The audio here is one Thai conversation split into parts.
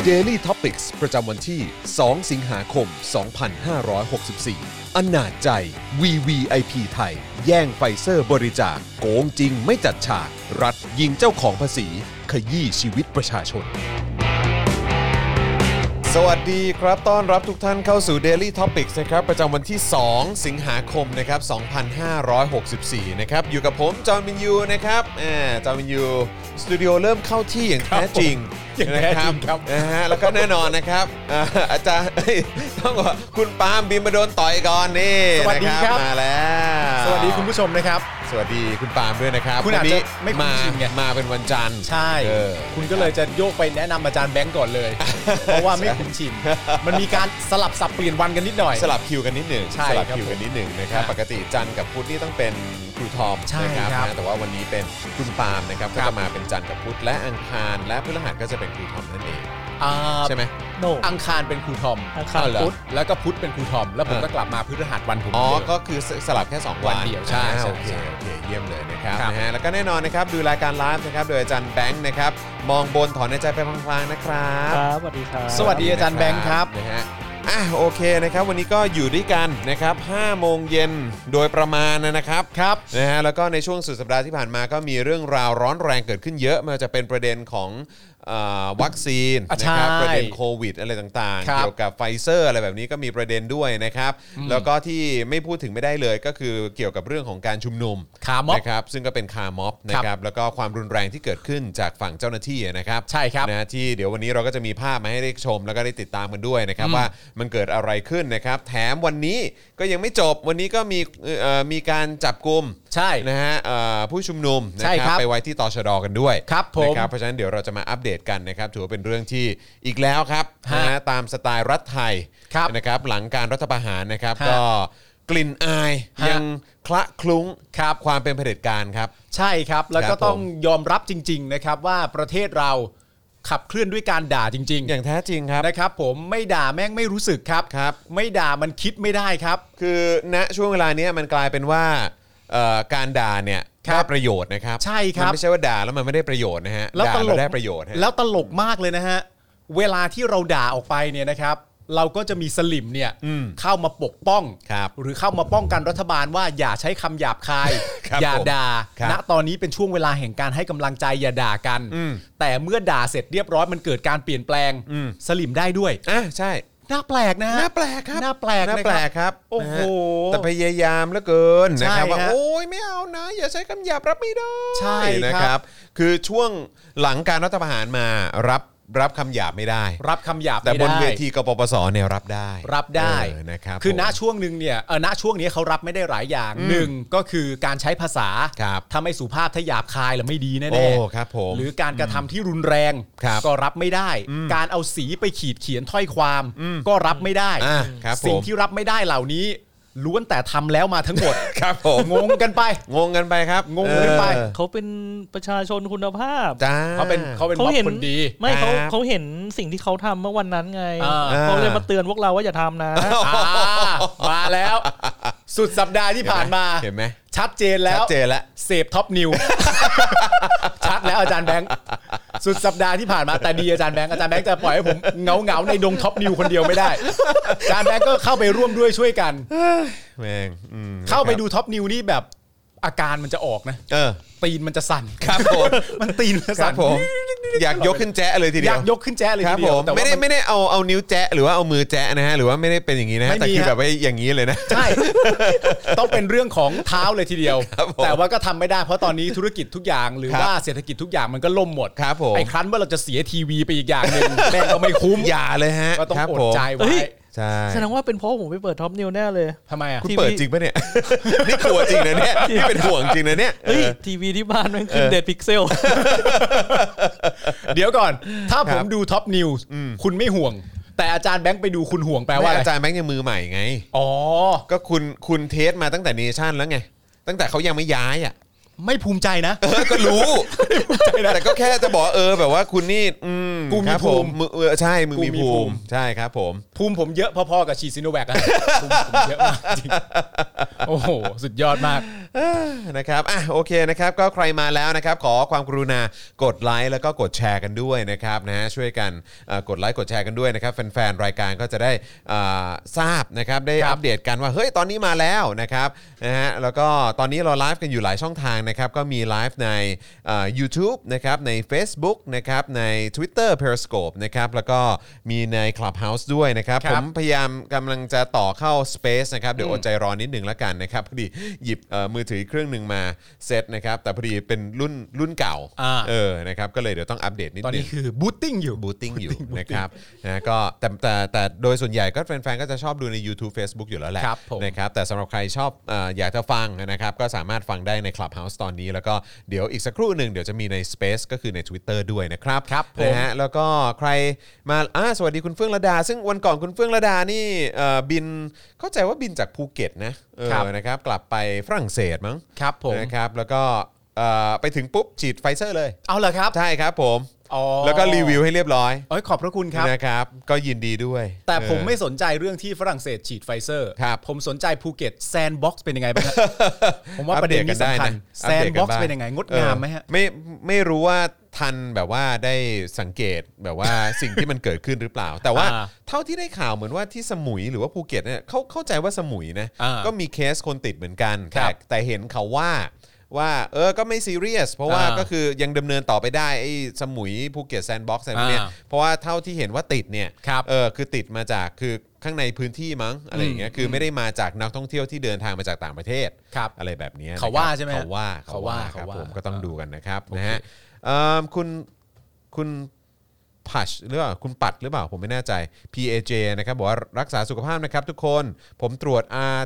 Daily Topics ประจำวันที่ 2 สิงหาคม 2564 อนาจใจ VVIP ไทย แย่งไฟเซอร์บริจาคโกงจริงไม่จัดฉาก รัฐยิงเจ้าของภาษีขยี้ชีวิตประชาชนสวัสดีครับต้อนรับทุกท่านเข้าสู่ Daily Topics นะครับประจำวันที่ 2 สิงหาคมนะครับ 2564 นะครับอยู่กับผมจอห์นวินยูนะครับจอห์นวินยูสตูดิโอเริ่มเข้าที่อย่างแท้จริงนะครับนะฮะแล้วก็แน่นอนนะครับอาจารย์ต้องบอกคุณปาล์มบินมาโดนต่อยก่อนนี่สวัสดีครับมาแล้วสวัสดีคุณผู้ชมนะครับสวัสดีคุณปาล์มด้วยนะครับคุณอาจจะไม่คุ้นชินไงมาเป็นวันจันทร์ใช่คุณก็เลยจะโยกไปแนะนำอาจารย์แบงก์ก่อนเลยเพราะว่าไม่คุ้นชินมันมีการสลับสับเปลี่ยนวันกันนิดหน่อยสลับคิวกันนิดหนึ่งสลับคิวกันนิดหนึ่งนะครับปกติจันทร์กับพุธนี่ต้องเป็นครูทอมนะครับแต่ว่าวันนี้เป็นคุณปาล์มนะครับก็จะมาเป็นจันทร์กับพุธและอังคารและพฤหัสก็จะเป็นครูทอมนั่นเองใช่ไหมอังคารเป็นครูทอมอังคารพุธแล้วก็พุธเป็นครูทอมแล้วผมก็กลับมาพฤหัสวันผมก็คือสลับแค่2วันเดียวใช่โอเคเยี่ยมเลยนะครับนะฮะแล้วก็แน่นอนนะครับดูรายการไลฟ์นะครับโดยอาจารย์แบงค์นะครับมองบนถอนในใจไปพลางๆนะครับครับสวัสดีครับสวัสดีอาจารย์แบงค์ครับนะฮะโอเคนะครับวันนี้ก็อยู่ด้วยกันนะครับ5 โมงเย็นโดยประมาณนะครับนะฮะแล้วก็ในช่วงสุดสัปดาห์ที่ผ่านมาก็มีเรื่องราวร้อนแรงเกิดขึ้นเยอะไม่ว่าจะเป็นประเด็นของวัคซีนนะครับประเด็นโควิดอะไรต่างๆเกี่ยวกับไฟเซอร์อะไรแบบนี้ก็มีประเด็นด้วยนะครับแล้วก็ที่ไม่พูดถึงไม่ได้เลยก็คือเกี่ยวกับเรื่องของการชุมนุมนะครับซึ่งก็เป็นคาร์ม็อบนะครับแล้วก็ความรุนแรงที่เกิดขึ้นจากฝั่งเจ้าหน้าที่นะครับใช่ครับนะที่เดี๋ยววันนี้เราก็จะมีภาพมาให้ได้ชมแล้วก็ได้ติดตามกันด้วยนะครับว่ามันเกิดอะไรขึ้นนะครับแถมวันนี้ก็ยังไม่จบวันนี้ก็มีการจับกุมใช่นะฮะผู้ชุมนุมนะครับไปไว้ที่ตชด.กันด้วยครับผมนะครับเพราะฉะนั้นเดี๋ยวเราจะมาอัปเดตกันนะครับถือว่าเป็นเรื่องที่อีกแล้วครับนะตามสไตล์รัฐไทยนะครับหลังการรัฐประหารนะครับก็กลิ่นอายยังคละคลุ้งความเป็นเผด็จการครับใช่ครับแล้วก็ต้องยอมรับจริงๆนะครับว่าประเทศเราขับเคลื่อนด้วยการด่าจริงๆอย่างแท้จริงครับนะครับผมไม่ด่าแม่งไม่รู้สึกครับไม่ด่ามันคิดไม่ได้ครับคือณช่วงเวลานี้มันกลายเป็นว่าการด่าเนี่ยได้ประโยชน์นะครับใช่ครับมันไม่ใช่ว่าด่าแล้วมันไม่ได้ประโยชน์นะฮะแล้วตลกได้ประโยชน์แล้วตลกมากเลยนะฮะเวลาที่เราด่าออกไปเนี่ยนะครับเราก็จะมีสลิมเนี่ยเข้ามาปกป้องหรือเข้ามาป้องกันรัฐบาลว่าอย่าใช้คำหยาบคายอย่าด่าณตอนนี้เป็นช่วงเวลาแห่งการให้กำลังใจอย่าด่ากันแต่เมื่อด่าเสร็จเรียบร้อยมันเกิดการเปลี่ยนแปลงสลิมได้ด้วยใช่น่าแปลกนะน่าแปลกครับน่าแปลกครับโอ้โหแต่พยายามเหลือเกินนะครับว่าโอ้ยไม่เอานะอย่าใช้คำหยาบรับไม่ได้ใช่นะครับคือช่วงหลังการรัฐประหารมารับคำหยาบไม่ได้รับคำหยาบแต่บนเวทีกปปสเนี่ยรับได้นะครับคือณช่วงนึงเนี่ยณช่วงนี้เขารับไม่ได้หลายอย่างหนึ่งก็คือการใช้ภาษาถ้าไม่สุภาพถ้าหยาบคายแล้วไม่ดีแน่ๆครับผมหรือการกระทำที่รุนแรงก็รับไม่ได้การเอาสีไปขีดเขียนถ้อยความก็รับไม่ได้สิ่งที่รับไม่ได้เหล่านี้ล้วนแต่ทำแล้วมาทั้งหมดครับผมงงกันไปครับงงกันไปเขาเป็นประชาชนคุณภาพเขาเป็นคนดีไม่เขาเห็นสิ่งที่เขาทำเมื่อวันนั้นไงเขาเลยมาเตือนพวกเราว่าอย่าทำนะมาแล้วสุดสัปดาห์ที่ผ่านมาเห็นไหมชัดเจนแล้วเสพท็อปนิวชัดแล้วอาจารย์แบงค์สุดสัปดาห์ที่ผ่านมาแต่ดีอาจารย์แบงค์จะปล่อยให้ผมเงาในดงท็อปนิวคนเดียวไม่ได้อาจารย์แบงค์ก็เข้าไปร่วมด้วยช่วยกันแม่งเข้าไปดูท็อปนิวนี่แบบอาการมันจะออกนะตีนมันจะสั่นครับผมมันตีนมันสั่นอยากยกขึ้นแจ๊ะเลยทีเดียวอยากยกขึ้นแจ๊ะเลยทีเดียวแต่ไม่ได้เอานิ้วแจ๊ะหรือว่าเอามือแจ๊ะนะฮะหรือว่าไม่ได้เป็นอย่างนี้นะแต่คือแบบว่าอย่างนี้เลยนะใช่ต้องเป็นเรื่องของเท้าเลยทีเดียวแต่ว่าก็ทำไม่ได้เพราะตอนนี้ธุรกิจทุกอย่างหรือว่าเศรษฐกิจทุกอย่างมันก็ล่มหมดไอ้ครั้นว่าเราจะเสียทีวีไปอีกอย่างนึงแม่งก็ไม่คุ้มอย่าเลยฮะก็ต้องอดใจไว้ใช่แสดงว่าเป็นเพราะผมไปเปิดท็อปนิวแน่เลยทำไมอ่ะคุณเปิดจริงป่ะเนี่ยนี่กลัวจริงนะเนี่ยนี่เป็นห่วงจริงนะเนี่ยทีวีที่บ้านมันขึ้นเดดพิกเซลเดี๋ยวก่อนถ้าผมดูท็อปนิวคุณไม่ห่วงแต่อาจารย์แบงค์ไปดูคุณห่วงแปลว่าอาจารย์แบงค์ยังมือใหม่ไงก็คุณเทสมาตั้งแต่เนชั่นแล้วไงตั้งแต่เขายังไม่ย้ายอ่ะไม่ภูมิใจนะก็รู้แต่ก็แค่จะบอกแบบว่าคุณนี่กูมีภูมิใช่มึงมีภูมิใช่ครับผมภูมิผมเยอะพอๆกับฉีดซิโนแวคอะภูมิผมเยอะมากจริงโอ้โหสุดยอดมากนะครับโอเคนะครับก็ใครมาแล้วนะครับขอความกรุณากดไลค์แล้วก็กดแชร์กันด้วยนะครับนะช่วยกันกดไลค์กดแชร์กันด้วยนะครับแฟนๆรายการก็จะได้ทราบนะครับได้อัปเดตกันว่าเฮ้ยตอนนี้มาแล้วนะครับนะฮะแล้วก็ตอนนี้เราไลฟ์กันอยู่หลายช่องทางนะครับก็มีไลฟ์ในYouTube นะครับใน Facebook นะครับใน Twitter Periscope นะครับแล้วก็มีใน Clubhouse ด้วยนะครับผมพยายามกำลังจะต่อเข้า Space นะครับเดี๋ยวอดใจรอนิดนึงแล้วกันนะครับพอดีหยิบมือถือเครื่องนึงมาเซตนะครับแต่พอดีเป็นรุ่นเก่านะครับก็เลยเดี๋ยวต้องอัปเดตนิดนึงตอนนี้คือบูตติ้งอยู่นะครับนะก็แต่โดยส่วนใหญ่ก็แฟนๆก็จะชอบดูใน YouTube Facebook อยู่แล้วแหละนะครับแต่สำหรับใครชอบอยากจะฟังนะครับก็สามารถฟังได้ใน Clubhouse ตอนนี้แล้วก็เดี๋ยวอีกสักครู่นึงเดี๋ยวจะมีใน Space ก็คือใน Twitter ด้วยนะครับนะฮะแล้วก็ใครมาสวัสดีคุณเฟื่องระดาซึ่งวันก่อนคุณเฟื่องระดานี่บินเข้าใจว่าบินจากภูเก็ตนะนะครับกลับไปฝรั่งเศสมั้งครับผมนะครับแล้วก็ไปถึงปุ๊บฉีดไฟเซอร์เลยเอาเหรอครับใช่ครับผมแล้วก็รีวิวให้เรียบร้อยขอบพระคุณครับนะครับก็ยินดีด้วยแต่ผมไม่สนใจเรื่องที่ฝรั่งเศสฉีดไฟเซอร์ผมสนใจภูเก็ตแซนด์บ็อกซ์เป็นยังไงบ้างผมว่าประเด็นนี้สำคัญแซนด์บ็อกซ์เป็นยังไงงดงามไหมฮะไม่รู้ว่าทันแบบว่าได้สังเกตแบบว่าสิ่งที่มันเกิดขึ้นหรือเปล่าแต่ว่าเท่าที่ได้ข่าวเหมือนว่าที่สมุยหรือว่าภูเก็ตเนี่ยเข้าใจว่าสมุยนะก็มีเคสคนติดเหมือนกันแต่เห็นเขาว่าก็ไม่ซีเรียสเพราะว่าก็คือยังดำเนินต่อไปได้ไอ้สมุยภูเก็ตแซนด์บ็อกซ์อะไรเนี่ยเพราะว่าเท่าที่เห็นว่าติดเนี่ยคือติดมาจากคือข้างในพื้นที่มั้งอะไรอย่างเงี้ยคือไม่ได้มาจากนักท่องเที่ยวที่เดินทางมาจากต่างประเทศอะไรแบบนี้เขาว่าใช่ไหมเขาว่าครับผมก็ต้องดูกันนะครับนะฮะคุณพัชหรือเปล่าคุณปัดหรือเปล่าผมไม่แน่ใจ PAJ นะครับบอกว่ารักษาสุขภาพนะครับทุกคนผมตรวจ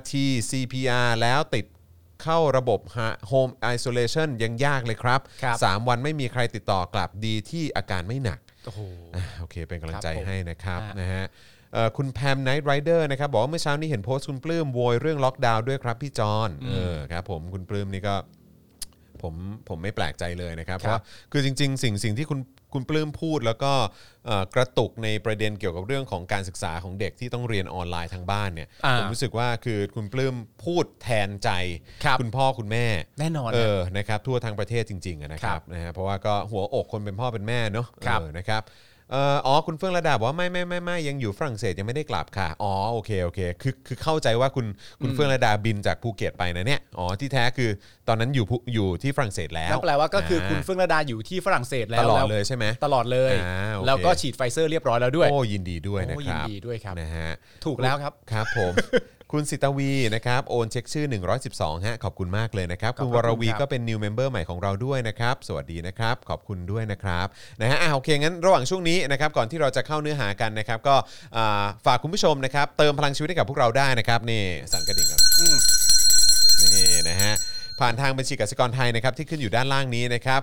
RT-PCR แล้วติดเข้าระบบ Home Isolation ยังยากเลยครับ3วันไม่มีใครติดต่อกลับดีที่อาการไม่หนักโอเคเป็นกำลังใจให้นะครับนะฮะคุณแพมไนท์ไรเดอร์นะครับบอกว่าเมื่อเช้านี้เห็นโพสต์คุณปลื้มโวยเรื่องล็อกดาวน์ด้วยครับพี่จอนครับผมคุณปลื้มนี่ก็ผมไม่แปลกใจเลยนะครับเพราะคือจริงๆสิ่งที่คุณปลื้มพูดแล้วก็กระตุกในประเด็นเกี่ยวกับเรื่องของการศึกษาของเด็กที่ต้องเรียนออนไลน์ทางบ้านเนี่ยผมรู้สึกว่าคือคุณปลื้มพูดแทนใจคุณพ่อคุณแม่แน่นอนนะครับทั่วทั้งประเทศจริงๆนะครับนะฮะเพราะว่าก็หัวอกคนเป็นพ่อเป็นแม่เนาะนะครับคุณเฟื่องระดาบอกว่าไม่ยังอยู่ฝรั่งเศสยังไม่ได้กลับค่ะโอเคคือเข้าใจว่าคุณเฟื่องระดาบินจากภูเก็ตไปนะเนี่ยที่แท้คือตอนนั้นอยู่ที่ฝรั่งเศสแล้วนั่นแปลว่าก็คือคุณเฟื่องระดาอยู่ที่ฝรั่งเศสแล้วตลอดเลยใช่ไหมตลอดเลยแล้วก็ฉีดไฟเซอร์เรียบร้อยแล้วด้วยยินดีด้วยนะครับยินดีด้วยครับนะฮะถูกแล้วครับครับผมคุณสิตวีนะครับโอนเช็คชื่อ112ฮะขอบคุณมากเลยนะครับคุณวรวีก็เป็น new member ใหม่ของเราด้วยนะครับสวัสดีนะครับขอบคุณด้วยนะครับนะฮะโอเคงั้นระหว่างช่วงนี้นะครับก่อนที่เราจะเข้าเนื้อหากันนะครับก็ฝากคุณผู้ชมนะครับเติมพลังชีวิตให้กับพวกเราได้นะครับนี่สั่นกระดิ่งครับนี่นะฮะผ่านทางบัญชีกสิกรไทยนะครับที่ขึ้นอยู่ด้านล่างนี้นะครับ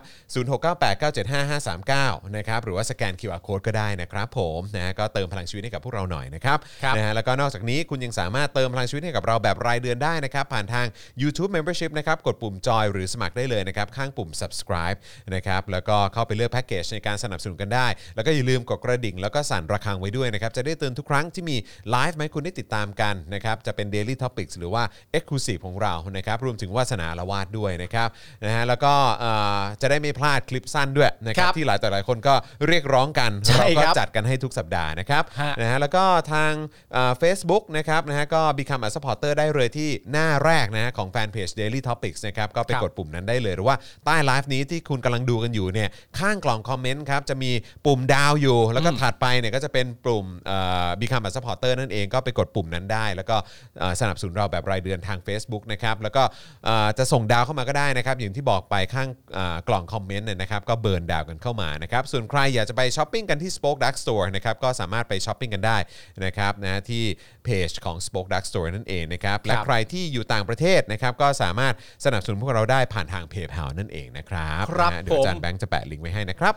0698975539นะครับหรือว่าสแกน QR Code ก็ได้นะครับผมนะก็เติมพลังชีวิตให้กับพวกเราหน่อยนะครับนะฮะแล้วก็นอกจากนี้คุณยังสามารถเติมพลังชีวิตให้กับเราแบบรายเดือนได้นะครับผ่านทาง YouTube Membership นะครับกดปุ่มจอยหรือสมัครได้เลยนะครับข้างปุ่ม Subscribe นะครับแล้วก็เข้าไปเลือกแพ็คเกจในการสนับสนุนกันได้แล้วก็อย่าลืมกดกระดิ่งแล้วก็สั่นระฆังไว้ด้วยนะครับจะได้เตือนทุกครั้งที่มีไลฟ์ให้คุณได้ติดตามกันนะครับจะเป็น Daily Topics หรือว่า Exclusive ของเรานะครับรวมถึงวาสนาวาดด้วยนะครับนะฮะแล้วก็จะได้ไม่พลาดคลิปสั้นด้วยนะครับที่หลายต่อหลายคนก็เรียกร้องกันเราก็จัดกันให้ทุกสัปดาห์นะครับนะฮะแล้วก็ทางFacebook นะครับนะฮะก็ Become a supporter ได้เลยที่หน้าแรกนะของแฟนเพจ Daily Topics นะครับก็ไปกดปุ่มนั้นได้เลยหรือว่าใต้ไลฟ์นี้ที่คุณกำลังดูกันอยู่เนี่ยข้างกล่องคอมเมนต์ครับจะมีปุ่มดาวอยู่แล้วก็ถัดไปเนี่ยก็จะเป็นปุ่มBecome a supporter นั่นเองก็ไปกดปุ่มนั้นได้แล้วก็สนับสนุนเราแบบรายเดือนทาง Facebook นะครับแล้วก็จะส่งดาวเข้ามาก็ได้นะครับอย่างที่บอกไปข้างกล่องคอมเมนต์เนี่ยนะครับก็เบิร์นดาวกันเข้ามานะครับส่วนใครอยากจะไปช้อปปิ้งกันที่ Spoke Dark Store นะครับก็สามารถไปช้อปปิ้งกันได้นะครับนะที่เพจของ Spoke Dark Store นั่นเองนะครับและใครที่อยู่ต่างประเทศนะครับก็สามารถสนับสนุนพวกเราได้ผ่านทาง PayPal นั่นเองนะครับเดี๋ยวอาจารย์แบงค์จะแปะลิงก์ไว้ให้นะครับ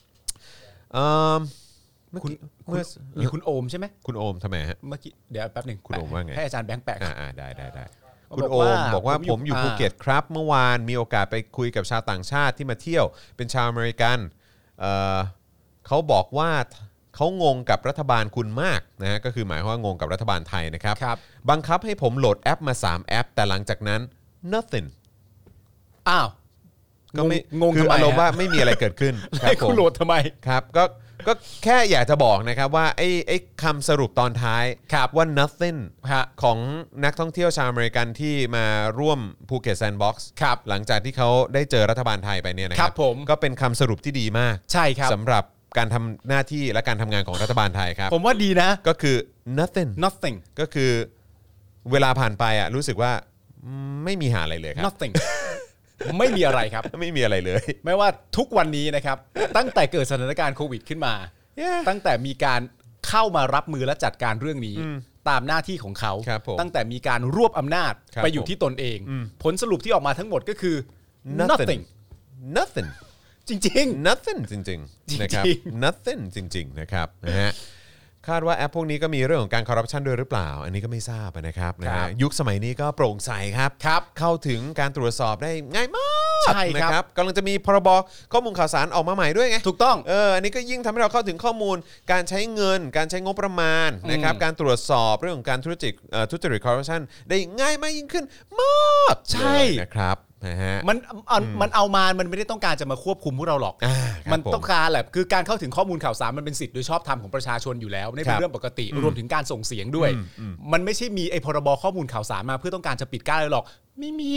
มีคุณโอมใช่ไหมคุณโอมทำไมฮะเมื่อกี้เดี๋ยวแป๊บหนึ่งคุณโอมว่าไงให้อาจารย์แบงค์แปะได้คุณโอมบอกว่าผมอยู่ภูเก็ตครับเมื่อวานมีโอกาสไปคุยกับชาวต่างชาติที่มาเที่ยวเป็นชาวอเมริกันเขาบอกว่าเขางงกับรัฐบาลคุณมากนะฮะก็คือหมายความว่างงกับรัฐบาลไทยนะครับบังคับให้ผมโหลดแอปมา3แอปแต่หลังจากนั้น nothing อ้าวก็ไม่งงคืออารมณ์ว่าไม่มีอะไรเกิดขึ้นให้คุณโหลดทำไมครับก็แค่อยากจะบอกนะครับว่าไอ้คำสรุปตอนท้ายว่า nothing ของนักท่องเที่ยวชาวอเมริกันที่มาร่วมภูเก็ตแซนด์บ็อกซ์หลังจากที่เขาได้เจอรัฐบาลไทยไปเนี่ยนะครับก็เป็นคำสรุปที่ดีมากใช่ครับสำหรับการทำหน้าที่และการทำงานของรัฐบาลไทยครับผมว่าดีนะก็คือ nothing ก็คือเวลาผ่านไปอ่ะรู้สึกว่าไม่มีหาอะไรเลยครับ nothing ไม่มีอะไรครับไม่มีอะไรเลยไม่ว่าทุกวันนี้นะครับตั้งแต่เกิดสถานการณ์โควิดขึ้นมาตั้งแต่มีการเข้ามารับมือและจัดการเรื่องนี้ตามหน้าที่ของเขาตั้งแต่มีการรวบอำนาจไปอยู่ที่ตนเองผลสรุปที่ออกมาทั้งหมดก็คือ nothing จริงๆ nothing จริงๆนะครับ nothing จริงๆนะครับนะฮะคาดว่าแอปพวกนี้ก็มีเรื่องของการคอร์รัปชันด้วยหรือเปล่าอันนี้ก็ไม่ทราบนะครับนะฮะยุคสมัยนี้ก็โปร่งใสครับเข้าถึงการตรวจสอบได้ง่ายมากนะครับกำลังจะมีพรบข้อมูลข่าวสารออกมาใหม่ด้วยไงถูกต้องอันนี้ก็ยิ่งทำให้เราเข้าถึงข้อมูลการใช้เงินการใช้งบประมาณนะครับการตรวจสอบเรื่องของการทุจริตคอร์รัปชันได้ง่ายมากยิ่งขึ้นมากใช่นะครับมันเอามามันไม่ได้ต้องการจะมาควบคุมพวกเราหรอกมันต้องการแหละคือการเข้าถึงข้อมูลข่าวสารมันเป็นสิทธิ์โดยชอบธรรมของประชาชนอยู่แล้วนี่เป็นเรื่องปกติรวมถึงการส่งเสียงด้วยมันไม่ใช่มีไอ้พรบข้อมูลข่าวสารมาเพื่อต้องการจะปิดกั้นอะไรหรอกไม่มี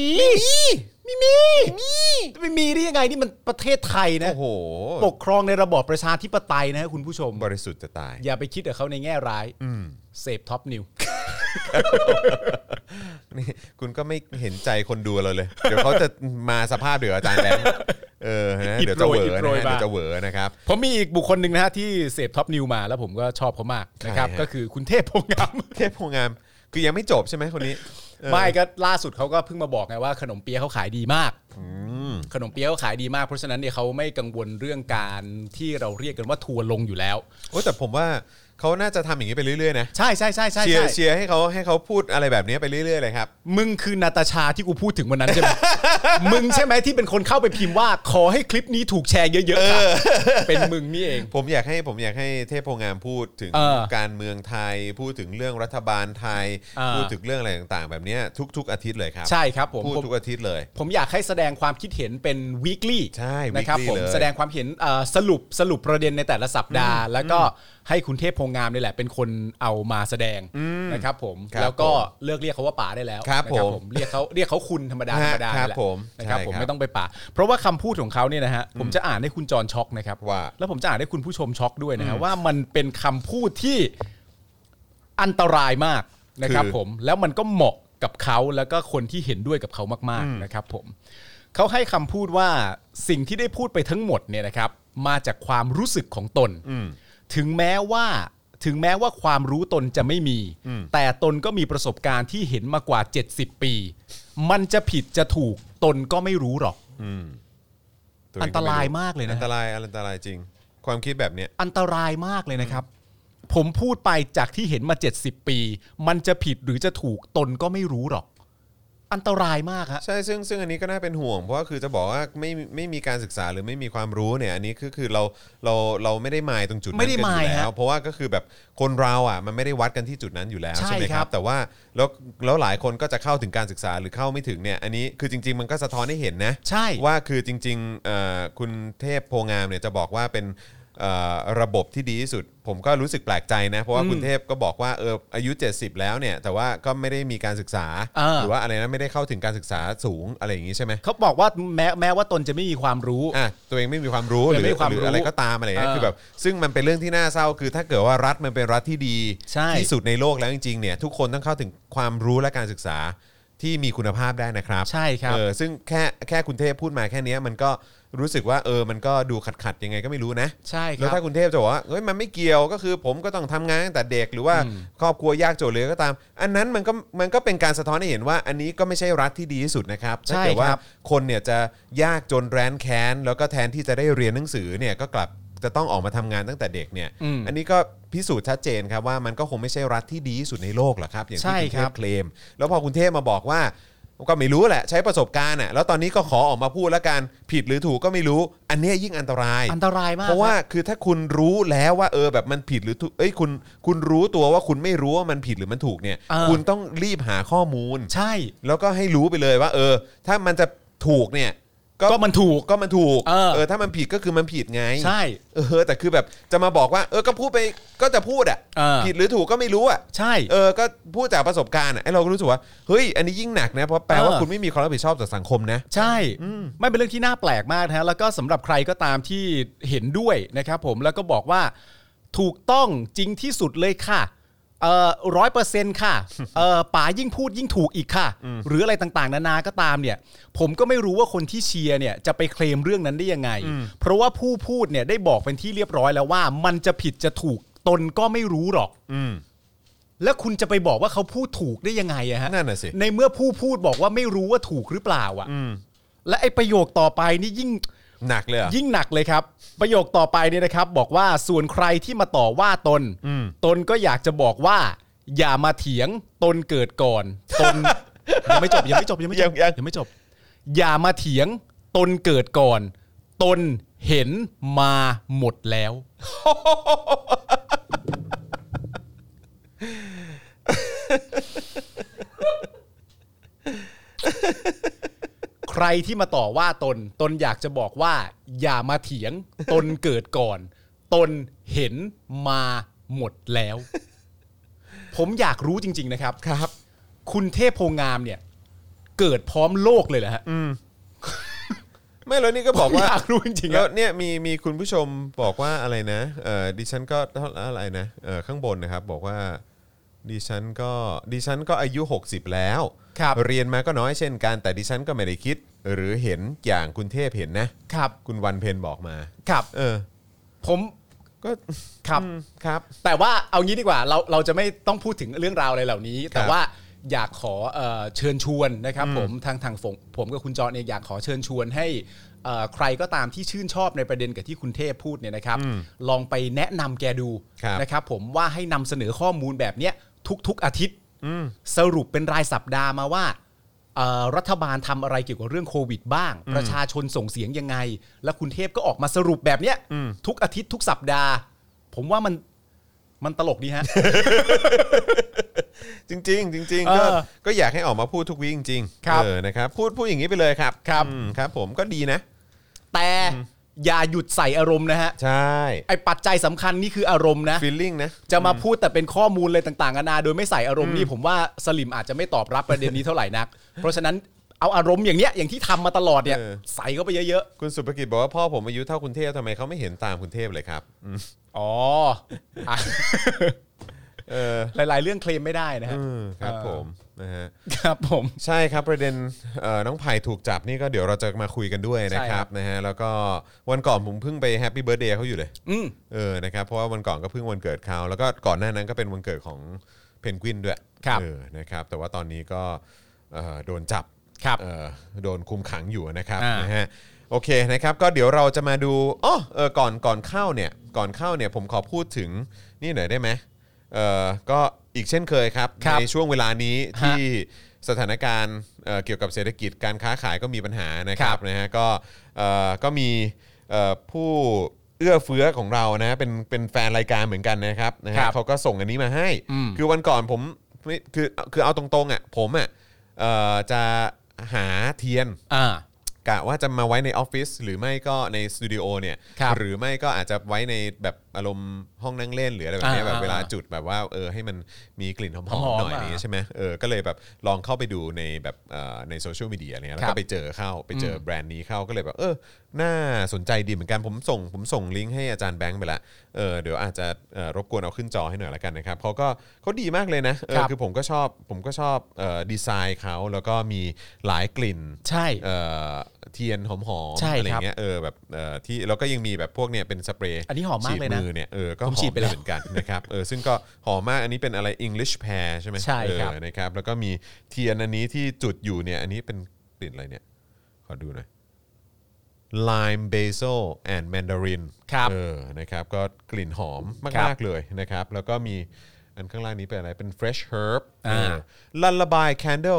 ได้ยังไงนี่มันประเทศไทยนะปกครองในระบอบประชาธิปไตยนะคุณผู้ชมบริสุทธิ์จะตายอย่าไปคิดกับเขาในแง่ร้ายเสพท็อปนิวนี่คุณก็ไม่เห็นใจคนดูเราเลยเดี๋ยวเขาจะมาสภาพเดี๋ยวอาจารย์แบงค์นะเดี๋ยวจะเหวอนะครับผมมีอีกบุคคลหนึ่งนะฮะที่เสพท็อปนิวมาแล้วผมก็ชอบเขามากนะครับก็คือคุณเทพโพงามคือยังไม่จบใช่ไหมคนนี้ไม่ก็ล่าสุดเขาก็เพิ่งมาบอกไงว่าขนมเปี๊ยะเขาขายดีมากขนมเปี๊ยะเขาขายดีมากเพราะฉะนั้นเนี่ยเขาไม่กังวลเรื่องการที่เราเรียกกันว่าทัวร์ลงอยู่แล้วแต่ผมว่าเขาน่าจะทำอย่างนี้ไปเรื่อยๆนะใช่เชียร์ให้เขาพูดอะไรแบบนี้ไปเรื่อยๆเลยครับมึงคือนาตาชาที่กูพูดถึงวันนั้นใช่ไหม มึงใช่ไหมที่เป็นคนเข้าไปพิมพ์ว่าขอให้คลิปนี้ถูกแชร์เยอะๆครับเป็นมึงนี่เองผมอยากให้เทพโพงามพูดถึงการเมืองไทยพูดถึงเรื่องรัฐบาลไทยพูดถึงเรื่องอะไรต่างๆแบบนี้ทุกอาทิตย์เลยครับใช่ครับผมพูดทุกอาทิตย์เลยผมอยากให้แสดงความคิดเห็นเป็น weekly ใช่นะครับผมแสดงความเห็นสรุปประเด็นในแต่ละสัปดาห์แล้วก็ให้คุณเทพโพงามนี่แหละเป็นคนเอามาแสดงนะครับผมแล้วก็เลิกเรียกเขาว่าป๋าได้แล้วนะครับผมเรียกเขาคุณธรรมดาแหละนะครับผมไม่ต้องไปป๋าเพราะว่าคำพูดของเขาเนี่ยนะฮะผมจะอ่านให้คุณจรช็อกนะครับแล้วผมจะอ่านให้คุณผู้ชมช็อกด้วยนะฮะว่ามันเป็นคำพูดที่อันตรายมากนะครับผมแล้วมันก็เหมาะกับเขาแล้วก็คนที่เห็นด้วยกับเขามากๆนะครับผมเขาให้คำพูดว่าสิ่งที่ได้พูดไปทั้งหมดเนี่ยนะครับมาจากความรู้สึกของตนถึงแม้ว่าความรู้ตนจะไม่มีแต่ตนก็มีประสบการณ์ที่เห็นมากว่า70ปีมันจะผิดจะถูกตนก็ไม่รู้หรอกอันตรายมากเลยนะอันตรายจริงความคิดแบบนี้อันตรายมากเลยนะครับผมพูดไปจากที่เห็นมา70ปีมันจะผิดหรือจะถูกตนก็ไม่รู้หรอกอันตรายมากฮะใช่ซึ่งอันนี้ก็น่าเป็นห่วงเพราะว่าคือจะบอกว่าไม่มีการศึกษาหรือไม่มีความรู้เนี่ยอันนี้คือเราไม่ได้หมายตรงจุดนั้นกันอยู่แล้วเพราะว่าก็คือแบบคนเราอ่ะมันไม่ได้วัดกันที่จุดนั้นอยู่แล้วใช่ไหมครับแต่ว่าแล้วหลายคนก็จะเข้าถึงการศึกษาหรือเข้าไม่ถึงเนี่ยอันนี้คือจริงๆมันก็สะท้อนให้เห็นนะใช่ว่าคือจริงๆคุณเทพโพงามเนี่ยจะบอกว่าเป็นระบบที่ดีที่สุดผมก็รู้สึกแปลกใจนะเพราะว่าคุณเทพก็บอกว่าอายุ70แล้วเนี่ยแต่ว่าก็ไม่ได้มีการศึกษาหรือว่าอะไรนะไม่ได้เข้าถึงการศึกษาสูงอะไรอย่างงี้ใช่ไหมเขาบอกว่าแม้ว่าตนจะไม่มีความรู้ตัวเองไม่มีความรู้หรืออะไรก็ตามอะไรเงี้ยคือแบบซึ่งมันเป็นเรื่องที่น่าเศร้าคือถ้าเกิดว่ารัฐมันเป็นรัฐที่ดีที่สุดในโลกแล้วจริงๆเนี่ยทุกคนต้องเข้าถึงความรู้และการศึกษาที่มีคุณภาพได้นะครับใช่ครับซึ่งแค่คุณเทพพูดมาแค่นี้มันก็รู้สึกว่ามันก็ดูขัดยังไงก็ไม่รู้นะใช่ครับแล้วถ้าคุณเทพจะบอกว่าเฮ้ยมันไม่เกี่ยวก็คือผมก็ต้องทำงานตั้งแต่เด็กหรือว่าครอบครัวยากจนเลยก็ตามอันนั้นมันก็เป็นการสะท้อนให้เห็นว่าอันนี้ก็ไม่ใช่รัฐที่ดีที่สุดนะครับถ้าเกิดว่าคนเนี่ยจะยากจนแร้นแค้นแล้วก็แทนที่จะได้เรียนหนังสือเนี่ยก็กลับจะต้องออกมาทำงานตั้งแต่เด็กเนี่ยอันนี้ก็พิสูจน์ชัดเจนครับว่ามันก็คงไม่ใช่รัฐที่ดีที่สุดในโลกหรอกครับอย่างที่คุณเทพเคลมแล้วพอคุณเทพมาบอกว่าก็ไม่รู้แหละใช้ประสบการณ์แล้วตอนนี้ก็ขอออกมาพูดแล้วกันผิดหรือถูกก็ไม่รู้อันนี้ยิ่งอันตรายมากเพราะว่าคือถ้าคุณรู้แล้วว่าแบบมันผิดหรือถูกคุณรู้ตัวว่าคุณไม่รู้ว่ามันผิดหรือมันถูกเนี่ยคุณต้องรีบหาข้อมูลใช่แล้วก็ให้รู้ไปเลยว่าถ้ามันจะถูกเนี่ยก็มันถูกถ้ามันผิดก็คือมันผิดไงใช่แต่คือแบบจะมาบอกว่าก็พูดไปก็จะพูดผิดหรือถูกก็ไม่รู้ใช่ก็พูดจากประสบการณ์เราก็รู้สึกว่าเฮ้ยอันนี้ยิ่งหนักนะเพราะแปลว่าคุณไม่มีความรับผิดชอบต่อสังคมนะใช่ไม่เป็นเรื่องที่น่าแปลกมากนะแล้วก็สำหรับใครก็ตามที่เห็นด้วยนะครับผมแล้วก็บอกว่าถูกต้องจริงที่สุดเลยค่ะ100%ค่ะป๋ายิ่งพูดยิ่งถูกอีกค่ะหรืออะไรต่างๆนานาก็ตามเนี่ยผมก็ไม่รู้ว่าคนที่เชียร์เนี่ยจะไปเคลมเรื่องนั้นได้ยังไงเพราะว่าผู้พูดเนี่ยได้บอกเป็นที่เรียบร้อยแล้วว่ามันจะผิดจะถูกตนก็ไม่รู้หรอกแล้วคุณจะไปบอกว่าเขาพูดถูกได้ยังไงอะฮะนั่นน่ะสิในเมื่อผู้พูดบอกว่าไม่รู้ว่าถูกหรือเปล่าอ่ะและไอ้ประโยคต่อไปนี่ยิ่งหนักเลยยิ่งหนักเลยครับประโยคต่อไปเนี่ยนะครับบอกว่าส่วนใครที่มาต่อว่าตนก็อยากจะบอกว่าอย่ามาเถียงตนเกิดก่อนตน ยังไม่จบอย่ามาเถียงตนเกิดก่อนตนเห็นมาหมดแล้ว ใครที่มาต่อว่าตนอยากจะบอกว่าอย่ามาเถียงตนเกิดก่อนตนเห็นมาหมดแล้ว ผมอยากรู้จริงๆนะครับคุณเทพโพงามเนี่ยเกิดพร้อมโลกเลยเหรอฮะไม่แล้วนี่ก็บอกว่าอยากรู้จริงๆแล้วเนี่ยมีคุณผู้ชมบอกว่าอะไรนะดิฉันก็อะไรนะข้างบนนะครับบอกว่าดิฉันก็อายุ60แล้วเรียนมาก็น้อยเช่นกันแต่ดิฉันก็ไม่ได้คิดหรือเห็นอย่างคุณเทพเห็นนะครับคุณวันเพ็ญบอกมาครับผมก็ครับแต่ว่าเอางี้ดีกว่าเราจะไม่ต้องพูดถึงเรื่องราวอะไรเหล่านี้แต่ว่าอยากขอเชิญชวนนะครับผมทางผมกับคุณจอเนี่ยอยากขอเชิญชวนให้ใครก็ตามที่ชื่นชอบในประเด็นกับที่คุณเทพพูดเนี่ยนะครับลองไปแนะนำแกดูนะครับผมว่าให้นำเสนอข้อมูลแบบนี้ทุกอาทิตย์สรุปเป็นรายสัปดาห์มาว่ารัฐบาลทำอะไรเกี่ยวกับเรื่องโควิดบ้างประชาชนส่งเสียงยังไงแล้วคุณเทพก็ออกมาสรุปแบบเนี้ยทุกอาทิตย์ทุกสัปดาห์ผมว่ามันตลกดีฮะจริงก็อยากให้ออกมาพูดทุกวีจริงๆนะครับพูดอย่างนี้ไปเลยครับครับผมก็ดีนะแต่อย่าหยุดใส่อารมณ์นะฮะใช่ไอปัจจัยสำคัญนี่คืออารมณ์นะ feeling นะจะมาพูดแต่เป็นข้อมูลอะไรต่างๆนานาโดยไม่ใส่อารมณ์นี่ผมว่าสลิมอาจจะไม่ตอบรับประเด็นนี้เท่าไหร่นักเพราะฉะนั้นเอาอารมณ์อย่างเนี้ยอย่างที่ทำมาตลอดเนี่ยใส่เข้าไปเยอะๆคุณสุภกิจบอกว่าพ่อผมอายุเท่าคุณเทพทำไมเขาไม่เห็นตามคุณเทพเลยครับอ๋อหลายๆเรื่องเคลมไม่ได้นะฮะครับผมนะฮะครับผมใช่ครับประเด็นน้องไผ่ถูกจับนี่ก็เดี๋ยวเราจะมาคุยกันด้วยนะครับนะฮะแล้วก็วันก่อนผมเพิ่งไปแฮปปี้เบิร์ธเดย์เขาอยู่เลยนะครับเพราะว่าวันก่อนก็เพิ่งวันเกิดเขาแล้วก็ก่อนหน้านั้นก็เป็นวันเกิดของเพนกวินด้วยนะครับแต่ว่าตอนนี้ก็โดนจับโดนคุมขังอยู่นะครับนะฮะโอเคนะครับก็เดี๋ยวเราจะมาดูก่อนเข้าเนี่ยผมขอพูดถึงนี่หน่อยได้ไหมก็อีกเช่นเคยครับในช่วงเวลานี้ที่สถานการณ์เกี่ยวกับเศรษฐกิจการค้าขายก็มีปัญหานะครับนะฮะก็มีผู้เอื้อเฟื้อของเรานะเป็นแฟนรายการเหมือนกันนะครับนะฮะเขาก็ส่งอันนี้มาให้คือวันก่อนผมคือเอาตรงๆอ่ะผมอ่ะจะหาเทียนกะว่าจะมาไว้ในออฟฟิศหรือไม่ก็ในสตูดิโอเนี่ยหรือไม่ก็อาจจะไว้ในแบบอารมณ์ห้องนั่งเล่นหรืออะไรแบบนี้แบบเวลาจุดแบบว่าให้มันมีกลิ่นหอมๆหน่อยนี้ใช่ไหมก็เลยแบบลองเข้าไปดูในแบบในโซเชียลมีเดียอะไรเงี้ยแล้วก็ไปเจอแบรนด์นี้เข้าก็เลยแบบน่าสนใจดีเหมือนกันผมส่งลิงก์ให้อาจารย์แบงค์ไปละเดี๋ยวอาจจะรบกวนเอาขึ้นจอให้หน่อยละกันนะครับเขาดีมากเลยนะคือผมก็ชอบดีไซน์เขาแล้วก็มีหลายกลิ่นใช่เทียนหอมๆอะไรเงี้ยแบบที่แล้วก็ยังมีแบบพวกเนี่ยเป็นสเปรย์อันนี้หอมมากเลยนะเนี่ยก็หอมเหมือนกันนะครับซึ่งก็หอมมากอันนี้เป็นอะไร English pear ใช่ไหมใช่ครับนะครับแล้วก็มีเทียนอันนี้ที่จุดอยู่เนี่ยอันนี้เป็นกลิ่นอะไรเนี่ยขอดูหน่อย lime basil and mandarin ครับนะครับก็กลิ่นหอมมากๆเลยนะครับแล้วก็มีอันข้างล่างนี้เป็นอะไรเป็น fresh herb lullaby candle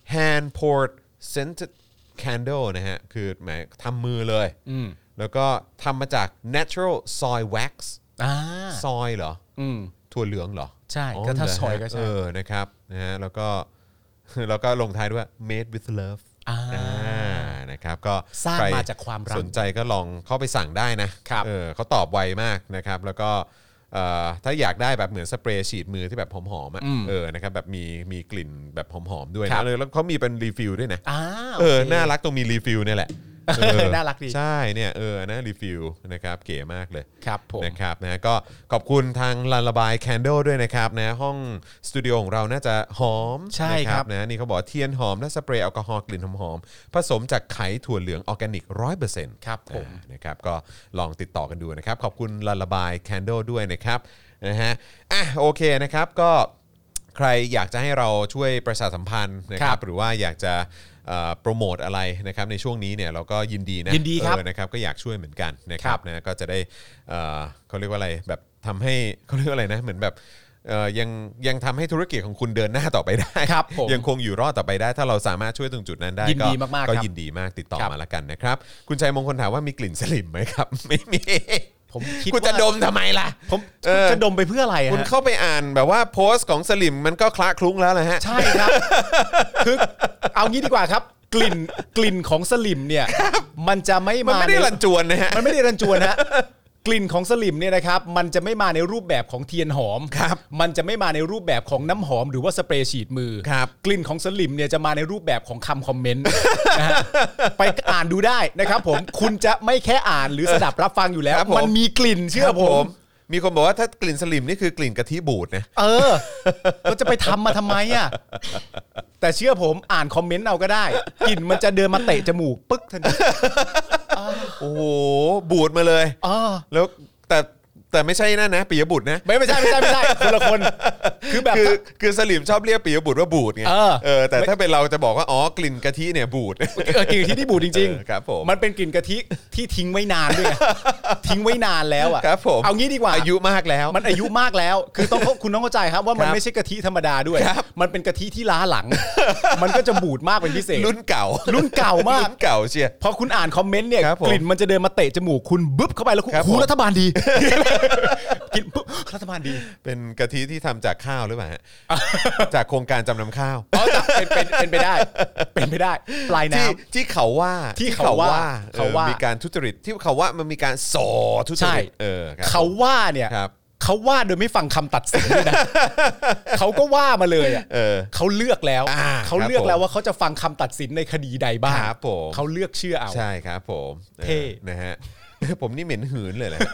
hand poured scented candle นะฮะคือหมายทำมือเลยแล้วก็ทำมาจาก natural soy wax ซอยเหรอถั่วเหลืองเหรอใช่ก็ถ้าซอยก็ใช่นะครับนะฮะแล้วก็ลงท้ายด้วย made with love นะครับก็สร้างมาจากความรักสนใจก็ลองเข้าไปสั่งได้นะเขาตอบไวมากนะครับแล้วก็ถ้าอยากได้แบบเหมือนสเปรย์ฉีดมือที่แบบหอมๆนะครับแบบมีกลิ่นแบบหอมๆด้วยนะแล้วเขามีเป็นรีฟิลด้วยนะน่ารักตรงมีรีฟิลเนี่ยแหละน่ารักดีใช่เนี่ยนะรีฟิลนะครับเก๋มากเลยครับผมนะครับนะก็ขอบคุณทางลาลาบายแคนเดิลด้วยนะครับนะห้องสตูดิโอของเราน่าจะหอมใช่ครับนะนี่เขาบอกเทียนหอมและสเปรย์แอลกอฮอล์กลิ่นหอมๆผสมจากไขถั่วเหลืองออร์แกนิก 100% ครับผมนะครับก็ลองติดต่อกันดูนะครับขอบคุณลาลาบายแคนเดิลด้วยนะครับนะฮะโอเคนะครับก็ใครอยากจะให้เราช่วยประชาสัมพันธ์นะครับหรือว่าอยากจะโปรโมทอะไรนะครับในช่วงนี้เนี่ยเราก็ยินดีนะยินดีครับนะครับก็อยากช่วยเหมือนกันนะครับนะก็จะได้เขาเรียกว่าอะไรแบบทำให้เขาเรียกว่าอะไรนะเหมือนแบบยังทำให้ธุรกิจของคุณเดินหน้าต่อไปได้ยังคงอยู่รอดต่อไปได้ถ้าเราสามารถช่วยตรงจุดนั้นได้ก็ยินดีมากติดต่อมาแล้วกันนะครับคุณชัยมงคลถามว่ามีกลิ่นสลิมไหมครับไม่มีผมคิดคุณจะดมทำไมล่ะผมจะดมไปเพื่ออะไรคุณเข้าไปอ่านแบบว่าโพสต์ของสลิมมันก็คละคลุ้งแล้วนะฮะใช่ครับคือเอางี้ดีกว่าครับกลิ่นของสลิมเนี่ยมันจะไม่มามันไม่ได้รันจวนนะฮะมันไม่ได้รันจวนฮะกลิ่นของสลิมเนี่ยนะครับมันจะไม่มาในรูปแบบของเทียนหอมมันจะไม่มาในรูปแบบของน้ำหอมหรือว่าสเปรย์ฉีดมือกลิ่นของสลิมเนี่ยจะมาในรูปแบบของคำคอมเมนต์นะฮะไปอ่านดูได้นะครับผมคุณจะไม่แค่อ่านหรือสดับรับฟังอยู่แล้วมันมีกลิ่นเชื่อผมมีคนบอกว่าถ้ากลิ่นสลิมนี่คือกลิ่นกะทิบูดนะเราจะไปทำมาทำไมอ่ะแต่เชื่อผมอ่านคอมเมนต์เอาก็ได้กลิ่นมันจะเดินมาเตะจมูกปึ๊กทันทีโอ้โหบูดมาเลยแล้วแต่ไม่ใช่นั่นนะปิยบุตรนะไม่ใช่คนละคนคือแบบคือสลิมชอบเรียกปิยบุตรว่าบูดไงแต่ถ้าเป็นเราจะบอกว่าอ๋อกลิ่นกะทิเนี่ยบูดกลิ่นกะทิที่บูดจริงๆครับผมมันเป็นกลิ่นกะทิที่ทิ้งไว้นานด้วยทิ้งไว้นานแล้วอ่ะครับผมเอางี้ดีกว่าอายุมากแล้วมันอายุมากแล้วคือคุณต้องเข้าใจครับว่ามันไม่ใช่กะทิธรรมดาด้วยมันเป็นกะทิที่ล้าหลังมันก็จะบูดมากเป็นพิเศษรุ่นเก่ามากเก่าเชียพอคุณอ่านคอมเมนต์เนี่ยกลิ่นมันจะเดินมาเตะจมูกคุณบึ๊บเข้าไปแล้วคุณรัฐบาลดีกินปุ๊บรัฐบาลดีเป็นกะทิที่ทำจากข้าวหรือเปล่าจากโครงการจำนำข้าวเป็นไปได้ปลายน้ำที่เขาว่ามีการทุจริตที่เขาว่ามันมีการส่อทุจริตเขาว่าเนี่ยเขาว่าโดยไม่ฟังคำตัดสินด้วยนะเขาก็ว่ามาเลยเขาเลือกแล้วว่าเขาจะฟังคำตัดสินในคดีใดบ้างเขาเลือกเชื่อเอาใช่ครับผมเท่นะฮะผมนี่เหม็นหืนเลยแหละ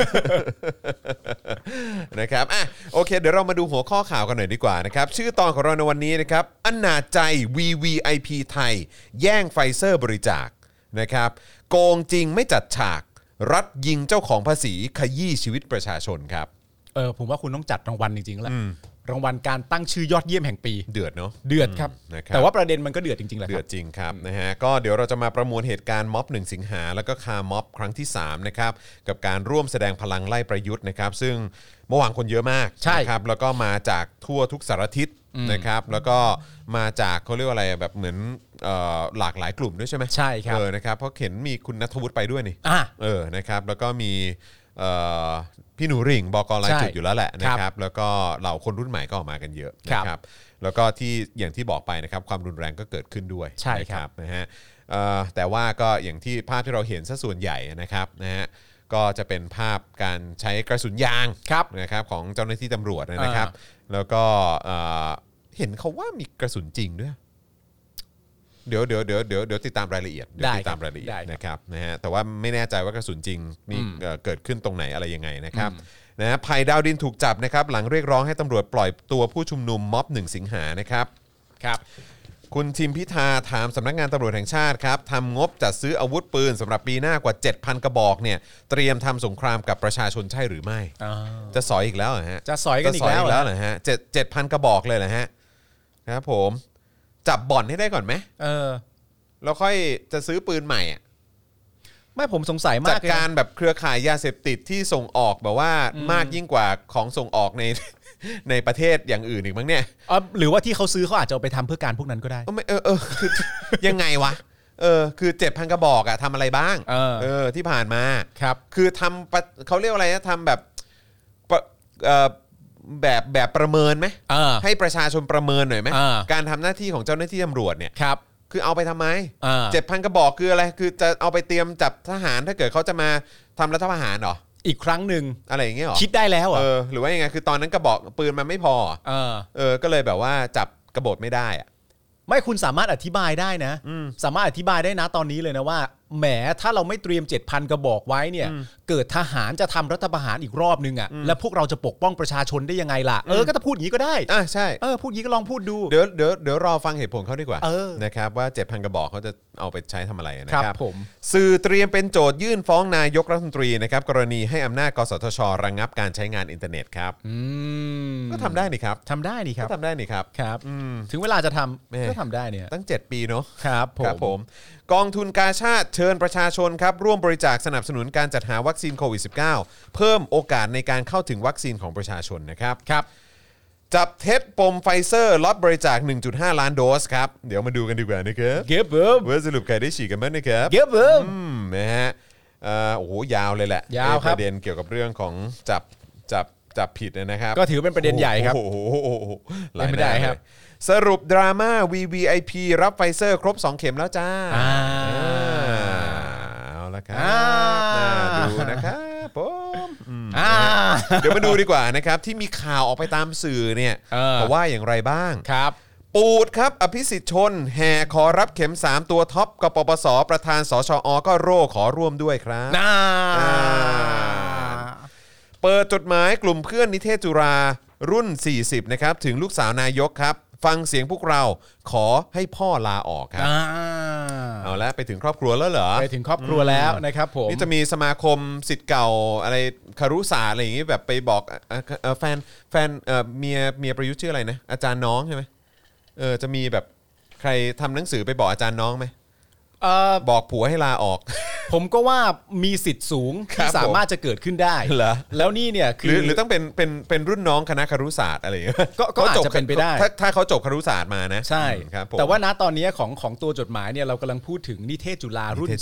นะครับโอเคเดี๋ยวเรามาดูหัวข้อข่าวกันหน่อยดีกว่านะครับชื่อตอนของเราในวันนี้นะครับอนาจใจ VVIP ไทยแย่งไฟเซอร์บริจาคนะครับโกงจริงไม่จัดฉากรัฐยิงเจ้าของภาษีขยี้ชีวิตประชาชนครับผมว่าคุณต้องจัดรางวัลจริงๆแล้วรางวัลการตั้งชื่อยอดเยี่ยมแห่งปีเดือดเนาะเดือดครับแต่ว่าประเด็นมันก็เดือดจริงๆแหละเดือดจริงครับนะฮะก็เดี๋ยวเราจะมาประมวลเหตุการณ์ม็อบ1สิงหาแล้วก็คาร์ม็อบครั้งที่3นะครับกับการร่วมแสดงพลังไล่ประยุทธ์นะครับซึ่งเมื่อวานคนเยอะมากนะครับแล้วก็มาจากทั่วทุกสารทิศนะครับแล้วก็มาจากเขาเรียกว่าอะไรแบบเหมือนหลากหลายกลุ่มด้วยใช่ไหมใช่ครับนะครับเพราะเห็นมีคุณณัฐวุฒิไปด้วยนี่นะครับแล้วก็มีพี่หนูริ่งบก.รายจุดอยู่แล้วแหละนะครับแล้วก็เหล่าคนรุ่นใหม่ก็ออกมากันเยอะนะครับแล้วก็ที่อย่างที่บอกไปนะครับความรุนแรงก็เกิดขึ้นด้วยนะครับนะฮะแต่ว่าก็อย่างที่ภาพที่เราเห็นซะส่วนใหญ่นะครับนะฮะก็จะเป็นภาพการใช้กระสุนยางนะครับของเจ้าหน้าที่ตำรวจนะครับแล้วก็เห็นเขาว่ามีกระสุนจริงด้วยเดี๋ยวติดตามรายละเอียดนะครับนะฮะแต่ว่าไม่แน่ใจว่ากระสุนจริงนี่เกิดขึ้นตรงไหนอะไรยังไงนะครับนะไผ่ดาวดินถูกจับนะครับหลังเรียกร้องให้ตำรวจปล่อยตัวผู้ชุมนุมม็อบ1สิงหานะครับคุณทิมพิธาถามสำนักงานตำรวจแห่งชาติครับทำงบจัดซื้ออาวุธปืนสำหรับปีหน้ากว่า 7,000 กระบอกเนี่ยเตรียมทำสงครามกับประชาชนใช่หรือไม่จะสอยอีกแล้วเหรอฮะจะสอยกันอีกแล้วเหรอฮะ7,000 กระบอกเลยเหรอฮะครับผมจับบ่อนให้ได้ก่อนไหมแล้วค่อยจะซื้อปืนใหม่ไม่ผมสงสัยมากจัดการแบบเครือข่ายยาเสพติดที่ส่งออกแบบว่ามากยิ่งกว่าของส่งออกใน ในประเทศอย่างอื่นอีกมั้งเนี่ยหรือว่าที่เขาซื้อเขาอาจจะเอาไปทำเพื่อการพวกนั้นก็ได้คือยังไงวะคือ 7,000 กระบอกอะทำอะไรบ้างที่ผ่านมาครับคือทำเขาเรียกอะไรนะทำแบบแบบประเมินไหมให้ประชาชนประเมินหน่อยไหมการทำหน้าที่ของเจ้าหน้าที่ตำรวจเนี่ยครับคือเอาไปทำไม7,000 กระบอกคืออะไรคือจะเอาไปเตรียมจับทหารถ้าเกิดเขาจะมาทำรัฐประหารเหรออีกครั้งหนึ่งอะไรอย่างเงี้ยหรอคิดได้แล้วหรือว่ายังไงคือตอนนั้นกระบอกปืนมันไม่พอก็เลยแบบว่าจับกบฏไม่ได้อะไม่คุณสามารถอธิบายได้นะสามารถอธิบายได้นะตอนนี้เลยนะว่าแหมถ้าเราไม่เตรียม 7,000 กระบอกไว้เนี่ยเกิดทหารจะทำรัฐประหารอีกรอบนึงอ่ะแล้วพวกเราจะปกป้องประชาชนได้ยังไงล่ะก็ถ้าพูดอย่างนี้ก็ได้ใช่พูดอย่างนี้ก็ลองพูดดูเดี๋ยวรอฟังเหตุผลเขาดีกว่านะครับว่า 7,000 กระบอกเขาจะเอาไปใช้ทำอะไรนะครับผมสื่อเตรียมเป็นโจทยื่นฟ้องนายกรัฐมนตรีนะครับกรณีให้อำนาจกสทช.ระงับการใช้งานอินเทอร์เน็ตครับก็ทำได้นี่ครับทำได้นี่ครับทำได้นี่ครับครับถึงเวลาจะทำก็ทำได้เนี่ยตั้ง7 ปีเนาะครับผมกองทุนกาชาดเชิญประชาชนครับร่วมบริจาคสนับสนุนการจัดหาวัคซีนโควิด -19 เพิ่มโอกาสในการเข้าถึงวัคซีนของประชาชนนะครับจับเท็จปมไฟเซอร์ล็อตบริจาค 1.5 ล้านโดสครับเดี๋ยวมาดูกันดีกว่านะครับว่าสรุปใครได้ฉีดกันบ้างนะครับนะฮะโอ้โหยาวเลยแหละประเด็นเกี่ยวกับเรื่องของจับผิดนะครับก็ถือเป็นประเด็นใหญ่ครับโอ้โหไม่ได้ครับสรุปดราม่า VVIP รับไฟเซอร์ครบ2เข็มแล้วจ้าเอาละครับดูนะครับผมเดี๋ยวมาดูดีกว่านะครับที่มีข่าวออกไปตามสื่อเนี่ยว่าอย่างไรบ้างครับปูดครับอภิสิทธิ์ชนแห่ขอรับเข็ม3ตัวท็อปกปปสประธานสชอก็โร่ขอร่วมด้วยครับเปิดจดหมายกลุ่มเพื่อนนิเทศจุฬารุ่น40นะครับถึงลูกสาวนายกครับฟังเสียงพวกเราขอให้พ่อลาออกครับเอาละไปถึงครอบครัวแล้วเหรอไปถึงครอบครัวแล้วนะครับผมนี่จะมีสมาคมศิษย์เก่าอะไรครุศาสตร์อะไรอย่างงี้แบบไปบอกแฟนเมียประยุทธ์ชื่ออะไรนะอาจารย์น้องใช่ไหมจะมีแบบใครทำหนังสือไปบอกอาจารย์น้องไหมบอกผัวให้ลาออกผมก็ว่ามีสิทธิ์สูงที่สามารถจะเกิดขึ้นได้แล้วนี่เนี่ยหรือต้องเป็นรุ่นน้องคณะครุศาสตร์อะไรอย่างเงี้ยก็อาจจะเป็นไปได้ถ้าเขาจบครุศาสตร์มานะใช่ครับแต่ว่าณตอนนี้ของตัวจดหมายเนี่ยเรากำลังพูดถึงนิเทศจุฬารุ่น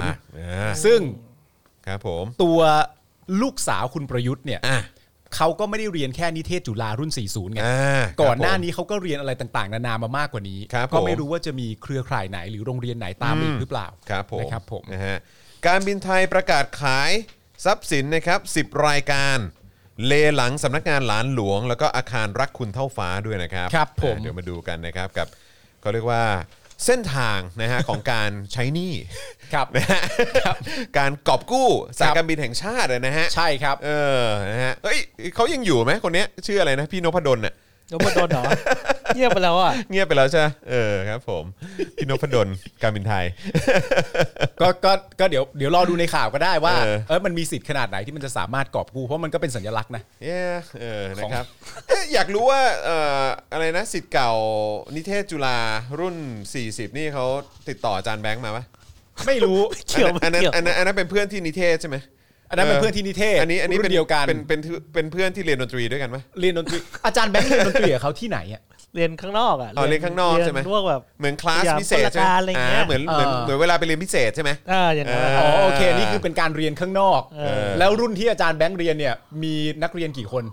40ซึ่งครับผมตัวลูกสาวคุณประยุทธ์เนี่ยเขาก็ไม่ได้เรียนแค่นิเทศจุฬารุ่น40ไงก่อนหน้านี้เขาก็เรียนอะไรต่างๆนานามามากกว่านี้ก็ไม่รู้ว่าจะมีเครือข่ายไหนหรือโรงเรียนไหนตามอีกหรือเปล่านะครับผมนะฮะการบินไทยประกาศขายทรัพย์สินนะครับ10รายการเลหลังสำนักงานหลานหลวงแล้วก็อาคารรักคุณเท่าฟ้าด้วยนะครับครับผมเดี๋ยวมาดูกันนะครับกับเขาเรียกว่าเส้นทางนะฮะของการใช้หนี้นะฮะการกอบกู้สายการบินแห่งชาตินะฮะใช่ครับนะฮะเฮ้ยเขายังอยู่ไหมคนนี้ชื่ออะไรนะพี่นพดลน่ะนพดลเหรอเงียบไปแล้วอ่ะเงียบไปแล้วใช่ครับผมพี่นพดลการบินไทยก็เดี๋ยวรอดูในข่าวก็ได้ว่ามันมีสิทธิ์ขนาดไหนที่มันจะสามารถกอบกู้เพราะมันก็เป็นสัญลักษณ์นะนะครับอยากรู้ว่าอะไรนะสิทธิ์เก่านิเทศจุฬารุ่น40นี่เขาติดต่ออาจารย์แบงค์มาปะไม่รู้อันนั้นเป็นเพื่อนที่นิเทศใช่ไหมอันนั้นเป็นเพื่อนที่นิเทศอันนี้เป็นเดียวกันเป็นเพื่อนที่เรียนดนตรีด้วยกันไหมเรียนดนตรีอาจารย์แบงค์เรียนดนตรีกับเขาที่ไหนอ่ะเรียนข้างนอกอ่ะเรียนข้างนอกใช่ไหมพวกแบบเหมือนคลาสพิเศษใช่ไหมเหมือนเวลาไปเรียนพิเศษใช่ไหมอย่างนั้นโอเคนี่คือเป็นการเรียนข้างนอกแล้วรุ่นที่อาจารย์แบงค์เรียนเนี่ยมีนักเรียนกี่คน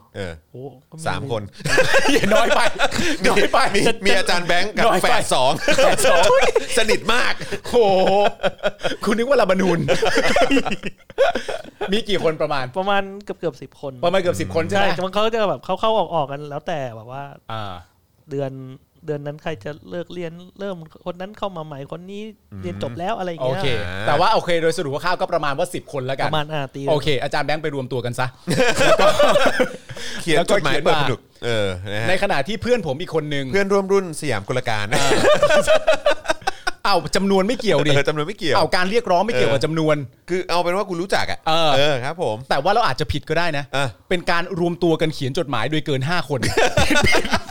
3 คนน้อยไปมีอาจารย์แบงค์กับแฝด2สนิทมากโอ้คุณนึกว่าลาบานูนมีกี่คนประมาณเกือบ10 คนประมาณเกือบ10 คนใช่ไหมเขาจะแบบเข้าออกกันแล้วแต่แบบว่าเดือนนั้นใครจะเลิกเรียนเริ่มคนนั้นเข้ามาใหม่คนนี้เรียนจบแล้วอะไรอย่างเงี้ยโอเคแต่ว่าโอเคโดยสรุปว่าข้าวก็ประมาณว่า10 คนแล้วกันประมาณตีโอเคอาจารย์แบงค์ไปรวมตัวกันซะเขียนจดหมายเปิดผนึกในขณะที่เพื่อนผมอีกคนนึงเพื่อนร่วมรุ่นสยามกุลการจำนวนไม่เกี่ยวดิจำนวนไม่เกี่ยวการเรียกร้องไม่เกี่ยวกับจำนวนคือเอาเป็นว่ากูรู้จักอ่ะครับผมแต่ว่าเราอาจจะผิดก็ได้นะเป็นการรวมตัวกันเขียนจดหมายโดยเกิน5 คนอ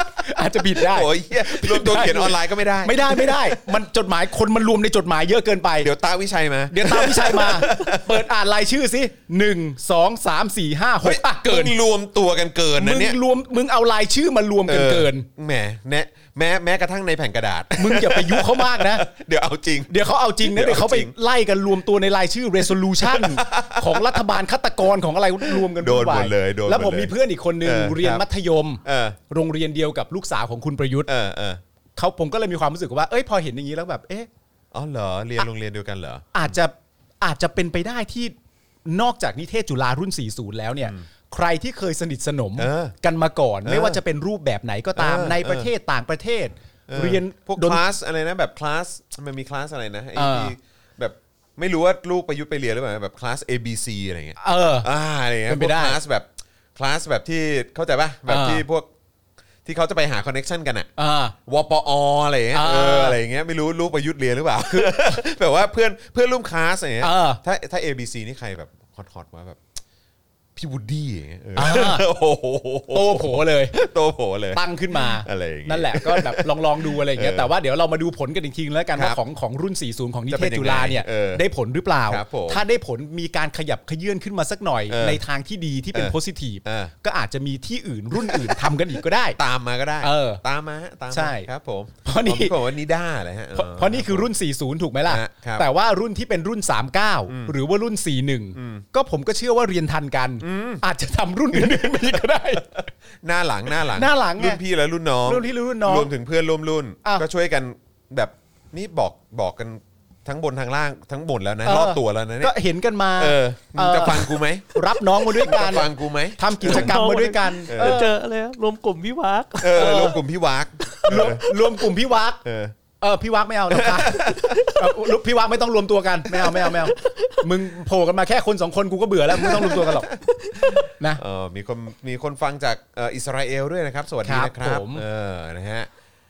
อาจจะผิดได้โอ้ยรวมตัวเขียนออนไลน์ก็ไม่ได้ไม่ได้มันจดหมายคนมันรวมในจดหมายเยอะเกินไปเดี๋ยวตาวิชัยมาเปิดอ่านรายชื่อสิ1 2 3 4 5 6เกินรวมตัวกันเกินนะเนี่ยมึงเอารายชื่อมารวมกันเกินแหมแม้กระทั่งในแผ่นกระดาษมึงอย่าไปยุเขามากนะเดี๋ยวเอาจริงเดี๋ยวเขาเอาจริงนะเดี๋ยวเขาไปไล่กันรวมตัวในรายชื่อ resolution ของรัฐบาลฆาตกรของอะไรรวมกันโดนหมดเลยแล้วผมมีเพื่อนอีกคนนึงเรียนมัธยมโรงเรียนเดียวกับลูกสาวของคุณประยุทธ์ผมก็เลยมีความรู้สึกว่าพอเห็นอย่างนี้แล้วแบบอ๋อเหรอเรียนโรงเรียนเดียวกันเหรออาจจะเป็นไปได้ที่นอกจากนิเทศจุฬารุ่น40แล้วเนี่ยใครที่เคยสนิทสนมกันมาก่อนไม่ว่าจะเป็นรูปแบบไหนก็ตามในประเทศต่างประเทศเรียนพวกคลาสอะไรนะแบบคลาสมันมีคลาสอะไรนะไอ้ที่แบบไม่รู้ว่าลูกประยุทธ์ไปเรียนหรือเปล่าแบบคลาส ABC อะไรเงี้ยอะไรเงี้ยพวกคลาสแบบที่เข้าใจป่ะแบบที่พวกที่เขาจะไปหาคอนเนคชั่นกันอ่ะวปออะไรเงี้ยอะไรเงี้ยไม่รู้ลูกประยุทธ์เรียนหรือเปล่าคือแบบว่าเพื่อนร่วมคลาสอะไรเงี้ยถ้า ABC นี่ใครแบบฮอตว่าแบบพี่วูดดี้โตโผเลยตั้งขึ้นมาอะไรนั่นแหละก็แบบลองดูอะไรอย่างเงี้ยแต่ว่าเดี๋ยวเรามาดูผลกันอีกทีแล้วกันว่าของรุ่น40ของนิเทศจุฬาเนี่ยได้ผลหรือเปล่าถ้าได้ผลมีการขยับขยื่นขึ้นมาสักหน่อยในทางที่ดีที่เป็นโพสิทีฟก็อาจจะมีที่อื่นรุ่นอื่นทำกันอีกก็ได้ตามมาก็ได้ตามมาใช่ครับผมเพราะนี่ผมว่านิด้าเลยฮะเพราะนี่คือรุ่น40ถูกไหมล่ะแต่ว่ารุ่นที่เป็นรุ่น39หรือว่ารุ่น41ก็ผมก็เชื่อว่าเรียนทันกันอาจจะทำรุ่นอื่นๆไปก็ได้หน้าหลังรุ่นพี่และรุ่นน้องรวมถึงเพื่อนร่วมรุ่นก็ช่วยกันแบบนี่บอกกันทั้งบนทางล่างทั้งบนแล้วนะรอบตัวแล้วนะเนี่ยก็เห็นกันมามึงจะฟังกูไหมรับน้องมาด้วยกันฟังกูไหมทำกิจกรรมมาด้วยกันเจออะไรรวมกลุ่มพี่วักรวมกลุ่มพี่วักรวมกลุ่มพี่วักพี่วักไม่เอานะคะพี่วักไม่ต้องรวมตัวกันไม่เอามึงโผล่กันมาแค่คน2คนกูก็เบื่อแล้วมึงไม่ต้องรวมตัวกันหรอกนะมีคนฟังจากอิสราเอลด้วยนะครับสวัสดีนะครับนะฮะ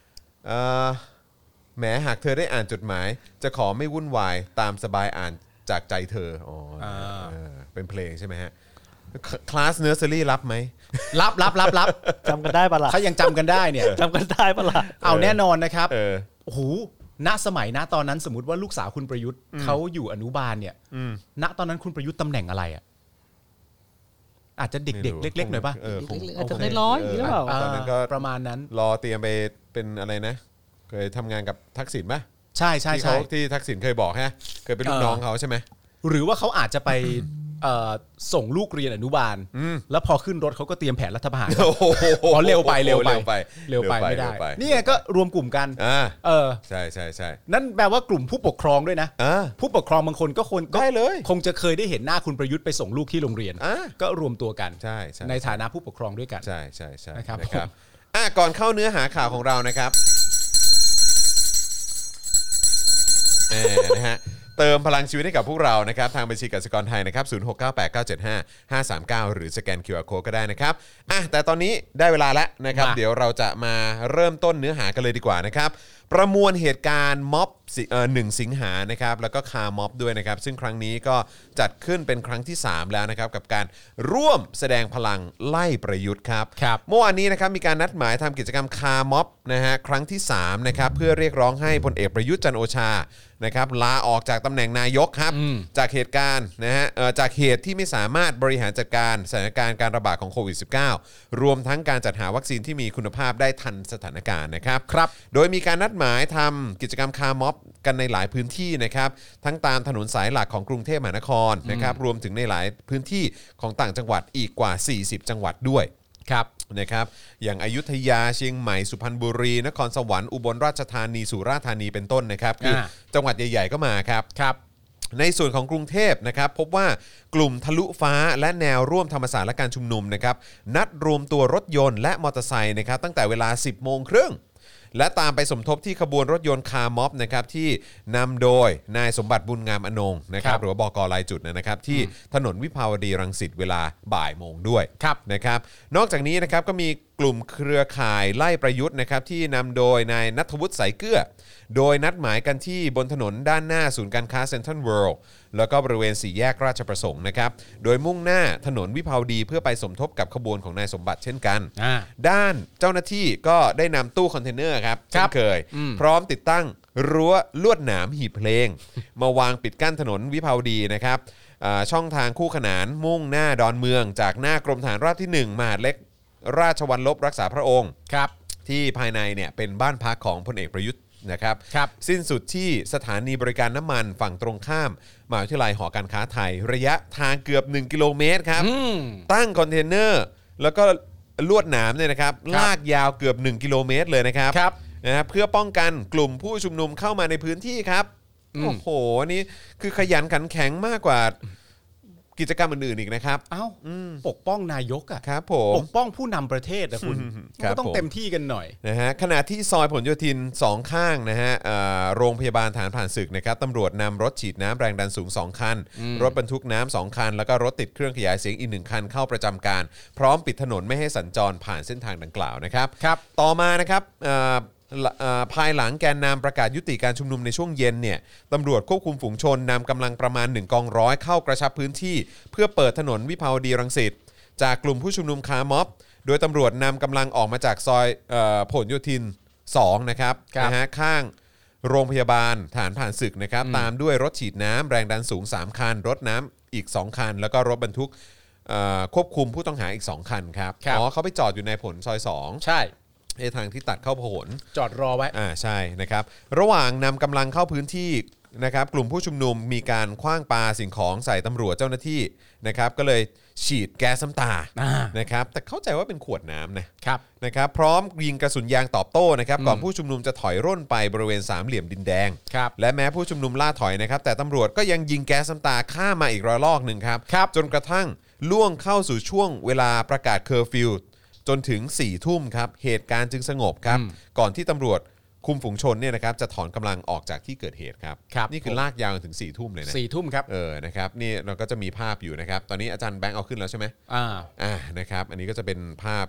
แม้หากเธอได้อ่านจดหมายจะขอไม่วุ่นวายตามสบายอ่านจากใจเธอเป็นเพลงใช่ไหมฮะคลาสเนอร์เซอรี่รับไหมรับจำกันได้ปะล่ะเขายังจำกันได้เนี่ยจำกันได้ปะล่ะเอาแน่นอนนะครับโอ้โหณสมัยณตอนนั้นสมมติว่าลูกสาวคุณประยุทธ์เขาอยู่อนุบาลเนี่ยณตอนนั้นคุณประยุทธ์ตำแหน่งอะไรอ่ะอาจจะเด็กๆเล็กๆหน่อยป่ะอาจจะได้ร้อยหรือเปล่าตอนนั้นก็ประมาณนั้นรอเตรียมไปเป็นอะไรนะเคยทำงานกับทักษิณป่ะใช่ที่ทักษิณเคยบอกฮะเคยเป็นลูกน้องเขาใช่ไหมหรือว่าเขาอาจจะไปส่งลูกเรียนอนุบาลแล้วพอขึ้นรถเขาก็เตรียมแผนรัฐประหารอ๋อเร็วไปไม่ได้นี่ไงก็รวมกลุ่มกันใช่นั่นแปลว่ากลุ่มผู้ปกครองด้วยนะผู้ปกครองบางคนก็ได้เลยคงจะเคยได้เห็นหน้าคุณประยุทธ์ไปส่งลูกที่โรงเรียนก็รวมตัวกันในฐานะผู้ปกครองด้วยกันใช่นะครับก่อนเข้าเนื้อหาข่าวของเรานะครับนะฮะเติมพลังชีวิตให้กับพวกเรานะครับทางบัญชีกสิกรไทยนะครับ0698975539หรือสแกน QR Code ก็ได้นะครับแต่ตอนนี้ได้เวลาแล้วนะครับเดี๋ยวเราจะมาเริ่มต้นเนื้อหากันเลยดีกว่านะครับประมวลเหตุการณ์ม็อบ1 สิงหานะครับแล้วก็คาร์ม็อบด้วยนะครับซึ่งครั้งนี้ก็จัดขึ้นเป็นครั้งที่3แล้วนะครับกับการร่วมแสดงพลังไล่ประยุทธ์ครับเมื่อวานนี้นะครับมีการนัดหมายทำกิจกรรมคาร์ม็อบนะฮะครั้งที่3นะครับเพื่อเรียกร้องให้พลเอกประยุทธ์จันทร์โอชานะครับลาออกจากตำแหน่งนายกครับจากเหตุการณ์นะฮะจากเหตุที่ไม่สามารถบริหารจัดการสถานการณ์การระบาดของโควิด -19 รวมทั้งการจัดหาวัคซีนที่มีคุณภาพได้ทันสถานการณ์นะครับโดยมีการนัดหมายทำกิจกรรมคาร์ม็อบกันในหลายพื้นที่นะครับทั้งตามถนนสายหลักของกรุงเทพมหานครนะครับรวมถึงในหลายพื้นที่ของต่างจังหวัดอีกกว่า40จังหวัดด้วยนะครับอย่างอยุธยาเชียงใหม่สุพรรณบุรีนครสวรรค์อุบลราชธานีสุราษฎร์ธานีเป็นต้นนะครับคือจังหวัดใหญ่ๆก็มาครับในส่วนของกรุงเทพนะครับพบว่ากลุ่มทะลุฟ้าและแนวร่วมธรรมศาสตร์และการชุมนุมนะครับนัดรวมตัวรถยนต์และมอเตอร์ไซค์นะครับตั้งแต่เวลา 10:30 น.และตามไปสมทบที่ขบวนรถยนต์คาร์ม็อบนะครับที่นำโดยนายสมบัติบุญงามอนงนะครับหรือว่าบก.รายจุดนะครับที่ถนนวิภาวดีรังสิตเวลาบ่ายโมงด้วยนะครับนอกจากนี้นะครับก็มีกลุ่มเครือข่ายไล่ประยุทธ์นะครับที่นำโดยนายณัฐวุฒิสายเกลือโดยนัดหมายกันที่บนถนนด้านหน้าศูนย์การค้าเซ็นทรัลเวิลด์แล้วก็บริเวณสี่แยกราชประสงค์นะครับโดยมุ่งหน้าถนนวิภาวดีเพื่อไปสมทบกับขบวนของนายสมบัติเช่นกันด้านเจ้าหน้าที่ก็ได้นำตู้คอนเทนเนอร์ครับเช่นเคยพร้อมติดตั้งรั้วลวดหนามหีบเพลงมาวางปิดกั้นถนนวิภาวดีนะครับช่องทางคู่ขนานมุ่งหน้าดอนเมืองจากหน้ากรมฐานราบที่1มหาดเล็กราชวัลลบรักษาพระองค์ที่ภายในเนี่ยเป็นบ้านพักของพลเอกประยุทธ์นะครับสิ้นสุดที่สถานีบริการน้ำมันฝั่งตรงข้ามมหาวิทยาลัยหอการค้าไทยระยะทางเกือบ1กิโลเมตรครับตั้งคอนเทนเนอร์แล้วก็ลวดหนามเนี่ยนะครับลากยาวเกือบ1กิโลเมตรเลยนะครับนะเพื่อป้องกันกลุ่มผู้ชุมนุมเข้ามาในพื้นที่ครับโอ้โหนี่คือขยันขันแข็งมากกว่ากิจกรรมอื่นๆอีกนะครับปกป้องนายกอ่ะครับผมปกป้องผู้นำประเทศนะคุณก็ต้องเต็มที่กันหน่อยนะฮะขณะที่ซอยผลโยธิน2ข้างนะฮะโรงพยาบาลฐานผ่านศึกนะครับตำรวจนำรถฉีดน้ำแรงดันสูง2คันรถบรรทุกน้ำ2คันแล้วก็รถติดเครื่องขยายเสียงอีก1คันเข้าประจำการพร้อมปิดถนนไม่ให้สัญจรผ่านเส้นทางดังกล่าวนะครับต่อมานะครับภายหลังแกนนำประกาศยุติการชุมนุมในช่วงเย็นเนี่ยตำรวจควบคุมฝูงชนนำกำลังประมาณ1กองร้อยเข้ากระชับพื้นที่เพื่อเปิดถนนวิภาวดีรังสิตจากกลุ่มผู้ชุมนุมคาร์ม็อบโดยตำรวจนำกำลังออกมาจากซอยผลโยธิน2นะครับนะฮะข้างโรงพยาบาลฐานผ่านศึกนะครับตามด้วยรถฉีดน้ำแรงดันสูง3คันรถน้ำอีก2คันแล้วก็รถบรรทุกควบคุมผู้ต้องหาอีก2คันครับเขาไปจอดอยู่ในผลซอย2ใช่ทางที่ตัดเข้าพหลจอดรอไว้ใช่นะครับระหว่างนำกำลังเข้าพื้นที่นะครับกลุ่มผู้ชุมนุมมีการขว้างปาสิ่งของใส่ตำรวจเจ้าหน้าที่นะครับก็เลยฉีดแก๊สน้ำตานะครับแต่เข้าใจว่าเป็นขวดน้ำนะครับพร้อมยิงกระสุนยางตอบโต้นะครับก่อนผู้ชุมนุมจะถอยร่นไปบริเวณสามเหลี่ยมดินแดงและแม้ผู้ชุมนุมล่าถอยนะครับแต่ตำรวจก็ยังยิงแก๊สน้ำตาข้ามมาอีกระลอกหนึ่งครับจนกระทั่งล่วงเข้าสู่ช่วงเวลาประกาศเคอร์ฟิวจนถึง4 ทุ่มครับเหตุการณ์จึงสงบครับก่อนที่ตำรวจคุมฝูงชนเนี่ยนะครับจะถอนกำลังออกจากที่เกิดเหตุครับนี่คือลากยาวถึง4 ทุ่มเลยนะ 4 ทุ่มครับนะครับนี่เราก็จะมีภาพอยู่นะครับตอนนี้อาจารย์แบงค์เอาขึ้นแล้วใช่ไหมนะครับอันนี้ก็จะเป็นภาพ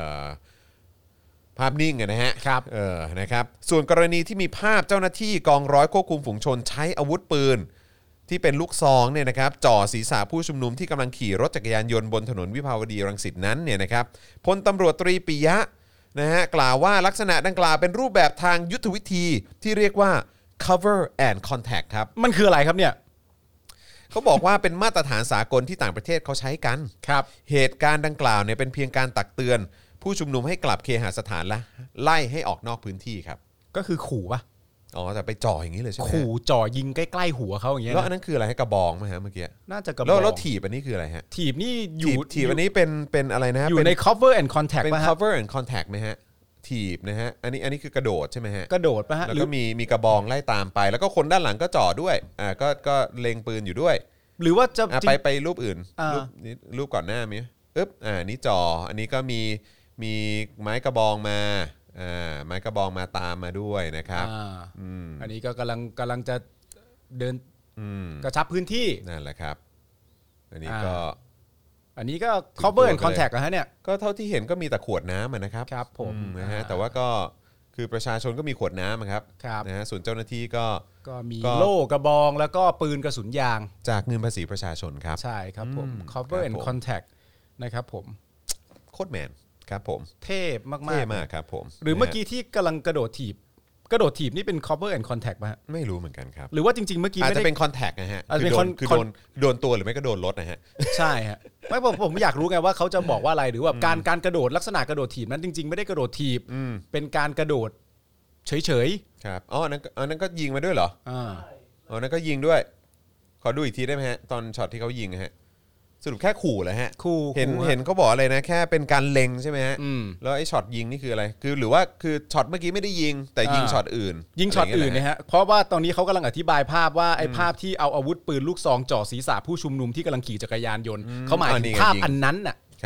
นิ่งนะฮะนะครับส่วนกรณีที่มีภาพเจ้าหน้าที่กองร้อยควบคุมฝูงชนใช้อาวุธปืนที่เป็นลูกซองเนี่ยนะครับจ่อศีรษะผู้ชุมนุมที่กำลังขี่รถจักรยานยนต์บนถนนวิภาวดีรังสิตนั้นเนี่ยนะครับพลตำรวจตรีปิยะนะฮะกล่าวว่าลักษณะดังกล่าวเป็นรูปแบบทางยุทธวิธีที่เรียกว่า cover and contact ครับมันคืออะไรครับเนี่ยเขาบอกว่าเป็นมาตรฐานสากลที่ต่างประเทศเขาใช้กันครับเหตุการณ์ดังกล่าวเนี่ยเป็นเพียงการตักเตือนผู้ชุมนุมให้กลับเคหสถานและไล่ให้ออกนอกพื้นที่ครับก็คือขู่ปะแต่ไปจ่ออย่างนี้เลยใช่ไหมขู่จ่อยิงใกล้ๆหัวเขาอย่างเงี้ยแล้วอันนั้นคืออะไรให้กระบองไหมฮะเมื่อกี้น่าจะกระบองแล้วถีบอันนี้คืออะไรฮะถีบนี่อยู่ถีบอันนี้เป็นอะไรนะอยู่ใน cover and contact เป็น cover and contact ไหมฮะถีบนะฮะอันนี้คือกระโดดใช่ไหมฮะกระโดดป่ะฮะแล้วก็มีกระบองไล่ตามไปแล้วก็คนด้านหลังก็จ่อด้วยก็เล็งปืนอยู่ด้วยหรือว่าจะไปรูปอื่นรูปก่อนหน้ามั้ยนี่จ่ออันนี้ก็มีไม้กระบองมาไม้กระบองมาตามมาด้วยนะครับอันนี้ก็กำลังจะเดินกระชับพื้นที่นั่นแหละครับอันนี้ก็ cover and contact นะฮะเนี่ยก็เท่าที่เห็นก็มีแต่ขวดน้ำนะครับครับผมนะฮะแต่ว่าก็คือประชาชนก็มีขวดน้ำครับนะฮะส่วนเจ้าหน้าที่ก็มีโล่กระบองแล้วก็ปืนกระสุนยางจากเงินภาษีประชาชนครับใช่ครับผม cover and contact นะครับผมโคตรแมนครับผมเท่มากๆเท่มากครับผมหรือเมื่อกี้ที่กำลังกระโดดถีบนี่เป็น cover and contact ป่ะฮะไม่รู้เหมือนกันครับหรือว่าจริงๆเมื่อกี้ไม่ได้อาจจะเป็น contact นะฮะคือโดนตัวหรือไม่ก็โดนรถนะฮะใช่ฮะไม่ผมอยากรู้ไงว่าเขาจะบอกว่าอะไรหรือว่าการกระโดดลักษณะกระโดดถีบนั้นจริงๆไม่ได้กระโดดถีบเป็นการกระโดดเฉยๆครับอันนั้นก็ยิงมาด้วยเหรอนั้นก็ยิงด้วยขอดูอีกทีได้ไหมฮะตอนช็อตที่เขายิงฮะสรุปแค่ขู่เหรอฮะเห็นเขาบอกอะไรนะแค่เป็นการเล็งใช่ไหมฮะแล้วไอ้ช็อตยิงนี่คืออะไรคือหรือว่าคือช็อตเมื่อกี้ไม่ได้ยิงแต่ยิงช็อตอื่นยิงช็อตอื่นนะฮะเพราะว่าตอนนี้เขากำลังอธิบายภาพว่าไอ้ภาพที่เอาอาวุธปืนลูกซองจ่อศีรษะผู้ชุมนุมที่กำลังขี่จักรยานยนต์เขาหมายถึงภาพอันนั้นน่ะครับ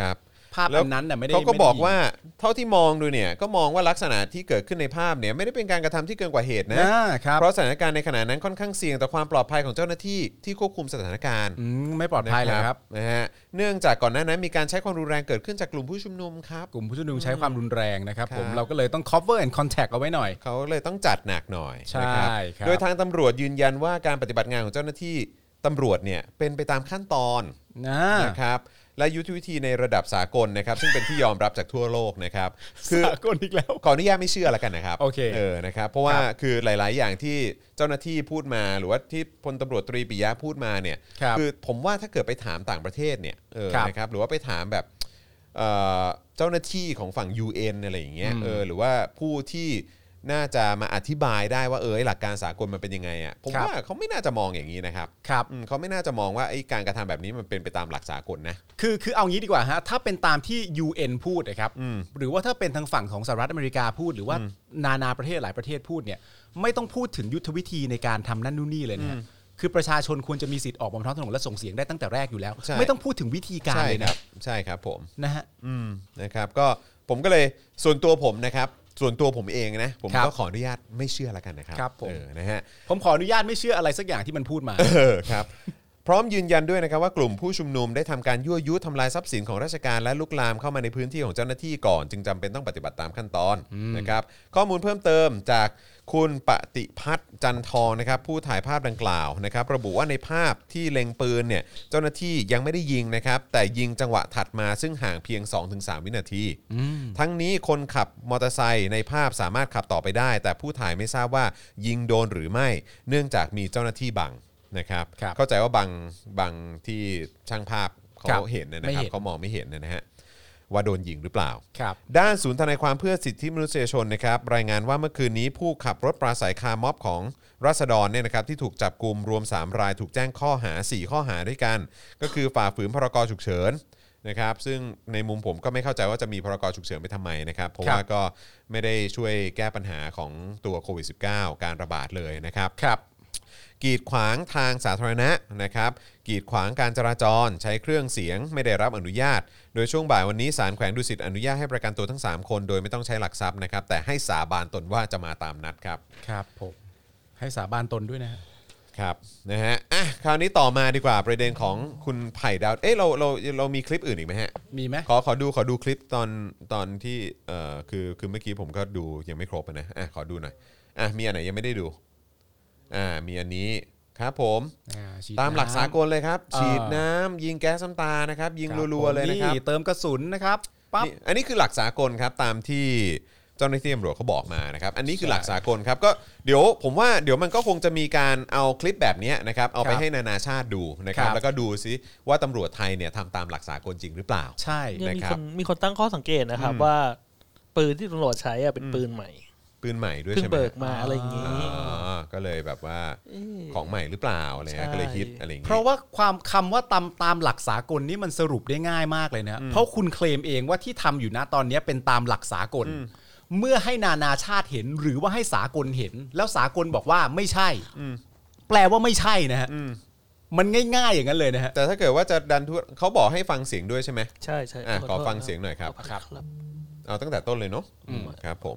ภาพอันนั้นน่ะไม่ได้เขาก็บอกว่าเท่าที่มองดูเนี่ยก็มองว่าลักษณะที่เกิดขึ้นในภาพเนี่ยไม่ได้เป็นการกระทำที่เกินกว่าเหตุนะเพราะสถานการณ์ในขณะนั้นค่อนข้างเสี่ยงต่อความปลอดภัยของเจ้าหน้าที่ที่ควบคุมสถานการณ์ไม่ปลอดภัยเลยครับนะฮะเนื่องจากก่อนหน้านั้นมีการใช้ความรุนแรงเกิดขึ้นจากกลุ่มผู้ชุมนุมครับกลุ่มผู้ชุมนุมใช้ความรุนแรงนะครับผมเราก็เลยต้อง cover and contact เอาไว้หน่อยเขาเลยต้องจัดหนักหน่อยใช่ครับโดยทางตำรวจยืนยันว่าการปฏิบัติงานของเจ้าหน้าที่ตำรวจเนี่ยเป็นไปตามขั้นตอนนะครับและยุทธวิธีในระดับสากลนะครับซึ่งเป็นที่ยอมรับจากทั่วโลกนะครับคือสากลอีกแล้วขออนุญาตไม่เชื่อแล้วกันนะครับโอเคนะครับเพราะว่าคือหลายๆอย่างที่เจ้าหน้าที่พูดมาหรือว่าที่พลตำรวจตรีปิยะพูดมาเนี่ยคือผมว่าถ้าเกิดไปถามต่างประเทศเนี่ยนะครับหรือว่าไปถามแบบเจ้าหน้าที่ของฝั่ง UN อะไรอย่างเงี้ยหรือว่าผู้ที่น่าจะมาอธิบายได้ว่าหลักการสากลมันเป็นยังไงอ่ะผมว่าเขาไม่น่าจะมองอย่างนี้นะครับเขาไม่น่าจะมองว่าไอ้การกระทำแบบนี้มันเป็นไปตามหลักสากลนะคือเอางี้ดีกว่าฮะถ้าเป็นตามที่ UN พูดนะครับหรือว่าถ้าเป็นทางฝั่งของสหรัฐอเมริกาพูดหรือว่านาประเทศหลายประเทศพูดเนี่ยไม่ต้องพูดถึงยุทธวิธีในการทำนั่นนู่นนี่เลยนะคือประชาชนควรจะมีสิทธิ์ออกบนท้องถนนและส่งเสียงได้ตั้งแต่แรกอยู่แล้วไม่ต้องพูดถึงวิธีการเลยนะใช่ครับผมนะฮะนะครับก็ผมก็เลยส่วนตัวผมนะครับส่วนตัวผมเองนะผมก็ขออนุญาตไม่เชื่อละกันนะครับนะฮะผมขออนุญาตไม่เชื่ออะไรสักอย่างที่มันพูดมาครับพร้อมยืนยันด้วยนะครับว่ากลุ่มผู้ชุมนุมได้ทำการยั่วยุทำลายทรัพย์สินของราชการและลุกลามเข้ามาในพื้นที่ของเจ้าหน้าที่ก่อนจึงจำเป็นต้องปฏิบัติตามขั้นตอนนะครับข้อมูลเพิ่มเติมจากคุณปฏิพัฒน์จันทองนะครับผู้ถ่ายภาพดังกล่าวนะครับระบุว่าในภาพที่เล็งปืนเนี่ยเจ้าหน้าที่ยังไม่ได้ยิงนะครับแต่ยิงจังหวะถัดมาซึ่งห่างเพียง 2-3 วินาทีทั้งนี้คนขับมอเตอร์ไซค์ในภาพสามารถขับต่อไปได้แต่ผู้ถ่ายไม่ทราบว่ายิงโดนหรือไม่เนื่องจากมีเจ้าหน้าที่บังนะครับเข้าใจว่าบางที่ช่างภาพเขาเห็นนะครับเขามองไม่เห็นนะฮะว่าโดนยิงหรือเปล่าด้านศูนย์ทนายความเพื่อสิทธิมนุษยชนนะครับรายงานว่าเมื่อคืนนี้ผู้ขับรถปราศัยคาร์ม็อบของราษฎรเนี่ยนะครับที่ถูกจับกุมรวม3รายถูกแจ้งข้อหา4ข้อหาด้วยกันก็คือฝ่าฝืนพรกฉุกเฉินนะครับซึ่งในมุมผมก็ไม่เข้าใจว่าจะมีพรกฉุกเฉินไปทำไมนะครับเพราะว่าก็ไม่ได้ช่วยแก้ปัญหาของตัวโควิด -19 การระบาดเลยนะครับกีดขวางทางสาธารณะนะครับกีดขวางการจราจรใช้เครื่องเสียงไม่ได้รับอนุญาตโดยช่วงบ่ายวันนี้ศาลแขวงดุสิตอนุญาตให้ประกันตัวทั้ง3คนโดยไม่ต้องใช้หลักทรัพย์นะครับแต่ให้สาบานตนว่าจะมาตามนัดครับครับผมให้สาบานตนด้วยนะครับนะฮะคราวนี้ต่อมาดีกว่าประเด็นของคุณไผ่ดาวเรามีคลิปอื่นอีกไหมฮะมีไหมขอดูคลิปตอนที่คือเมื่อกี้ผมก็ดูยังไม่ครบนะขอดูหน่อยมีอันไหนยังไม่ได้ดูมีอันนี้ครับผมตามหลักสากลเลยครับฉีดน้ำยิงแก๊สน้ำตานะครับยิงรัวๆเลยนะครับเติมกระสุนนะครับปั๊บอันนี้คือหลักสากลครับตามที่เจ้าหน้าที่ตำรวจเขาบอกมานะครับอันนี้คือหลักสากลครับก็เดี๋ยวผมว่าเดี๋ยวมันก็คงจะมีการเอาคลิปแบบนี้นะครับเอาไปให้นานาชาติดูนะครับแล้วก็ดูซิว่าตำรวจไทยเนี่ยทำตามหลักสากลจริงหรือเปล่าใช่นะครับมีคนตั้งข้อสังเกตนะครับว่าปืนที่ตำรวจใช้เป็นปืนใหม่ด้วยใช่ไหมเบิกมาอะไรอย่างนี้ก็เลยแบบว่าของใหม่หรือเปล่าอะไรเงี้ยก็เลยฮิตอะไรอย่างนี้เพราะว่าความคำว่าตามหลักสากลนี่มันสรุปได้ง่ายมากเลยนะเพราะคุณเคลมเองว่าที่ทำอยู่นะตอนนี้เป็นตามหลักสากลเมื่อให้นานาชาติเห็นหรือว่าให้สากลเห็นแล้วสากลบอกว่าไม่ใช่แปลว่าไม่ใช่นะฮะมันง่ายๆอย่างนั้นเลยนะฮะแต่ถ้าเกิดว่าจะดันทุเขาบอกให้ฟังเสียงด้วยใช่ไหมใช่ใช่ขอฟังเสียงหน่อยครับเอาตั้งแต่ต้นเลยเนาะครับผม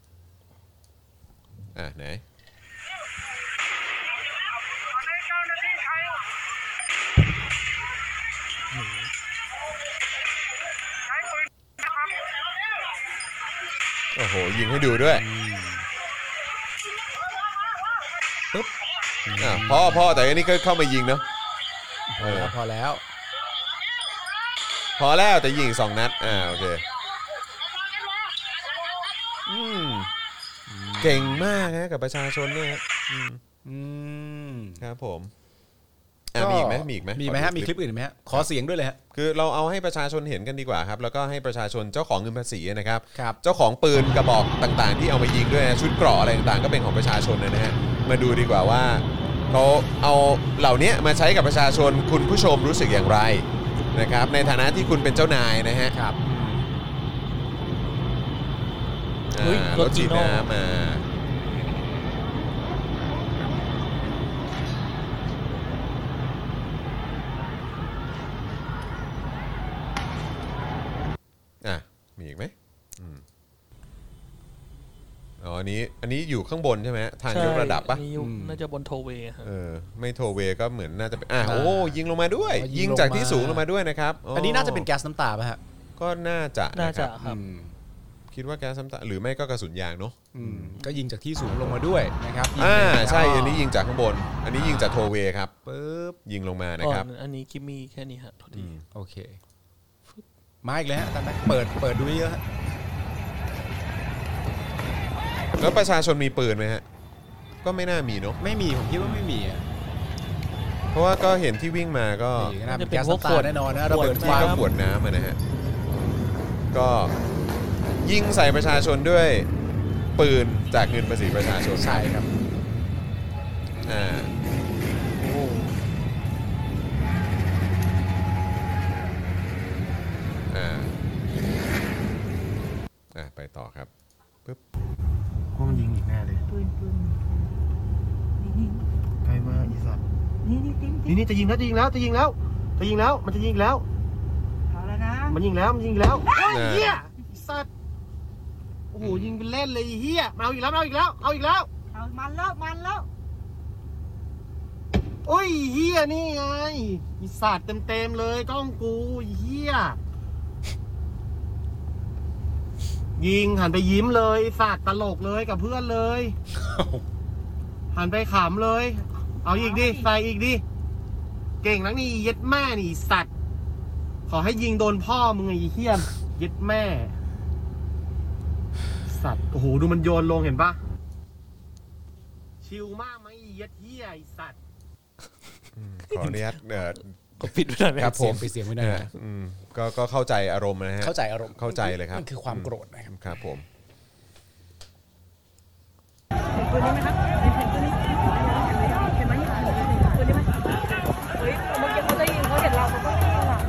ไหนโอ้โหยิงให้ดูด้วยปึ๊บพ่อแต่อันนี้ก็เข้ามายิงเนาะพอแล้วแต่ยิง2 นัดโอเคเก่งมากนะกับประชาชนเนี่ยครับผมมีอีกไหมฮะมีคลิปอื่นไหมฮะขอเสียงด้วยเลยฮะคือเราเอาให้ประชาชนเห็นกันดีกว่าครับแล้วก็ให้ประชาชนเจ้าของเงินภาษีนะครับเจ้าของปืนกระบอกต่างๆที่เอามายิงด้วยนะชุดเกราะอะไรต่างๆก็เป็นของประชาชนนะฮะมาดูดีกว่าว่าเขาเอาเหล่านี้มาใช้กับประชาชนคุณผู้ชมรู้สึกอย่างไรนะครับในฐานะที่คุณเป็นเจ้านายนะฮะรถฉีดน้ำมามีอีกไหมอ๋ออันนี้อยู่ข้างบนใช่ไหมทางยกระดับปะน่าจะบนโทเวย์ครับไม่โทเวก็เหมือนน่าจะเป็นโอ้ยิงลงมาด้วยยิงจากที่สูงลงมาด้วยนะครับอันนี้น่าจะเป็นแก๊สน้ำตาป่ะฮะก็น่าจะครับคิดว่าแก๊สน้ำตาหรือไม่ก็กระสุนยางเนาะก็ยิงจากที่สูงลงมาด้วยนะครับใช่อันนี้ยิงจากข้างบนอันนี้ยิงจากโทเวครับปึ๊บยิงลงมานะครับอันนี้คิมมี่แค่นี้ฮะโอเคมาอีกแล้วฮะตอนนั้นเปิดดูเยอะแล้วประชาชนมีปืนไหมฮะก็ไม่น่ามีเนาะไม่มีผมคิดว่าไม่มีเพราะว่าก็เห็นที่วิ่งมาก็น่าจะเป็นพวกขวดแน่นอนนะระเบิดไฟก็ขวดน้ำนะฮะก็ยิงใส่ประชาชนด้วยปืนจากเงินภาษีประชาชนใช่ครับไปต่อครับปึ๊บก็มันยิงอีกแน่เลยปืนนี่ใครมาอีสัตว์นี่จะยิงแล้วมันจะยิงแล้วเอาแล้วนะมันยิงแล้วเฮียอีสัตว์โอ้โหยิงเป็นเล่นเลยเฮียเอาอีกแล้วเอามันแล้วโอ้ยเฮียนี่ไงอีสัตว์เต็มเลยกล้องกูเฮียยิงหันไปยิ้มเลยฝากตลกเลยกับเพื่อนเลยหันไปขำเลยเอาอีกดิใส่อีกดิเก่งนักนี่เย็ดแม่นี่สัตว์ขอให้ยิงโดนพ่อมึงไอ้เหี้ยเย็ดแม่สัตว์โอ้โหดูมันโยนลงเห็นปะชิลมากไหมเย็ดเหี้ยไอ้สัตว์ขออนุญาตก็ปิดไว้หน่อยครับผมไปเสียงไว้หน่อยก็เข้าใจอารมณ์นะฮะเข้าใจอารมณ์เข้าใจเลยครับมันคือความโกรธนะครับครับผมตัวนี้ไหมครับเห็นตัวนี้เห็นไหมตัวนี้ไหมเฮ้ยเมื่อกี้เขาจะยิงเขาเห็นเราเขาก็ยิงอ่ะ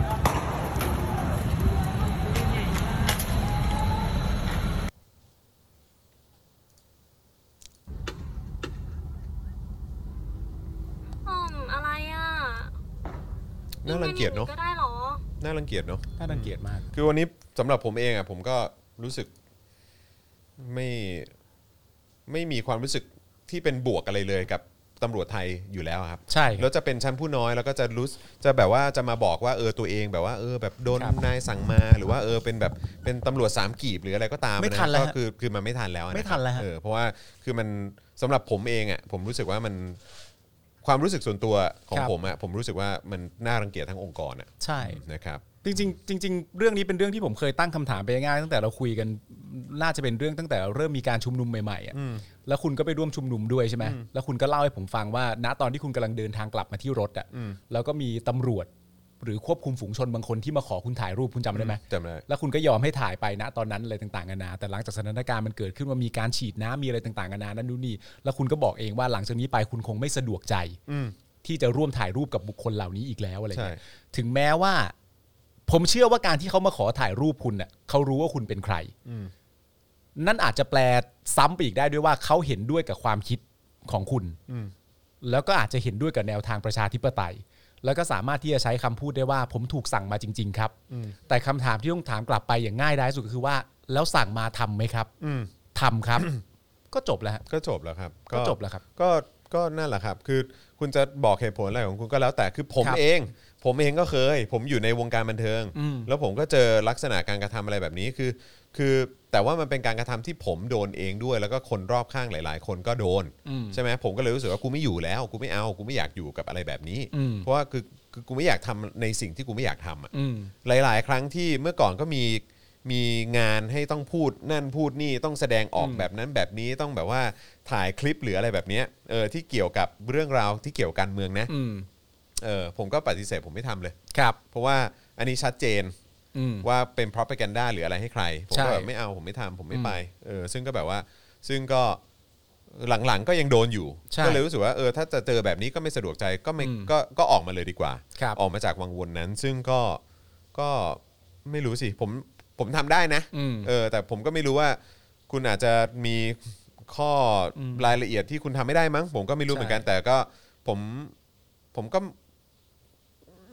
อะไรอ่ะน่ารังเกียจเนาะก็ได้หรอน่ารังเกียจเนาะน่ารังเกียจมากคือวันนี้สำหรับผมเองอ่ะผมก็รู้สึกไม่มีความรู้สึกที่เป็นบวกอะไรเลยกับตำรวจไทยอยู่แล้วครับใช่แล้วจะเป็นชั้นผู้น้อยแล้วก็จะแบบว่าจะมาบอกว่าตัวเองแบบว่าแบบโดนนายสั่งมาหรือว่าเป็นแบบเป็นตำรวจ3กีบหรืออะไรก็ตามไม่ทันแล้วก็คือมันไม่ทันแล้วไม่ทันแล้วเพราะว่าคือมันสำหรับผมเองอ่ะผมรู้สึกว่ามันความรู้สึกส่วนตัวของผมอ่ะผมรู้สึกว่ามันน่ารังเกียจทั้งองค์กรอ่ะใช่นะครับจริงเรื่องนี้เป็นเรื่องที่ผมเคยตั้งคำถามไปง่ายตั้งแต่เราคุยกันน่าจะเป็นเรื่องตั้งแต่เริ่มมีการชุมนุมใหม่ๆอ่ะแล้วคุณก็ไปร่วมชุมนุมด้วยใช่ไหมแล้วคุณก็เล่าให้ผมฟังว่าณตอนที่คุณกำลังเดินทางกลับมาที่รถอ่ะแล้วก็มีตำรวจหรือควบคุมฝูงชนบางคนที่มาขอคุณถ่ายรูปคุณจำได้ไหมจำได้แล้วคุณก็ยอมให้ถ่ายไปณตอนนั้นอะไรต่างๆกันานาแต่หลังจากสถานการณ์มันเกิดขึ้นว่ามีการฉีดน้ำมีอะไรต่างๆกันานานั่นนู่นนี่แล้วคุณก็บอกเองว่าหลังจากนี้ไปคุณคงไม่สะดวกใจที่จะร่วมถ่ายรูปกับบุคคลเหล่านี้อีกแล้วอะไรเงี้ยถึงแม้ว่าผมเชื่อว่าการที่เขามาขอถ่ายรูปคุณเนี่ยเขารู้ว่าคุณเป็นใครนั่นอาจจะแปลซ้ำไปอีกได้ด้วยว่าเขาเห็นด้วยกับความคิดของคุณแล้วก็อาจจะเห็นด้วยกับแนวทางประชาธิปไตยแล้วก็สามารถที่จะใช้คำพูดได้ว่าผมถูกสั่งมาจริงๆครับแต่คำถามที่ต้องถามกลับไปอย่างง่ายดายสุดคือว่าแล้วสั่งมาทำไหมครับทำครับก็จบแล้วก็จบแล้วครับก็จบแล้วครับก็นั่นแหละครับคือคุณจะบอกเหตุผลอะไรของคุณก็แล้วแต่คือผมเองก็เคยผมอยู่ในวงการบันเทิงแล้วผมก็เจอลักษณะการกระทำอะไรแบบนี้คือแต่ว่ามันเป็นการกระทำที่ผมโดนเองด้วยแล้วก็คนรอบข้างหลายๆคนก็โดนใช่ไหมผมก็เลยรู้สึกว่ากูไม่อยู่แล้วกูไม่เอากูไม่อยากอยู่กับอะไรแบบนี้เพราะว่าคือกูไม่อยากทำในสิ่งที่กูไม่อยากทำอ่ะหลายๆครั้งที่เมื่อก่อนก็มีงานให้ต้องพูดนั่นพูดนี่ต้องแสดงออกแบบนั้นแบบนี้ต้องแบบว่าถ่ายคลิปหรืออะไรแบบนี้ที่เกี่ยวกับเรื่องราวที่เกี่ยวกับการเมืองนะผมก็ปฏิเสธผมไม่ทำเลยครับเพราะว่าอันนี้ชัดเจนว่าเป็น propaganda หรืออะไรให้ใครผมก็แบบไม่เอาผมไม่ทำผมไม่ไปซึ่งก็แบบว่าซึ่งก็หลังๆก็ยังโดนอยู่ก็เลยรู้สึกว่าถ้าจะเจอแบบนี้ก็ไม่สะดวกใจก็ออกมาเลยดีกว่าออกมาจากวังวนนั้นซึ่งก็ไม่รู้สิผมทำได้นะแต่ผมก็ไม่รู้ว่าคุณอาจจะมีข้อรายละเอียดที่คุณทำไม่ได้มั้งผมก็ไม่รู้เหมือนกันแต่ก็ผมก็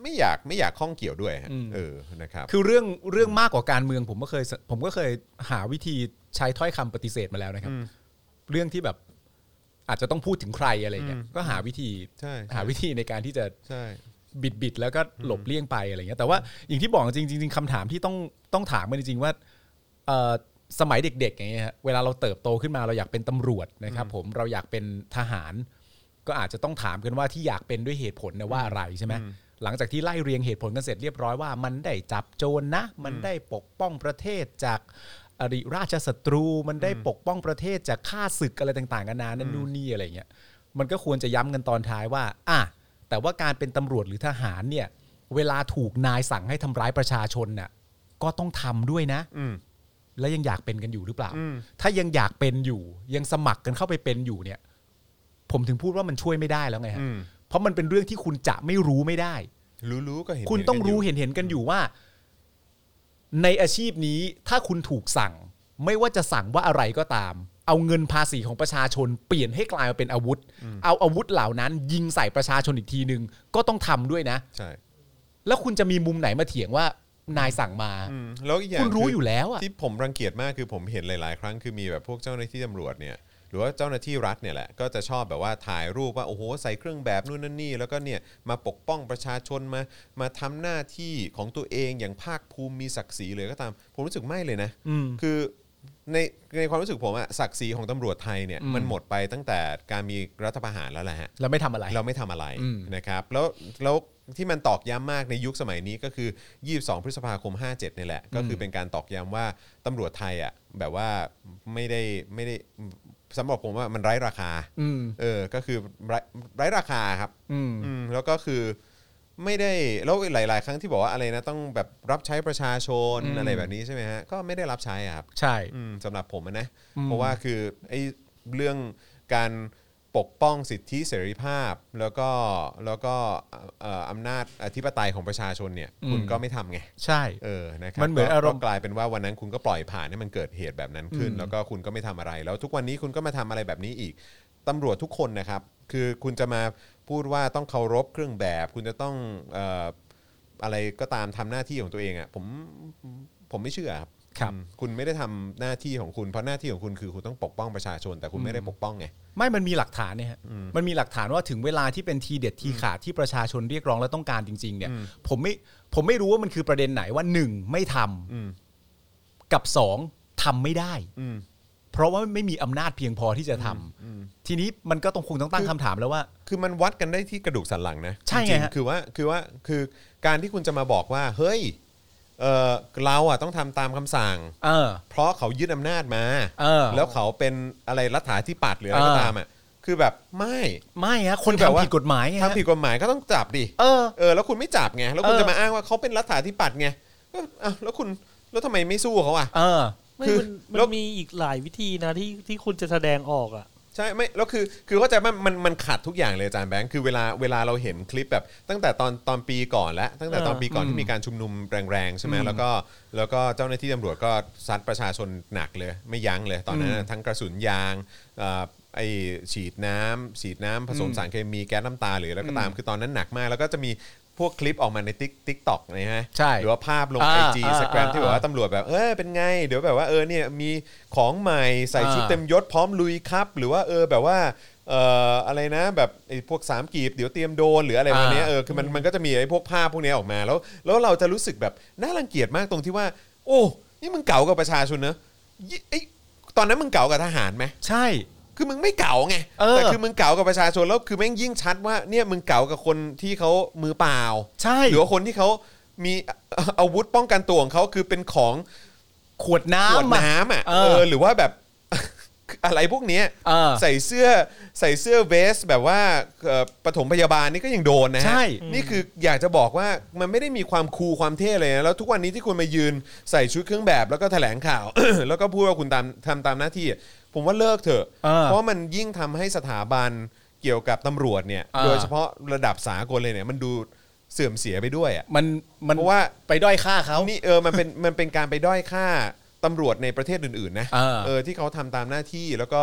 ไม่อยากข้องเกี่ยวด้วยนะครับคือเรื่องมากกว่าการเมืองผมก็เคยหาวิธีใช้ถ้อยคำปฏิเสธมาแล้วนะครับเรื่องที่แบบอาจจะต้องพูดถึงใครอะไรเงี้ยก็หาวิธีในการที่จะบิดแล้วก็หลบเลี่ยงไปอะไรเงี้ยแต่ว่าอย่างที่บอกจริงคำถามที่ต้องถามมันจริงๆว่าสมัยเด็กๆอย่างเงี้ยเวลาเราเติบโตขึ้นมาเราอยากเป็นตำรวจนะครับผมเราอยากเป็นทหารก็อาจจะต้องถามกันว่าที่อยากเป็นด้วยเหตุผลนะว่าอะไรใช่ไหมหลังจากที่ไล่เรียงเหตุผลกันเสร็จเรียบร้อยว่ามันได้จับโจรนะมันได้ปกป้องประเทศจากอริราชศัตรูมันได้ปกป้องประเทศจากข้าศึกอะไรต่างๆกันานานั่นนู่นนี่อะไรเงี้ยมันก็ควรจะย้ำกันตอนท้ายว่าแต่ว่าการเป็นตำรวจหรือทหารเนี่ยเวลาถูกนายสั่งให้ทำร้ายประชาชนน่ะก็ต้องทำด้วยนะแล้วยังอยากเป็นกันอยู่หรือเปล่าถ้ายังอยากเป็นอยู่ยังสมัครกันเข้าไปเป็นอยู่เนี่ยผมถึงพูดว่ามันช่วยไม่ได้แล้วไงฮะเพราะมันเป็นเรื่องที่คุณจะไม่รู้ไม่ได้รู้ก็เห็นคุณต้องรู้เห็นกันอยู่ว่าในอาชีพนี้ถ้าคุณถูกสั่งไม่ว่าจะสั่งว่าอะไรก็ตามเอาเงินภาษีของประชาชนเปลี่ยนให้กลายมาเป็นอาวุธเอาอาวุธเหล่านั้นยิงใส่ประชาชนอีกทีนึงก็ต้องทำด้วยนะใช่แล้วคุณจะมีมุมไหนมาเถียงว่านายสั่งมาแล้วอีกอย่างคุณรู้อยู่แล้วที่ผมรังเกียจมากคือผมเห็นหลายๆครั้งคือมีแบบพวกเจ้าหน้าที่ตำรวจเนี่ยหรือว่าเจ้าหน้าที่รัฐเนี่ยแหละก็จะชอบแบบว่าถ่ายรูปว่าโอ้โหใส่เครื่องแบบนู่นนั่นนี่แล้วก็เนี่ยมาปกป้องประชาชนมาทำหน้าที่ของตัวเองอย่างภาคภูมิมีศักดิ์ศรีเลยก็ตามผมรู้สึกไม่เลยนะคือในความรู้สึกผมอะศักดิ์ศรีของตำรวจไทยเนี่ยมันหมดไปตั้งแต่การมีรัฐประหารแล้วแหละฮะเราไม่ทำอะไรนะครับแล้วที่มันตอกย้ำมากในยุคสมัยนี้ก็คือ22พฤษภาคม57นี่แหละก็คือเป็นการตอกย้ำว่าตำรวจไทยอ่ะแบบว่าไม่ได้สำหรับผมว่ามันไร้ราคาก็คือไร้ราคาครับแล้วก็คือไม่ได้แล้วหลายๆครั้งที่บอกว่าอะไรนะต้องแบบรับใช้ประชาชนอะไรแบบนี้ใช่ไหมฮะก็ไม่ได้รับใช้ครับใช่สำหรับผมนะเพราะว่าคือไอ้เรื่องการปกป้องสิทธิเสรีภาพแล้วก็อำนาจอธิปไตยของประชาชนเนี่ยคุณก็ไม่ทำไงใช่นะครับมันเหมือนอารมณ์กลายเป็นว่าวันนั้นคุณก็ปล่อยผ่านให้มันเกิดเหตุแบบนั้นขึ้นแล้วก็คุณก็ไม่ทำอะไรแล้วทุกวันนี้คุณก็มาทำอะไรแบบนี้อีกตำรวจทุกคนนะครับคือคุณจะมาพูดว่าต้องเคารพเครื่องแบบคุณจะต้องอะไรก็ตามทำหน้าที่ของตัวเองอ่ะผมไม่เชื่อครับคุณไม่ได้ทำหน้าที่ของคุณเพราะหน้าที่ของคุณคือคุณต้องปกป้องประชาชนแต่คุณไม่ได้ปกป้องไงมันมีหลักฐานเนี่ยมันมีหลักฐานว่าถึงเวลาที่เป็นทีเด็ดทีขาดที่ประชาชนเรียกร้องและต้องการจริงๆเนี่ยผมไม่รู้ว่ามันคือประเด็นไหนว่า1ไม่ทำกับ2ทำไม่ได้เพราะว่าไม่มีอำนาจเพียงพอที่จะทำทีนี้มันก็คงต้องตั้งคำถามแล้วว่าคือมันวัดกันได้ที่กระดูกสันหลังนะใช่ไงคือการที่คุณจะมาบอกว่าเฮ้ยเราอ่ะต้องทำตามคำสั่งเพราะเขายึดอำนาจมาแล้วเขาเป็นอะไรรัฐาธิปัตย์หรืออะไรก็ตามอ่ะคือแบบไม่ฮะคนทำผิดกฎหมายทำผิดกฎหมายก็ต้องจับดิแล้วคุณไม่จับไงแล้วคุณจะมาอ้างว่าเขาเป็นรัฐาธิปัตย์ไงแล้วทำไมไม่สู้เขาอ่ะคือมันมีอีกหลายวิธีนะที่คุณจะแสดงออกอ่ะใช่ไม่แล้วคือเข้าใจมันขัดทุกอย่างเลยอาจารย์แบงค์คือเวลาเราเห็นคลิปแบบตั้งแต่ตอนปีก่อนแล้วตั้งแต่ตอนปีก่อนที่มีการชุมนุมแรงๆใช่ไหมแล้วก็เจ้าหน้าที่ตำรวจก็ซัดประชาชนหนักเลยไม่ยั้งเลยตอนนั้นทั้งกระสุนยางไอฉีดน้ำผสมสารเคมีแก๊สน้ำตาหรืออะไรก็ตามคือตอนนั้นหนักมากแล้วก็จะมีพวกคลิปออกมาใน TikTok นะฮะหรือว่าภาพลง IG Instagram ที่แบบว่าตำรวจแบบเป็นไงเดี๋ยวแบบว่าเนี่ยมีของใหม่ใส่ชุดเต็มยศพร้อมลุยครับหรือว่าแบบว่าอะไรนะแบบไอ้พวก3กีบเดี๋ยวเตรียมโดนหรืออะไรแบบนี้คือมันก็จะมีไอ้พวกภาพพวกนี้ออกมาแล้วเราจะรู้สึกแบบน่ารังเกียจมากตรงที่ว่าโอ้นี่มึงเก่ากับประชาชนเนอะตอนนั้นมึงเก่ากับทหารไหมใช่คือมึงไม่เก่าไงแต่คือมึงเก่ากับประชาชนแล้วคือแม่งยิ่งชัดว่าเนี่ยมึงเก่ากับคนที่เขามือเปล่าใช่หรือว่าคนที่เขามีอาวุธป้องกันตัวของเขาคือเป็นของขวดน้ำอ่ะหรือว่าแบบอะไรพวกนี้ใส่เสื้อเวสแบบว่าปฐมพยาบาลนี่ก็ยังโดนนะฮะนี่คืออยากจะบอกว่ามันไม่ได้มีความคูลความเท่เลยนะแล้วทุกวันนี้ที่คุณมายืนใส่ชุดเครื่องแบบแล้วก็แถลงข่าว แล้วก็พูดว่าคุณทำตามหน้าที่ผมว่าเลิกเถอะเพราะมันยิ่งทำให้สถาบันเกี่ยวกับตำรวจเนี่ยโดยเฉพาะระดับสากลเลยเนี่ยมันดูเสื่อมเสียไปด้วยอ่ะมันเพราะว่าไปด้อยค่าเขานี่มันเป็นการไปด้อยค่าตำรวจในประเทศอื่นๆนะที่เขาทำตามหน้าที่แล้วก็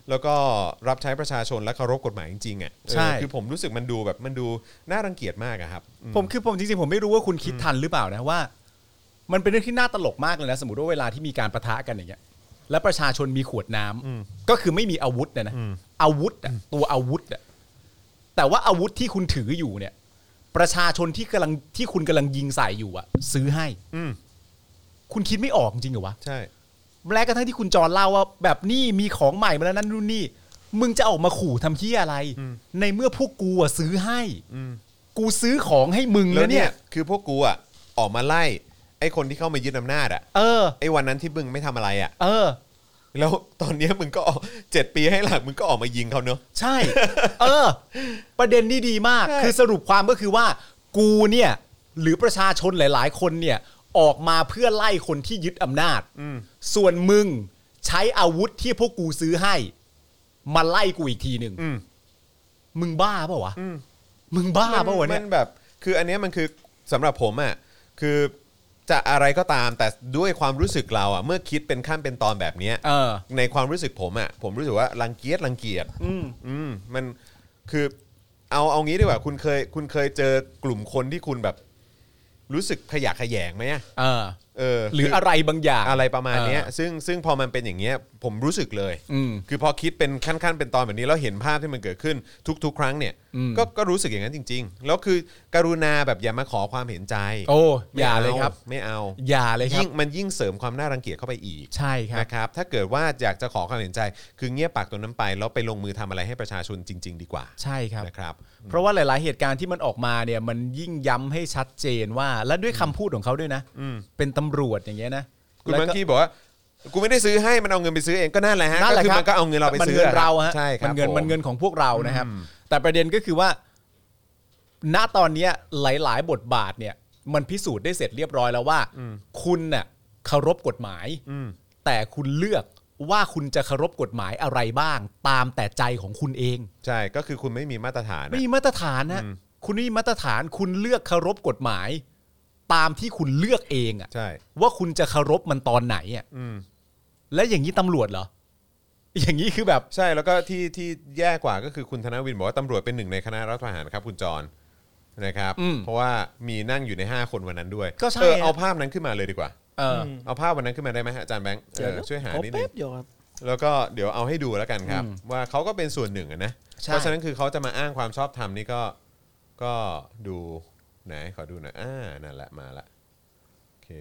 แล้วก็รับใช้ประชาชนและเคารพกฎหมายจริงๆอ่ะคือผมรู้สึกมันดูน่ารังเกียจมากอะครับผมจริงๆผมไม่รู้ว่าคุณคิดทันหรือเปล่านะว่ามันเป็นเรื่องที่น่าตลกมากเลยนะสมมติว่าเวลาที่มีการปะทะกันอย่างเงี้ยและประชาชนมีขวดน้ำก็คือไม่มีอาวุธนะอาวุธตัวอาวุธแต่ว่าอาวุธที่คุณถืออยู่เนี่ยประชาชนที่คุณกำลังยิงใส่อยู่อ่ะซื้อให้คุณคิดไม่ออกจริงเหรอวะใช่แม้กระทั่งที่คุณจรเล่าว่าแบบนี่มีของใหม่มาแล้วนั่นนู่นนี่มึงจะออกมาขู่ทำที่อะไรในเมื่อพวกกูอ่ะซื้อให้กูซื้อของให้มึงแล้วเนี่ยคือพวกกูอ่ะออกมาไล่ไอ้คนที่เข้ามายึดอำนาจอ่ะไอ้วันนั้นที่มึงไม่ทำอะไรอ่ะแล้วตอนนี้มึงก็7 ปีให้หลังมึงก็ออกมายิงเขาเนอะใช่ประเด็นนี้ดีมากคือสรุปความก็คือว่ากูเนี่ยหรือประชาชนหลายๆคนเนี่ยออกมาเพื่อไล่คนที่ยึดอำนาจส่วนมึงใช้อาวุธที่พวกกูซื้อให้มาไล่กูอีกทีหนึ่งมึงบ้าเปล่าวะมึงบ้าเปล่าวะเนี่ยมันแบบคืออันนี้มันคือสำหรับผมอ่ะคือจะอะไรก็ตามแต่ด้วยความรู้สึกเราอ่ะเมื่อคิดเป็นขั้นเป็นตอนแบบนี้ในความรู้สึกผมอ่ะผมรู้สึกว่ารังเกียจมันคือเอางี้ดีกว่าคุณเคยเจอกลุ่มคนที่คุณแบบรู้สึกขยะแขยงไหมหรืออะไรบางอย่างอะไรประมาณนี้ซึ่งพอมันเป็นอย่างเงี้ยผมรู้สึกเลยคือพอคิดเป็นขั้นเป็นตอนแบบนี้แล้วเห็นภาพที่มันเกิดขึ้นทุกครั้งเนี่ยก็รู้สึกอย่างนั้นจริงๆแล้วคือกรุณาแบบอย่ามาขอความเห็นใจอย่าเลยครับไม่เอาอย่าเลยครับมันยิ่งเสริมความน่ารังเกียจเข้าไปอีกใช่ครับนะครับถ้าเกิดว่าอยากจะขอความเห็นใจคือเงียบปากตัวนั้นไปแล้วไปลงมือทำอะไรให้ประชาชนจริงๆดีกว่าใช่ครับนะครับเพราะว่าหลายๆเหตุการณ์ที่มันออกมาเนี่ยมันยิ่งย้ำให้ชัดเจนว่าและด้วยคำพูดของเขาด้วยนะเป็นตำรวจอย่างเงี้ยนะคุณบางทีบอกว่ากูไม่ได้ซื้อให้มันเอาเงินไปซื้อเองก็นั่นแหละฮะก็คือมันก็เอาเงินเราไปซื้อเราฮะใช่ครับมันเงินของพวกเรานะครับแต่ประเด็นก็คือว่าณตอนนี้หลายๆบทบาทเนี่ยมันพิสูจน์ได้เสร็จเรียบร้อยแล้วว่าคุณน่ะเคารพกฎหมายแต่คุณเลือกว่าคุณจะเคารพกฎหมายอะไรบ้างตามแต่ใจของคุณเองใช่ก็คือคุณไม่มีมาตรฐานไม่มีมาตรฐานนะคุณไม่มีมาตรฐานคุณเลือกเคารพกฎหมายตามที่คุณเลือกเองอ่ะว่าคุณจะเคารพมันตอนไหนอ่ะและอย่างนี้ตำรวจเหรออย่างนี้คือแบบใช่แล้วก็ที่แย่กว่าก็คือคุณธนวินบอกว่าตำรวจเป็นหนึ่งในคณะรัฐประหารครับคุณจรนะครับเพราะว่ามีนั่งอยู่ใน5 คนวันนั้นด้วยก็ใช่เอาภาพนั้นขึ้นมาเลยดีกว่าเอาภาพวันนั้นขึ้นมาได้ไหมอาจารย์แบงค์ช่วยหานิดนึงแล้วก็เดี๋ยวเอาให้ดูแล้วกันครับว่าเขาก็เป็นส่วนหนึ่งนะเพราะฉะนั้นคือเขาจะมาอ้างความชอบธรรมนี่ก็ดูไหนขอดูหน่อยนั่นแหละมาละโอเค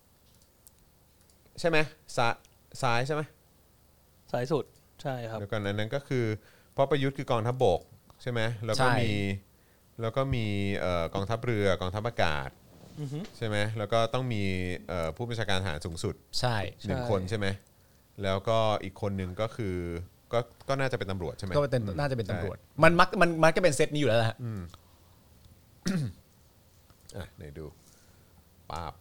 ใช่ไหมซ้ายใช่ไหมซ้ายสุดใช่ครับแล้วก่อนนั้นก็คือเพราะประยุทธ์คือกองทัพบกใช่ไหมแล้วก็มีกองทัพเรือกองทัพอากาศใช่ไหมแล้วก็ต้องมีผู้บัญชาการทหารสูงสุดใช่ 1 คนใช่ไหมแล้วก็อีกคนหนึ่งก็คือก็น่าจะเป็นตำรวจใช่ไหมก็น่าจะเป็นตำรวจมันก็เป็นเซตนี้อยู่แล้วฮะไหนดูปาบ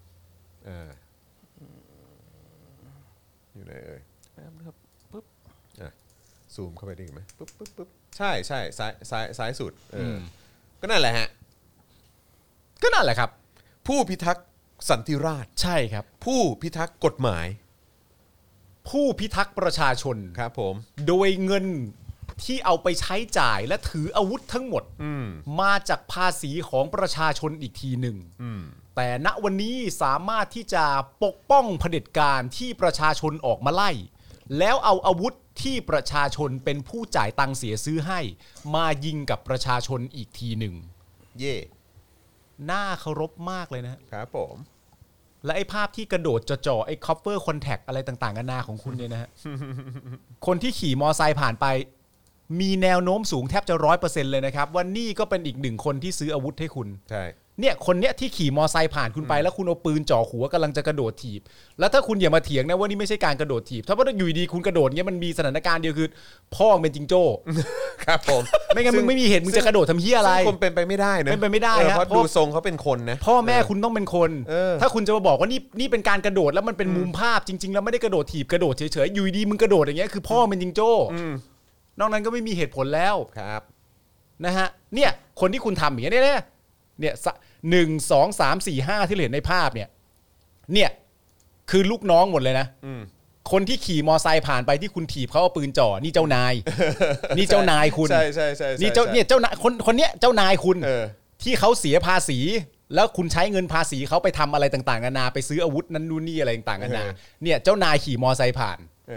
อยู่ไหนเอ่ยครับปึ๊บซูมเข้าไปได้ไหมปึ๊บใช่ซ้ายสุดก็นั่นแหละฮะก็นั่นแหละครับผู้พิทักษ์สันติราษฎร์ใช่ครับผู้พิทักษ์กฎหมายผู้พิทักษ์ประชาชนครับผมโดยเงินที่เอาไปใช้จ่ายและถืออาวุธทั้งหมดมาจากภาษีของประชาชนอีกทีหนึ่งแต่ณวันนี้สามารถที่จะปกป้องเผด็จการที่ประชาชนออกมาไล่แล้วเอาอาวุธที่ประชาชนเป็นผู้จ่ายตังค์เสียซื้อให้มายิงกับประชาชนอีกทีหนึ่งน่าเคารพมากเลยนะครับผมและไอ้ภาพที่กระโดดจ่อไอ้ cover contact อะไรต่างๆกันานาของคุณเนี่ยนะฮะ คนที่ขี่มอไซค์ผ่านไปมีแนวโน้มสูงแทบจะ 100% เลยนะครับว่านี่ก็เป็นอีก1 คนที่ซื้ออาวุธให้คุณใช่เนี่ยคนเนี้ยที่ขี่มอไซค์ผ่านคุณไปแล้วคุณเอาปืนจ่อหัวกำลังจะกระโดดถีบแล้วถ้าคุณอย่ามาเถียงนะว่านี่ไม่ใช่การกระโดดถีบถ้าว่าอยู่ดีคุณกระโดดเงี้ยมันมีสถานการณ์เดียวคือพ่อเป็นจิงโจ้ครับผมไม่งั้นมึงไม่มีเหตุมึงจะกระโดดทำเหี้ยอะไรคนเป็นไปไม่ได้นะเป็นไปไม่ได้เพราะดูทรงเขาเป็นคนนะพ่อแม่คุณต้องเป็นคนถ้าคุณจะมาบอกว่านี่เป็นการกระโดดแล้วมันเป็นมุมภาพจริงๆแล้วไม่ได้กระโดดถีบกระโดดเฉยๆอยู่ดีมึงกระโดดอย่างเงี้ยคือพ่อเป็นจิงโจ้นอกนั้นก็ไม่มีเหตุผลแล้วครับนะฮะเนี่ยคนที่คุณทำอย่างเงี้ยเนี่ย1 2 3 4 5ที่เห็นในภาพเนี่ยคือลูกน้องหมดเลยนะคนที่ขี่มอไซค์ผ่านไปที่คุณถีบเขาเอาปืนจ่อนี่เจ้านาย นี่เจ้านายคุณใช่นี่เจ้านายคนเนี้ยเจ้านายคุณที่เขาเสียภาษีแล้วคุณใช้เงินภาษีเขาไปทำอะไรต่างๆนานาไปซื้ออาวุธนั้นนู่นนี่อะไรต่างๆนานาเนี่ยเจ้านายขี่มอไซค์ผ่าน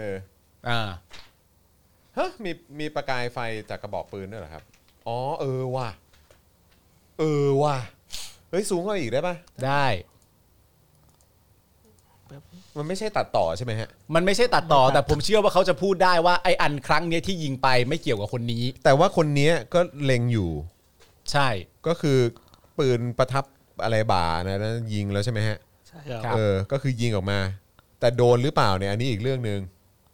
ฮะมีประกายไฟจากกระบอกปืนด้วยเหรอครับอ๋อว่ะเฮ้ยสูงกว่าอีกได้ป่ะได้มันไม่ใช่ตัดต่อใช่ไหมฮะมันไม่ใช่ตัดต่อแต่ผมเชื่อว่าเขาจะพูดได้ว่าไอ้อันครั้งนี้ที่ยิงไปไม่เกี่ยวกับคนนี้แต่ว่าคนนี้ก็เล็งอยู่ใช่ก็คือปืนประทับอะไรบ่านะยิงแล้วใช่ไหมฮะใช่ครับก็คือยิงออกมาแต่โดนหรือเปล่าเนี่ยอันนี้อีกเรื่องนึง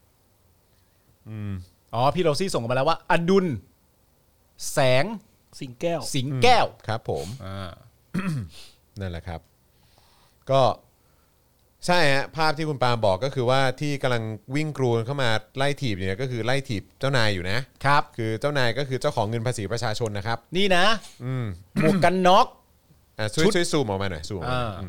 พี่โรซี่ส่งมาแล้วว่าอดุลแสงสิงแก้วครับผมนั่นแหละครับก็ใช่ฮะภาพที่คุณปาล์มบอกก็คือว่าที่กำลังวิ่งกรูนเข้ามาไล่ถีบเนี่ยก็คือไล่ถีบเจ้านายอยู่นะครับคือเจ้านายก็คือเจ้าของเงินภาษีประชาชนนะครับนี่นะหมวกกันน็อกช่วยซูมออกมาหน่อยซูม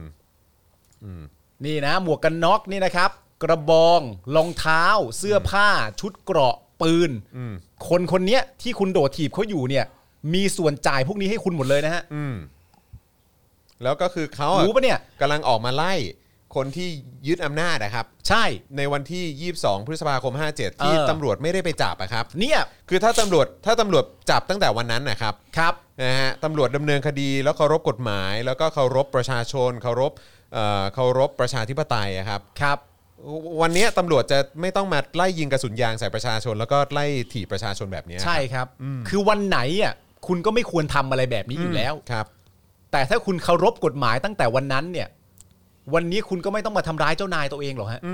นี่นะหมวกกันน็อกนี่นะครับกระบองรองเท้าเสื้อผ้าชุดเกราะปืนคนนี้ที่คุณโดดถีบเขาอยู่เนี่ยมีส่วนจ่ายพวกนี้ให้คุณหมดเลยนะฮะแล้วก็คือเขารู้ปะเนี่ยกำลังออกมาไล่คนที่ยึดอำนาจนะครับใช่ในวันที่22พฤษภาคม57ที่ตำรวจไม่ได้ไปจับอะครับเนี่ยคือถ้าตำรวจจับตั้งแต่วันนั้นนะครับนะฮะตำรวจดำเนินคดีแล้วเคารพกฎหมายแล้วก็เคารพประชาชนเคารพประชาธิปไตยครับวันนี้ตำรวจจะไม่ต้องมาไล่ยิงกระสุนยางใส่ประชาชนแล้วก็ไล่ถีบประชาชนแบบนี้ใช่ครับคือวันไหนอ่ะคุณก็ไม่ควรทำอะไรแบบนี้อยู่แล้วครับแต่ถ้าคุณเคารพกฎหมายตั้งแต่วันนั้นเนี่ยวันนี้คุณก็ไม่ต้องมาทำร้ายเจ้านายตัวเองหรอกฮะ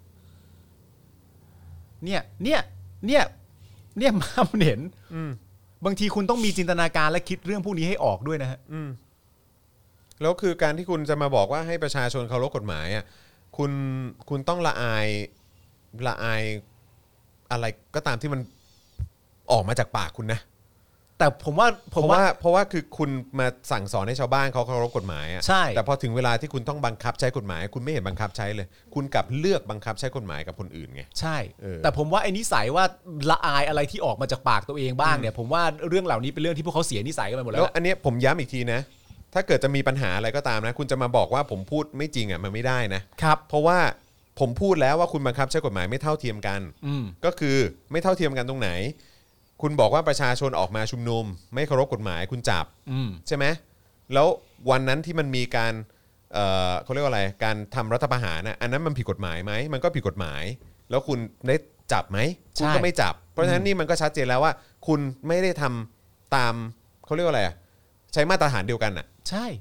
เนี่ยมาเห็นบางทีคุณต้องมีจินตนาการและคิดเรื่องพวกนี้ให้ออกด้วยนะฮะแล้วคือการที่คุณจะมาบอกว่าให้ประชาชนเคารพกฎหมายอ่ะคุณต้องละอายอะไรก็ตามที่มันออกมาจากปากคุณนะแต่ผมว่าเพราะว่าคือคุณมาสั่งสอนให้ชาวบ้านเขาเคารพกฎหมายอ่ะใช่แต่พอถึงเวลาที่คุณต้องบังคับใช้กฎหมายคุณไม่เห็นบังคับใช้เลยคุณกลับเลือกบังคับใช้กฎหมายกับคนอื่นไงใช่แต่ผมว่าไอ้นิสัยว่าละอายอะไรที่ออกมาจากปากตัวเองบ้างเนี่ยผมว่าเรื่องเหล่านี้เป็นเรื่องที่พวกเขาเสียนิสัยกันไปหมดแล้วอันนี้ผมย้ำอีกทีนะถ้าเกิดจะมีปัญหาอะไรก็ตามนะคุณจะมาบอกว่าผมพูดไม่จริงอ่ะมันไม่ได้นะครับเพราะว่าผมพูดแล้วว่าคุณบังคับใช้กฎหมายไม่เท่าเทียมกันก็คือไม่เท่าเทียมกันตรงไหนคุณบอกว่าประชาชนออกมาชุมนุมไม่เคารพกฎหมายคุณจับใช่ไหมแล้ววันนั้นที่มันมีการเขาเรียกว่าอะไรการทำรัฐประหารน่ะอันนั้นมันผิดกฎหมายไหมมันก็ผิดกฎหมายแล้วคุณได้จับไหมคุณก็ไม่จับเพราะฉะนั้นนี่มันก็ชัดเจนแล้วว่าคุณไม่ได้ทำตามเขาเรียกว่าอะไรใช้มาตรฐานเดียวกันอ่ะใช่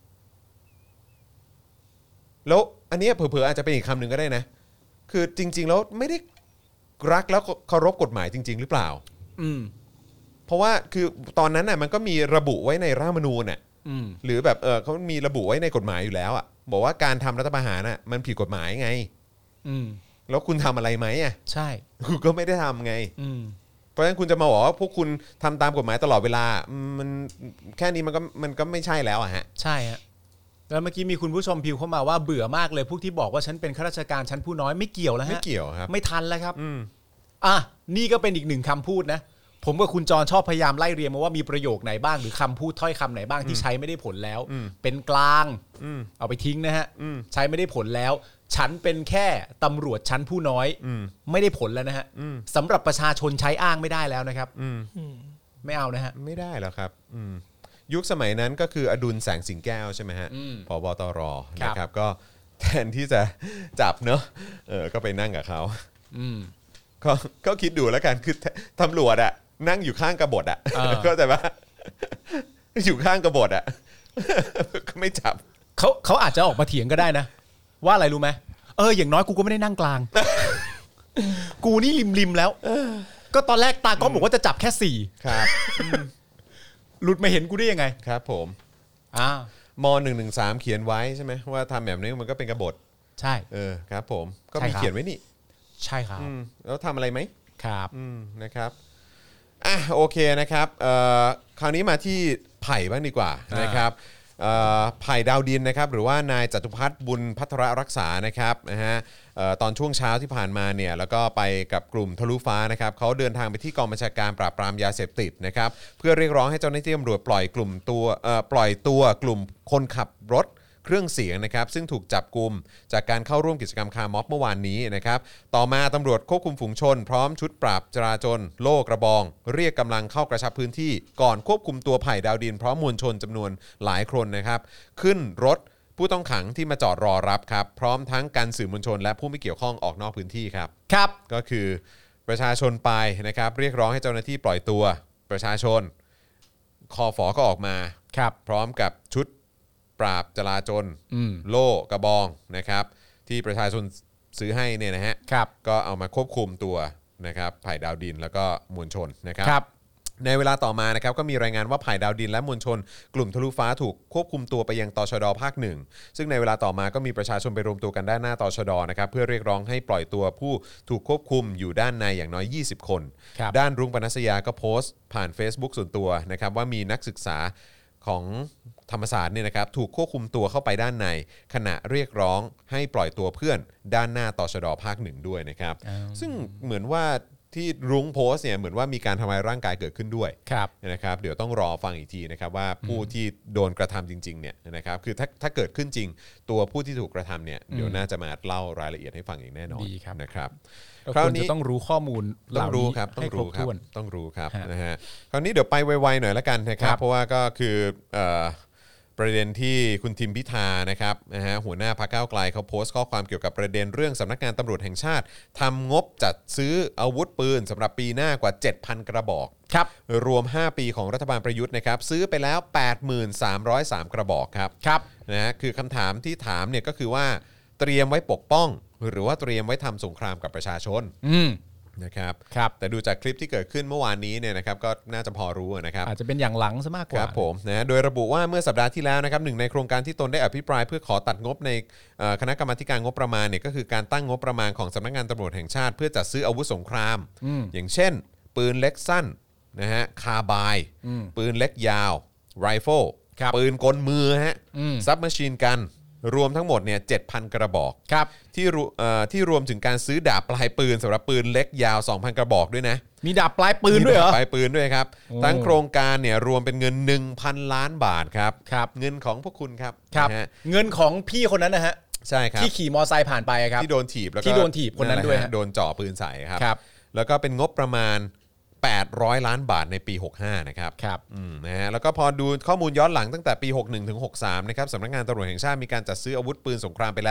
แล้วอันนี้เผลอๆอาจจะเป็นอีกคำหนึ่งก็ได้นะคือจริงๆแล้วไม่ได้รักแล้วเคารพกฎหมายจริงๆหรือเปล่าเพราะว่าคือตอนนั้นน่ะมันก็มีระบุไว้ในรัฐธรรมนูญน่ะหรือแบบเขามีระบุไว้ในกฎหมายอยู่แล้วอ่ะบอกว่าการทำรัฐประหารน่ะมันผิดกฎหมายไงแล้วคุณทำอะไรไหมอ่ะใช่คุณก็ไม่ได้ทำไงเพราะฉะนั้นคุณจะมาบอกว่าพวกคุณทำตามกฎหมายตลอดเวลามันแค่นี้มันก็ไม่ใช่แล้วอ่ะฮะใช่ฮะแล้วเมื่อกี้มีคุณผู้ชมพิมพ์เข้ามาว่าเบื่อมากเลยพวกที่บอกว่าฉันเป็นข้าราชการชั้นผู้น้อยไม่เกี่ยวแล้วฮะไม่เกี่ยวครับไม่ทันแล้วครับนี่ก็เป็นอีกหนึ่งคำพูดนะผมกับคุณจรชอบพยายามไล่เรียงมาว่ามีประโยคไหนบ้างหรือคำพูดถ้อยคำไหนบ้างที่ใช้ไม่ได้ผลแล้วเป็นกลางเอาไปทิ้งนะฮะใช้ไม่ได้ผลแล้วฉันเป็นแค่ตำรวจชั้นผู้น้อยไม่ได้ผลแล้วนะฮะสำหรับประชาชนใช้อ้างไม่ได้แล้วนะครับไม่เอานะฮะไม่ได้แล้วครับยุคสมัยนั้นก็คืออดุลแสงสิงแก้วใช่ไหมฮะผบตรนะครับก็แทนที่จะจับเนอะก็ไปนั่งกับเขาก็คิดดูแล้วกันคือตำรวจอะนั่งอยู่ข้างกบฏอะก็แต่ว่าอยู่ข้างกบฏอะก็ไม่จับเขาอาจจะออกมาเถียงก็ได้นะว่าอะไรรู้ไหมอย่างน้อยกูก็ไม่ได้นั่งกลางกูนี่ริมแล้วก็ตอนแรกตาก็บอกว่าจะจับแค่4 ครับหลุดมาเห็นกูได้ยังไงครับผมม.113เขียนไว้ใช่ไหมว่าทำแบบนี้มันก็เป็นกบฏใช่ครับผมก็มีเขียนไว้นี่ใช่ครับแล้วทำอะไรไหมครับนะครับโอเคนะครับคราวนี้มาที่ไผ่บ้างดีกว่านะครับไผ่ดาวดินนะครับหรือว่านายจตุพัฒน์บุญภัทรรักษานะครับนะฮะตอนช่วงเช้าที่ผ่านมาเนี่ยแล้วก็ไปกับกลุ่มทะลุฟ้านะครับเขาเดินทางไปที่กองบัญชาการปราบปรามยาเสพติดนะครับเพื่อเรียกร้องให้เจ้าหน้าที่ตำรวจปล่อยตัวกลุ่มคนขับรถเครื่องเสียงนะครับซึ่งถูกจับกุมจากการเข้าร่วมกิจกรรมคาร์ม็อบเมื่อวานนี้นะครับต่อมาตำรวจควบคุมฝูงชนพร้อมชุดปราบจราจรโล่กระบองเรียกกำลังเข้ากระชับพื้นที่ก่อนควบคุมตัวไผ่ดาวดินพร้อมมวลชนจำนวนหลายคนนะครับขึ้นรถผู้ต้องขังที่มาจอดรอรับครับพร้อมทั้งกันสื่อมวลชนและผู้ไม่เกี่ยวข้องออกนอกพื้นที่ครับครับก็คือประชาชนไปนะครับเรียกร้องให้เจ้าหน้าที่ปล่อยตัวประชาชนคฝ.ก็ออกมาครับพร้อมกับชุดปราบจราจรโล่กระบองนะครับที่ประชาชนซื้อให้เนี่ยนะฮะก็เอามาควบคุมตัวนะครับไผ่ดาวดินแล้วก็มวลชนนะครับในเวลาต่อมานะครับก็มีรายงานว่าไผ่ดาวดินและมวลชนกลุ่มทะลุฟ้าถูกควบคุมตัวไปยังตชด.ภาค1ซึ่งในเวลาต่อมาก็มีประชาชนไปรวมตัวกันด้านหน้าตชด.นะครับเพื่อเรียกร้องให้ปล่อยตัวผู้ถูกควบคุมอยู่ด้านในอย่างน้อย20คนด้านรุ้งปนัสยาก็โพสต์ผ่าน Facebook ส่วนตัวนะครับว่ามีนักศึกษาของธรรมศาสตร์เนี่ยนะครับถูกควบคุมตัวเข้าไปด้านในขณะเรียกร้องให้ปล่อยตัวเพื่อนด้านหน้าตชด.ภาค1ด้วยนะครับซึ่งเหมือนว่าที่รุ้งโพสต์เนี่ยเหมือนว่ามีการทำร้ายร่างกายเกิดขึ้นด้วยนะครับเดี๋ยวต้องรอฟังอีกทีนะครับว่าผู้ที่โดนกระทำจริงๆเนี่ยนะครับคือถ้าเกิดขึ้นจริงตัวผู้ที่ถูกกระทำเนี่ยเดี๋ยวน่าจะมาเล่ารายละเอียดให้ฟังอีกแน่นอนนะครับคราวนี้ต้องรู้ข้อมูลต้องรู้ครับต้องรู้ครับนะฮะคราวนี้เดี๋ยวไปไวๆหน่อยละกันนะครับเพราะว่าก็คือประเด็นที่คุณทิมพิธานะครับนะฮะหัวหน้าพรรคก้าวไกลเขาโพสต์ข้อความเกี่ยวกับประเด็นเรื่องสำนักงานตำรวจแห่งชาติทำงบจัดซื้ออาวุธปืนสำหรับปีหน้ากว่า 7,000 กระบอกครับรวม5ปีของรัฐบาลประยุทธ์นะครับซื้อไปแล้ว 83,303 กระบอกครับนะฮะคือคำถามที่ถามเนี่ยก็คือว่าเตรียมไว้ปกป้องหรือว่าเตรียมไว้ทำสงครามกับประชาชนนะครับแต่ดูจากคลิปที่เกิดขึ้นเมื่อวานนี้เนี่ยนะครับก็น่าจะพอรู้นะครับอาจจะเป็นอย่างหลังซะมากกว่าครับผมนะโดยระบุว่าเมื่อสัปดาห์ที่แล้วนะครับหนึ่งในโครงการที่ตนได้อภิปรายเพื่อขอตัดงบในคณะกรรมาการงบประมาณเนี่ยก็คือการตั้งงบประมาณของสำนักงานตำรวจแห่งชาติเพื่อจัดซื้ออาวุธสงครามอย่างเช่นปืนเล็กสั้นนะฮะคาร์บายปืนเล็กยาวไรเฟิลปืนกลมือฮะซับแมชชีนกันรวมทั้งหมดเนี่ย 7,000 กระบอกที่รวมถึงการซื้อดาบปลายปืนสำหรับปืนเล็กยาว 2,000 กระบอกด้วยนะมีดาบปลายปืนด้วยเหรอปลายปืนด้วยครับทั้งโครงการเนี่ยรวมเป็นเงิน 1,000 ล้านบาทครับเงินของพวกคุณครับเงินของพี่คนนั้นนะฮะใช่ครับที่ขี่มอไซค์ผ่านไปครับที่โดนถีบแล้วก็ที่โดนถีบคนนั้นด้วยโดนจ่อปืนใส่ครับแล้วก็เป็นงบประมาณ800 ล้านบาทในปี65นะครับนะฮะแล้วก็พอดูข้อมูลย้อนหลังตั้งแต่ปี61ถึง63นะครับสำนักงานตำรวจแห่งชาติมีการจัดซื้ออาวุธปืนสงครามไปแล้ว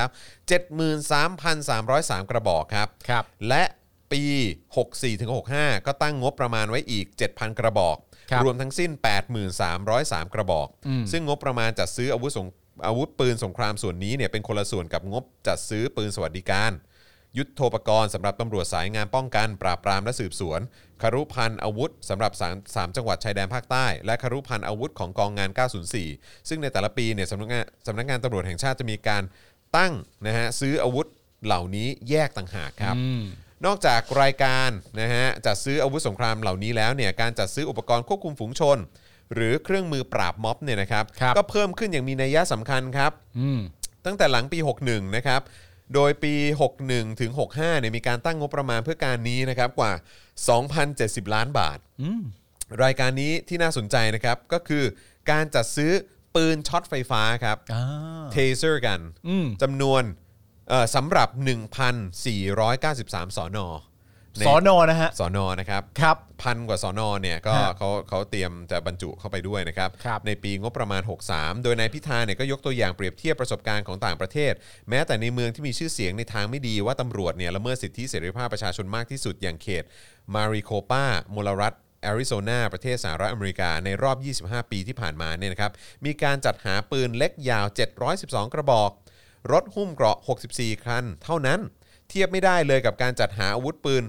73,303 กระบอกครับและปี64ถึง65ก็ตั้งงบประมาณไว้อีก 7,000 กระบอกรวมทั้งสิ้น 83,303 กระบอกซึ่งงบประมาณจัดซื้ออาวุธปืนสงครามส่วนนี้เนี่ยเป็นคนละส่วนกับงบจัดซื้อปืนสวัสดิการยุทโธปกรณ์สำหรับตำรวจสายงานป้องกันปราบปรามและสืบสวนครุภัณฑ์อาวุธสำหรับ3จังหวัดชายแดนภาคใต้และครุภัณฑ์อาวุธของกองงาน904ซึ่งในแต่ละปีเนี่ยสำนักงานตำรวจแห่งชาติจะมีการตั้งนะฮะซื้ออาวุธเหล่านี้แยกต่างหากครับนอกจากรายการนะฮะจัดซื้ออาวุธสงครามเหล่านี้แล้วเนี่ยการจัดซื้ออุปกรณ์ควบคุมฝูงชนหรือเครื่องมือปราบม็อบเนี่ยนะครับก็เพิ่มขึ้นอย่างมีนัยสำคัญครับตั้งแต่หลังปี61นะครับโดยปี61ถึง65เนี่ยมีการตั้งงบประมาณเพื่อการนี้นะครับกว่า 2,070 ล้านบาทรายการนี้ที่น่าสนใจนะครับก็คือการจัดซื้อปืนช็อตไฟฟ้าครับเทเซอร์กันจำนวนสำหรับ 1,493 สน. นะฮะสน.นะครับพันกว่าสน.เนี่ยก็เขาเตรียมจะบรรจุเข้าไปด้วยนะครับในปีงบประมาณ63โดยนายพิธาเนี่ยก็ยกตัวอย่างเปรียบเทียบประสบการณ์ของต่างประเทศแม้แต่ในเมืองที่มีชื่อเสียงในทางไม่ดีว่าตำรวจเนี่ยละเมิดสิทธิเสรีภาพประชาชนมากที่สุดอย่างเขตมาริโคปามลรัฐแอริโซนาประเทศสหรัฐอเมริกาในรอบ25ปีที่ผ่านมาเนี่ยนะครับมีการจัดหาปืนเล็กยาว712กระบอกรถหุ้มเกราะ64คันเท่านั้นเทียบไม่ได้เลยกับการจัดหาอาวุธปืน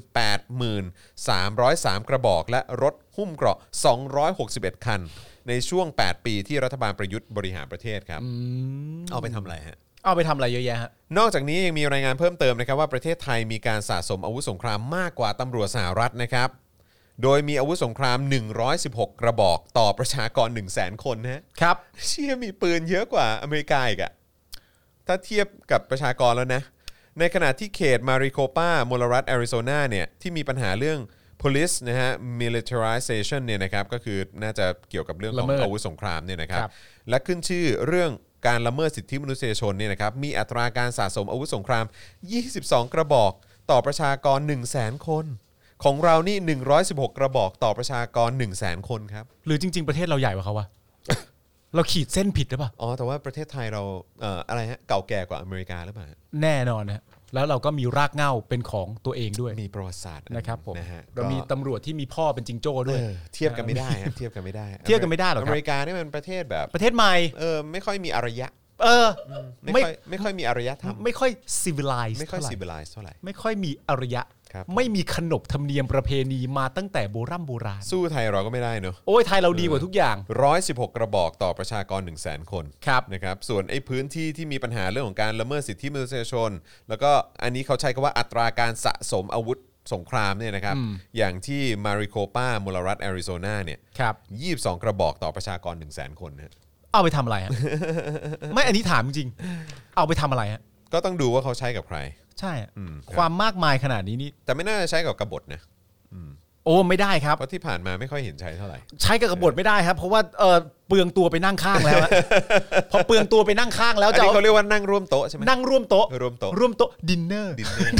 83,303 กระบอกและรถหุ้มเกราะ261คันในช่วง8ปีที่รัฐบาลประยุทธ์บริหารประเทศครับเอาไปทำอะไรฮะเอาไปทำอะไรเยอะแยะฮะนอกจากนี้ยังมีรายงานเพิ่มเติมนะครับว่าประเทศไทยมีการสะสมอาวุธสงครามมากกว่าตำรวจสหรัฐนะครับโดยมีอาวุธสงคราม116กระบอกต่อประชากร 100,000 คนนะฮะครับเชี่ยมีปืนเยอะกว่าอเมริกาอีกอะถ้าเทียบกับประชากรแล้วนะในขณะที่เขตมาริโคปามลรัฐแอริโซนาเนี่ยที่มีปัญหาเรื่อง police นะฮะ militarization เนี่ยนะครับก็คือน่าจะเกี่ยวกับเรื่องของอาวุธสงครามเนี่ยนะครับและขึ้นชื่อเรื่องการละเมิดสิทธิมนุษยชนเนี่ยนะครับมีอัตราการสะสมอาวุธสงคราม22กระบอกต่อประชากร 100,000 คนของเรานี่116กระบอกต่อประชากร 100,000 คนครับหรือจริงๆประเทศเราใหญ่กว่าเขาวะ เราขีดเส้นผิดหรือเปล่าอ๋อแต่ว่าประเทศไทยเราอะไรฮะเก่าแก่กว่าอเมริกาหรือเปล่าแน่นอนนะแล้วเราก็มีรากเหง้าเป็นของตัวเองด้วยมีประวัติศาสตร์นะครับผมนะฮะเรามีตำรวจที่มีพ่อเป็นจิงโจ้ด้วยเทียบกันไม่ได้เทียบกันไม่ได้เทียบกันไม่ได้หรอกอเมริกานี่มันประเทศแบบประเทศใหม่ไม่ค่อยมีอารยะไม่ค่อยมีอารยธรรมไม่ค่อย civilized ไม่ค่อย civilized เท่าไหร่ไม่ค่อยมีอารยะไม่มีขนบธรรมเนียมประเพณีมาตั้งแต่โบราณสู้ไทยเราก็ไม่ได้เนอะโอ้ยไทยเราดีกว่าทุกอย่าง 116กระบอกต่อประชากร 100,000 คนนะครับส่วนไอ้พื้นที่ที่มีปัญหาเรื่องของการละเมิดสิทธิมนุษยชนแล้วก็อันนี้เขาใช้คำว่าอัตราการสะสมอาวุธสงครามเนี่ยนะครับอย่างที่มาริโคปามลรัฐแอริโซนาเนี่ย22กระบอกต่อประชากร 100,000 คนนะเอาไปทำอะไรฮะ ไม่อันนี้ถามจริงเอาไปทำอะไรฮะก็ต้องดูว่าเขาใช้กับใครใช่ความมากมายขนาดนี้นี่แต่ไม่น่าจะใช้กับกบฏนะโอ้ไม่ได้ครับเพราะที่ผ่านมาไม่ค่อยเห็นใช้เท่าไหร่ใช้กับกบฏไม่ได้ครับเพราะว่าเปลืองตัวไปนั่งข้างแล้วพอเปลืองตัวไปนั่งข้างแล้วจะเขาเรียกว่านั่งร่วมโต๊ะใช่ไหมนั่งร่วมโต๊ะดินเนอร์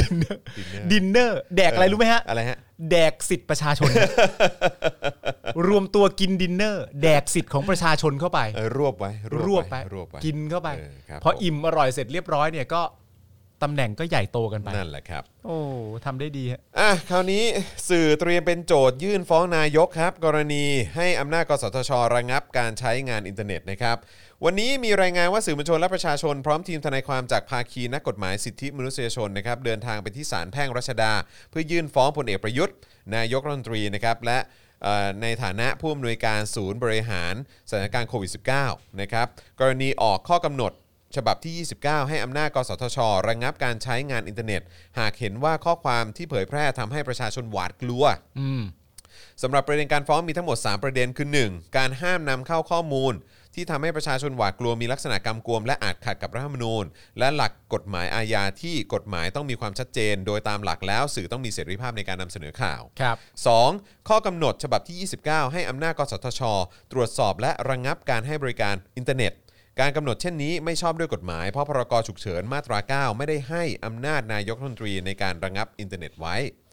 แดกอะไรรู้ไหมฮะอะไรฮะแดกสิทธิประชาชนรวมตัวกินดินเนอร์แดกสิทธิ์ของประชาชนเข้าไปรวบไปกินเข้าไปพออิ่มอร่อยเสร็จเรียบร้อยเนี่ยก็ตำแหน่งก็ใหญ่โตกันไปนั่นแหละครับโอ้ทำได้ดีฮะคราวนี้สื่อเตรียมเป็นโจทยื่นฟ้องนายกครับกรณีให้อำนาจกสทช.ระงับการใช้งานอินเทอร์เน็ตนะครับวันนี้มีรายงานว่าสื่อมวลชนและประชาชนพร้อมทีมทนายความจากภาคีนักกฎหมายสิทธิมนุษยชนนะครับเดินทางไปที่ศาลแพ่งรัชดาเพื่อยื่นฟ้องพลเอกประยุทธ์นายกรัฐมนตรีนะครับและในฐานะผู้อำนวยการศูนย์บริหารสถานการณ์โควิด -19 นะครับกรณีออกข้อกำหนดฉบับที่29ให้อำนาจกสทช.ระงับการใช้งานอินเทอร์เน็ตหากเห็นว่าข้อความที่เผยแพร่ทำให้ประชาชนหวาดกลัวสำหรับประเด็นการฟ้องมีทั้งหมด3ประเด็นคือ 1. การห้ามนำเข้าข้อมูลที่ทำให้ประชาชนหวาดกลัวมีลักษณะกำกวมและอาจขัดกับรัฐธรรมนูญและหลักกฎหมายอาญาที่กฎหมายต้องมีความชัดเจนโดยตามหลักแล้วสื่อต้องมีเสรีภาพในการนำเสนอข่าว 2. ข้อกำหนดฉบับที่29ให้อำนาจกสทช.ตรวจสอบและระงับการให้บริการอินเทอร์เน็ตการกำหนดเช่นนี้ไม่ชอบด้วยกฎหมายเพราะพรก.ฉุกเฉินมาตรา9ไม่ได้ให้อำนาจนายกรัฐมนตรีในการระงับอินเทอร์เน็ตไว้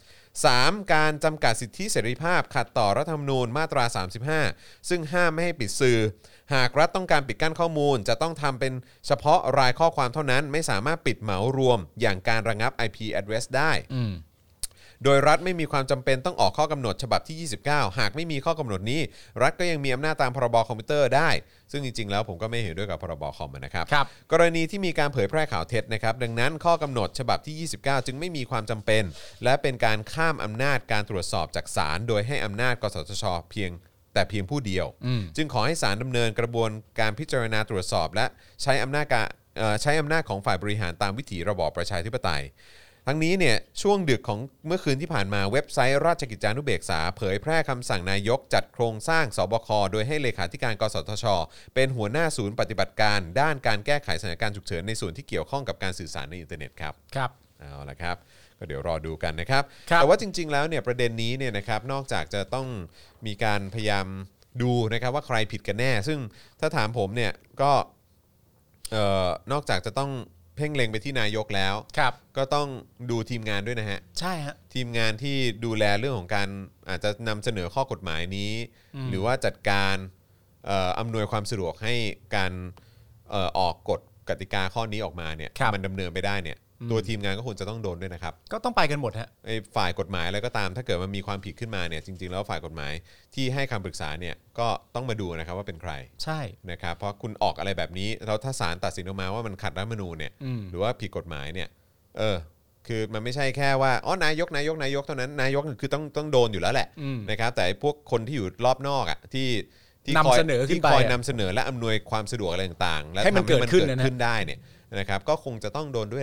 3. การจำกัดสิทธิเสรีภาพขัดต่อรัฐธรรมนูญมาตรา35ซึ่งห้ามไม่ให้ปิดสื่อหากรัฐต้องการปิดกั้นข้อมูลจะต้องทำเป็นเฉพาะรายข้อความเท่านั้นไม่สามารถปิดเหมารวมอย่างการระงับ IP address ได้โดยรัฐไม่มีความจำเป็นต้องออกข้อกำหนดฉบับที่29หากไม่มีข้อกำหนดนี้รัฐก็ยังมีอำนาจตามพรบคอมพิวเตอร์ได้ซึ่งจริงๆแล้วผมก็ไม่เห็นด้วยกับพรบคอมนะครับกรณีที่มีการเผยแพร่ข่าวเท็จนะครับดังนั้นข้อกำหนดฉบับที่29จึงไม่มีความจำเป็นและเป็นการข้ามอำนาจการตรวจสอบจากศาลโดยให้อำนาจกสทช.เพียงผู้เดียวจึงขอให้ศาลดำเนินกระบวนการพิจารณาตรวจสอบและใช้อำนาจของฝ่ายบริหารตามวิถีระบอบประชาธิปไตยทั้งนี้เนี่ยช่วงดึกของเมื่อคืนที่ผ่านมาเว็บไซต์ราชกิจจานุเบกษาเผยแพร่คำสั่งนายกจัดโครงสร้างสบคโดยให้เลขาธิการกสทช.เป็นหัวหน้าศูนย์ปฏิบัติการด้านการแก้ไขสถานการณ์ฉุกเฉินในส่วนที่เกี่ยวข้องกับการสื่อสารในอินเทอร์เน็ตครับเอาละครับก็เดี๋ยวรอดูกันนะครับแต่ว่าจริงๆแล้วเนี่ยประเด็นนี้เนี่ยนะครับนอกจากจะต้องมีการพยายามดูนะครับว่าใครผิดกันแน่ซึ่งถ้าถามผมเนี่ยก็นอกจากจะต้องเพ่งเล็งไปที่นายกแล้วก็ต้องดูทีมงานด้วยนะฮะใช่ฮะทีมงานที่ดูแลเรื่องของการอาจจะนำเสนอข้อกฎหมายนี้หรือว่าจัดการอำนวยความสะดวกให้การออกกฎกติกาข้อนี้ออกมาเนี่ยมันดำเนินไปได้เนี่ยตัวทีมงานก็ควรจะต้องโดนด้วยนะครับก็ต้องไปกันหมดฮะไอ้ฝ่ายกฎหมายอะไรก็ตามถ้าเกิดมันมีความผิดขึ้นมาเนี่ยจริงๆแล้วฝ่ายกฎหมายที่ให้คำปรึกษาเนี่ยก็ต้องมาดูนะครับว่าเป็นใครใช่นะครับเพราะคุณออกอะไรแบบนี้แล้วถ้าศาลตัดสินออกมาว่ามันขัดรัฐธรรมนูญเนี่ยหรือว่าผิดกฎหมายเนี่ยคือมันไม่ใช่แค่ว่านายกเท่านั้นนายกคือต้องโดนอยู่แล้วแหละนะครับแต่พวกคนที่อยู่รอบนอกอ่ะที่คอยนำเสนอและอำนวยความสะดวกอะไรต่างๆและให้มันเกิดขึ้นได้เนี่ยนะครับก็คงจะต้องโดนด้วยแหละ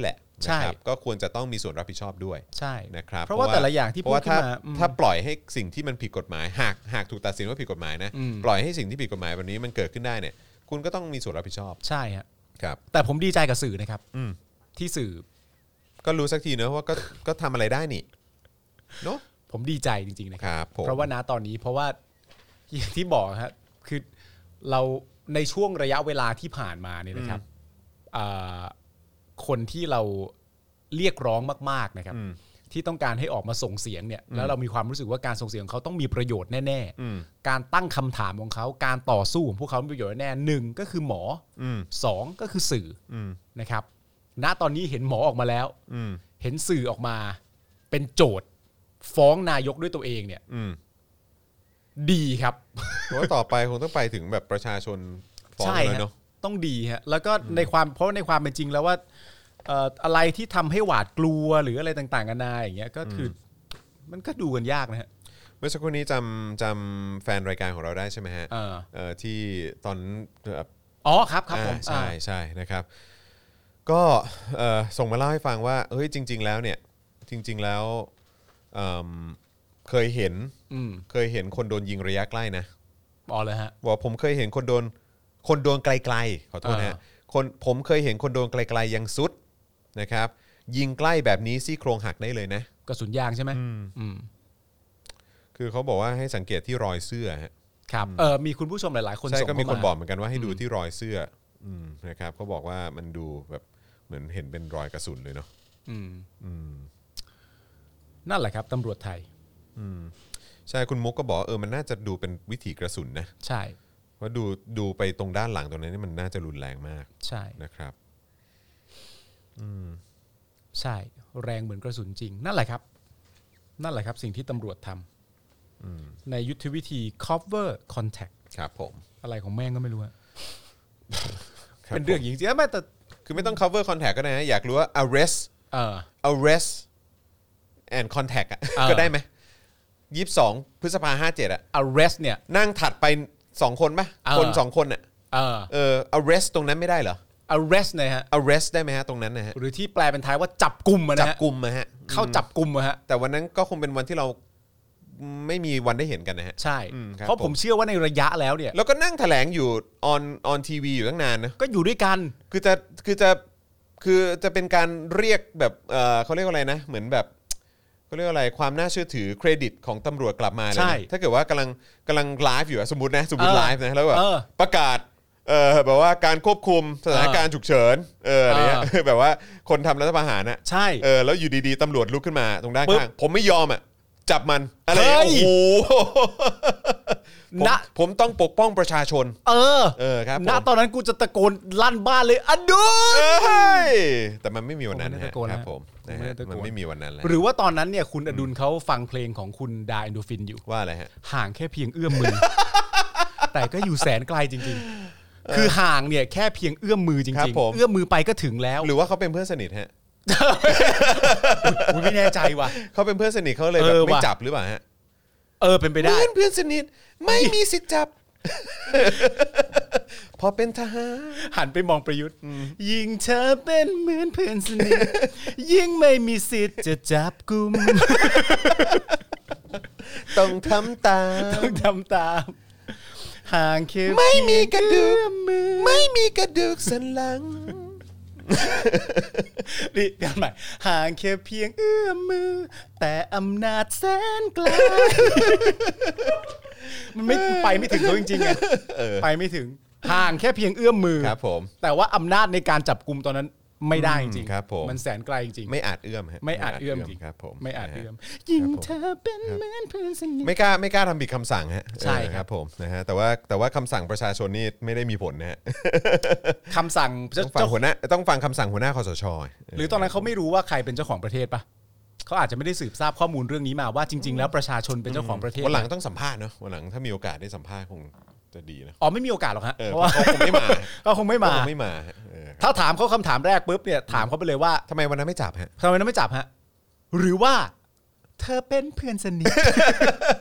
นะครับก็ควรจะต้องมีส่วนรับผิดชอบด้วยใช่นะครับเพราะว่าแต่ละอย่างที่พูดขึ้นมาถ้าปล่อยให้สิ่งที่มันผิดกฎหมายหากถูกตัดสินว่าผิดกฎหมายนะปล่อยให้สิ่งที่ผิดกฎหมายแบบนี้มันเกิดขึ้นได้เนี่ยคุณก็ต้องมีส่วนรับผิดชอบใช่ครับแต่ผมดีใจกับสื่อนะครับที่สื่อก็รู้สักทีเนอะว่าก็ทำอะไรได้นี่เนาะผมดีใจจริงๆนะครับเพราะว่าณตอนนี้เพราะว่าอย่างที่บอกครับคือเราในช่วงระยะเวลาที่ผ่านมาเนี่ยนะครับคนที่เราเรียกร้องมากๆนะครับที่ต้องการให้ออกมาส่งเสียงเนี่ยแล้วเรามีความรู้สึกว่าการส่งเสียงของเขาต้องมีประโยชน์แน่ๆการตั้งคำถามของเขาการต่อสู้ของพวกเขามีประโยชน์แน่หนึ่งก็คือหมอสองก็คือสื่อนะครับณตอนนี้เห็นหมอออกมาแล้วเห็นสื่อออกมาเป็นโจทย์ฟ้องนายกด้วยตัวเองเนี่ยดีครับเพราะต่อไปคงต้องไปถึงแบบประชาชนฟ้องแล้วเนาะต้องดีฮะแล้วก็เพราะในความเป็นจริงแล้วว่าอะไรที่ทำให้หวาดกลัวหรืออะไรต่างๆกันานาอย่างเงี้ยก็คือมันก็ดูกันยากนะฮะเมื่อสักครู่นี้จำแฟนรายการของเราได้ใช่ไหมฮะที่ตอนอ๋อครับผมใช่ใช่นะครับก็ส่งมาเล่าให้ฟังว่าเฮ้ยจริงๆแล้วเนี่ยจริงๆแล้วเคยเห็นคนโดนยิงระยะใกล้นะอ๋อเลยฮะบอกผมเคยเห็นคนโดนไกลๆขอโทษนะฮะผมเคยเห็นคนโดนไกลๆยังสุดนะครับยิงใกล้แบบนี้ซี่โครงหักได้เลยนะกระสุนยางใช่ไหมคือเขาบอกว่าให้สังเกตที่รอยเสื้อครับมีคุณผู้ชมหลายๆคนใช่ก็มีคนบอกเหมือนกันว่าให้ดูที่รอยเสื้อนะครับเขาบอกว่ามันดูแบบเหมือนเห็นเป็นรอยกระสุนเลยเนาะนั่นแหละครับตำรวจไทยใช่คุณมุกก็บอกมันน่าจะดูเป็นวิถีกระสุนนะใช่ว่าดูไปตรงด้านหลังตรงนั้นนี่มันน่าจะรุนแรงมากใช่นะครับใช่แรงเหมือนกระสุนจริงนั่นแหละครับสิ่งที่ตำรวจทำในยุทธวิธี cover contact ครับผมอะไรของแม่งก็ไม่รู้อะเป็นเรื่องจริงๆแต่คือไม่ต้อง cover contact ก็ได้นะอยากรู้ว่า arrest and contact ก็ได้ไหม22 พฤษภาคม 57 arrest เนี่ยนั่งถัดไป2คนป่ะคน2คนarrest ตรงนั้นไม่ได้เหรอ arrest นะฮะ arrest ได้ไหมฮะตรงนั้นนะฮะหรือที่แปลเป็นไทยว่าจับกุมนะฮะจับกุมฮะเข้าจับกุมฮะแต่วันนั้นก็คงเป็นวันที่เราไม่มีวันได้เห็นกันนะฮะใช่เพราะผมเชื่อว่าในระยะแล้วเนี่ยแล้วก็นั่งแถลงอยู่ on TV อยู่ตั้งนานนะก็อยู่ด้วยกันคือจะเป็นการเรียกแบบเขาเรียกว่าอะไรนะเหมือนแบบเขาเรียกว่าอะไรความน่าเชื่อถือเครดิตของตำรวจกลับมาเลยถ้าเกิดว่ากำลังไลฟ์อยู่สมมติไลฟ์นะแล้วแบบประกาศแบบว่าการควบคุมสถานการณ์ฉุกเฉินอะไรเงี้ยแบบว่าคนทำรัฐประหารน่ะใช่แล้วอยู่ดีๆตำรวจลุกขึ้นมาตรงด้านข้างผมไม่ยอมจับมันอะไรโอ้โหผมต้องปกป้องประชาชนครับณตอนนั้นกูจะตะโกนลั่นบ้านเลยอดุลแต่มันไม่มีวันนั้นครับผมมันไม่มีวันนั้นแล้วหรือว่าตอนนั้นเนี่ยคุณอดุลเขาฟังเพลงของคุณดาเอนโดฟินอยู่ว่าอะไรฮะห่างแค่เพียงเอื้อมมือแต่ก็อยู่แสนไกลจริงๆคือห่างเนี่ยแค่เพียงเอื้อมมือจริงๆเอื้อมมือไปก็ถึงแล้วหรือว่าเขาเป็นเพื่อนสนิทฮะไม่แน่ใจว่ะเขาเป็นเพื่อนสนิทเขาเลยแบบไม่จับหรือเปล่าฮะเป็นไปได้เพื่อนสนิทไม่มีสิทธิ์จับพอเป็นทหารหันไปมองประยุทธ์ยิ่งเธอเป็นเหมือนเพื่อนสนิทยิ่งไม่มีสิทธิ์จะจับกุมต้องทำตามห่างแค่ไม่มีกระดูกไม่มีกระดูกสันหลังนี่กันใหม่ห่างแค่เพียงเอื้อมมือแต่อำนาจแสนไกลมันไม่ไปไม่ถึงเขาจริงๆไงไปไม่ถึงห่างแค่เพียงเอื้อมมือครับผมแต่ว่าอำนาจในการจับกุมตอนนั้นไม่ได้จริงครับผมมันแสนไกลจริงไม่อาจเอื้อมไม่อาจเอื้อมจริงครับผมไม่อาจเอื้อมยิ่งเธอเป็นเหมือนเพื่อนสนิทไม่กล้าทำผิดคำสั่งฮะใช่ครับผมนะฮะแต่ว่าคำสั่งประชาชนนี่ไม่ได้มีผลนะฮะคำสั่งต้องฟังคำสั่งหัวหน้าคสช. หรือตอนนั้นเขาไม่รู้ว่าใครเป็นเจ้าของประเทศปะเขาอาจจะไม่ได้สืบทราบข้อมูลเรื่องนี้มาว่าจริงๆแล้วประชาชนเป็นเจ้าของประเทศวันหลังต้องสัมภาษณ์เนาะวันหลังถ้ามีโอกาสได้สัมภาษณ์คงจะดีนะไม่มีโอกาสหรอกฮะเพราะว่าเขาคงไม่มาก็คงไม่มาถ้าถามเขาคำถามแรกปุ๊บเนี่ยถามเขาไปเลยว่าทำไมวันนั้นไม่จับฮะทำไมวันนั้นไม่จับฮะหรือว่าเธอเป็นเพื่อนสนิท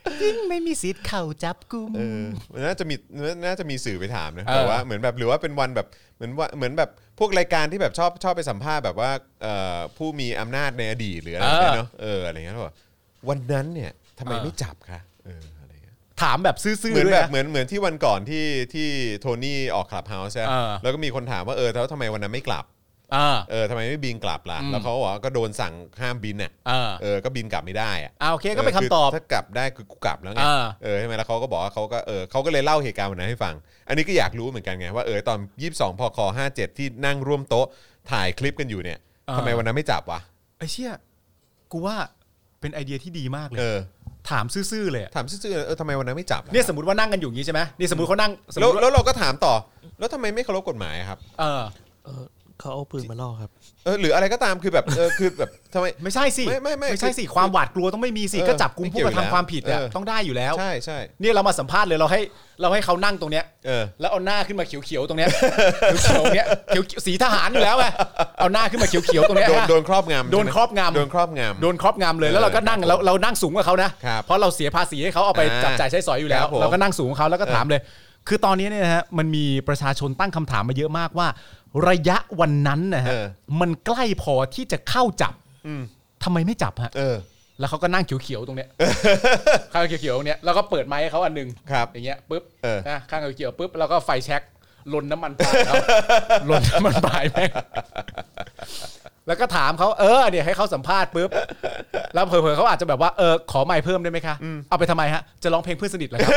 ยิ่งไม่มีสิทธิ์เข้าจับกุมน่าจะมีสื่อไปถามนะแต่ว่าเหมือนแบบหรือว่าเป็นวันแบบเหมือนแบบพวกรายการที่แบบชอบไปสัมภาษณ์แบบว่าผู้มีอำนาจในอดีตหรืออะไรเนาะอะไรเงี้ยแล้ววันนั้นเนี่ยทำไมไม่จับคะอะไรเงี้ยถามแบบซื่อๆเหมือนแบบเหมือนที่วันก่อนที่โทนี่ออกคลับเฮาส์ใช่แล้วก็มีคนถามว่าแล้วทำไมวันนั้นไม่กลับทำไมไม่บินกลับล่ะแล้วเขาบอกว่าก็โดนสั่งห้ามบินก็บินกลับไม่ได้โอเคก็เป็นคำตอบถ้ากลับได้คือกูกลับแล้วไงใช่ไหมแล้วเขาก็บอกว่าเขาก็เลยเล่าเหตุการณ์วันนั้นให้ฟังอันนี้ก็อยากรู้เหมือนกันไงว่าตอน22 พค 57ที่นั่งร่วมโต๊ะถ่ายคลิปกันอยู่เนี่ยทำไมวันนั้นไม่จับวะไอ้เชี่ยกูว่าเป็นไอเดียที่ดีมากเลยถามซื่อๆเลยถามซื่อๆทำไมวันนั้นไม่จับเนี่ยสมมติว่านั่งกันอยู่อย่างนี้ใช่ไหมนี่สมมติเขานั่งแล้วเราก็ถามต่อแล้วทำไมไม่เคารพกฎหมายครับเขาเอาปืนมาล่อครับหรืออะไรก็ตามคือแบบคือแบบทำไมไม่ใช่สิไม่ใช่สิความหวาดกลัวต้องไม่มีสิก็จับกุมผู้กระทำความผิดเนี่ยต้องได้อยู่แล้วใช่ใช่นี่เรามาสัมภาษณ์เลยเราให้เขานั่งตรงเนี้ยแล้วเอาหน้าขึ้นมาเขียวๆตรงเนี้ยเขียวเนี้ยเขียวสีทหารอยู่แล้วไงเอาหน้าขึ้นมาเขียวๆตรงเนี้ยโดนครอบงำโดนครอบงำเลยแล้วเราก็นั่งเรานั่งสูงกว่าเขานะเพราะเราเสียภาษีให้เขาเอาไปจับจ่ายใช้สอยอยู่แล้วเราก็นั่งสูงกว่าเขาแล้วก็ถามเลยคือตอนนี้เนี่ยนะฮะมันมีประชาชนตั้งคำถามมาเยอะมากว่าระยะวันนั้นนะฮะมันใกล้พอที่จะเข้าจับทำไมไม่จับฮะแล้วเขาก็นั่งเขียวๆตรงเนี้ยข้างเขียวๆตรงเนี้ยแล้วก็เปิดไมค์ให้เขาอันนึงอย่างเงี้ยปุ๊บนะข้างเขียวๆปุ๊บแล้วก็ไฟแช็กลนน้ำมันพายเขาลนน้ำมันพายแม่งแล้วก็ถามเขาเนี่ยให้เขาสัมภาษณ์ปุ๊บแล้วเผลอๆเขาอาจจะแบบว่าขอไมค์เพิ่มได้ไหมคะเอาไปทำไมฮะจะร้องเพลงเพื่อนสนิทเหรอครับ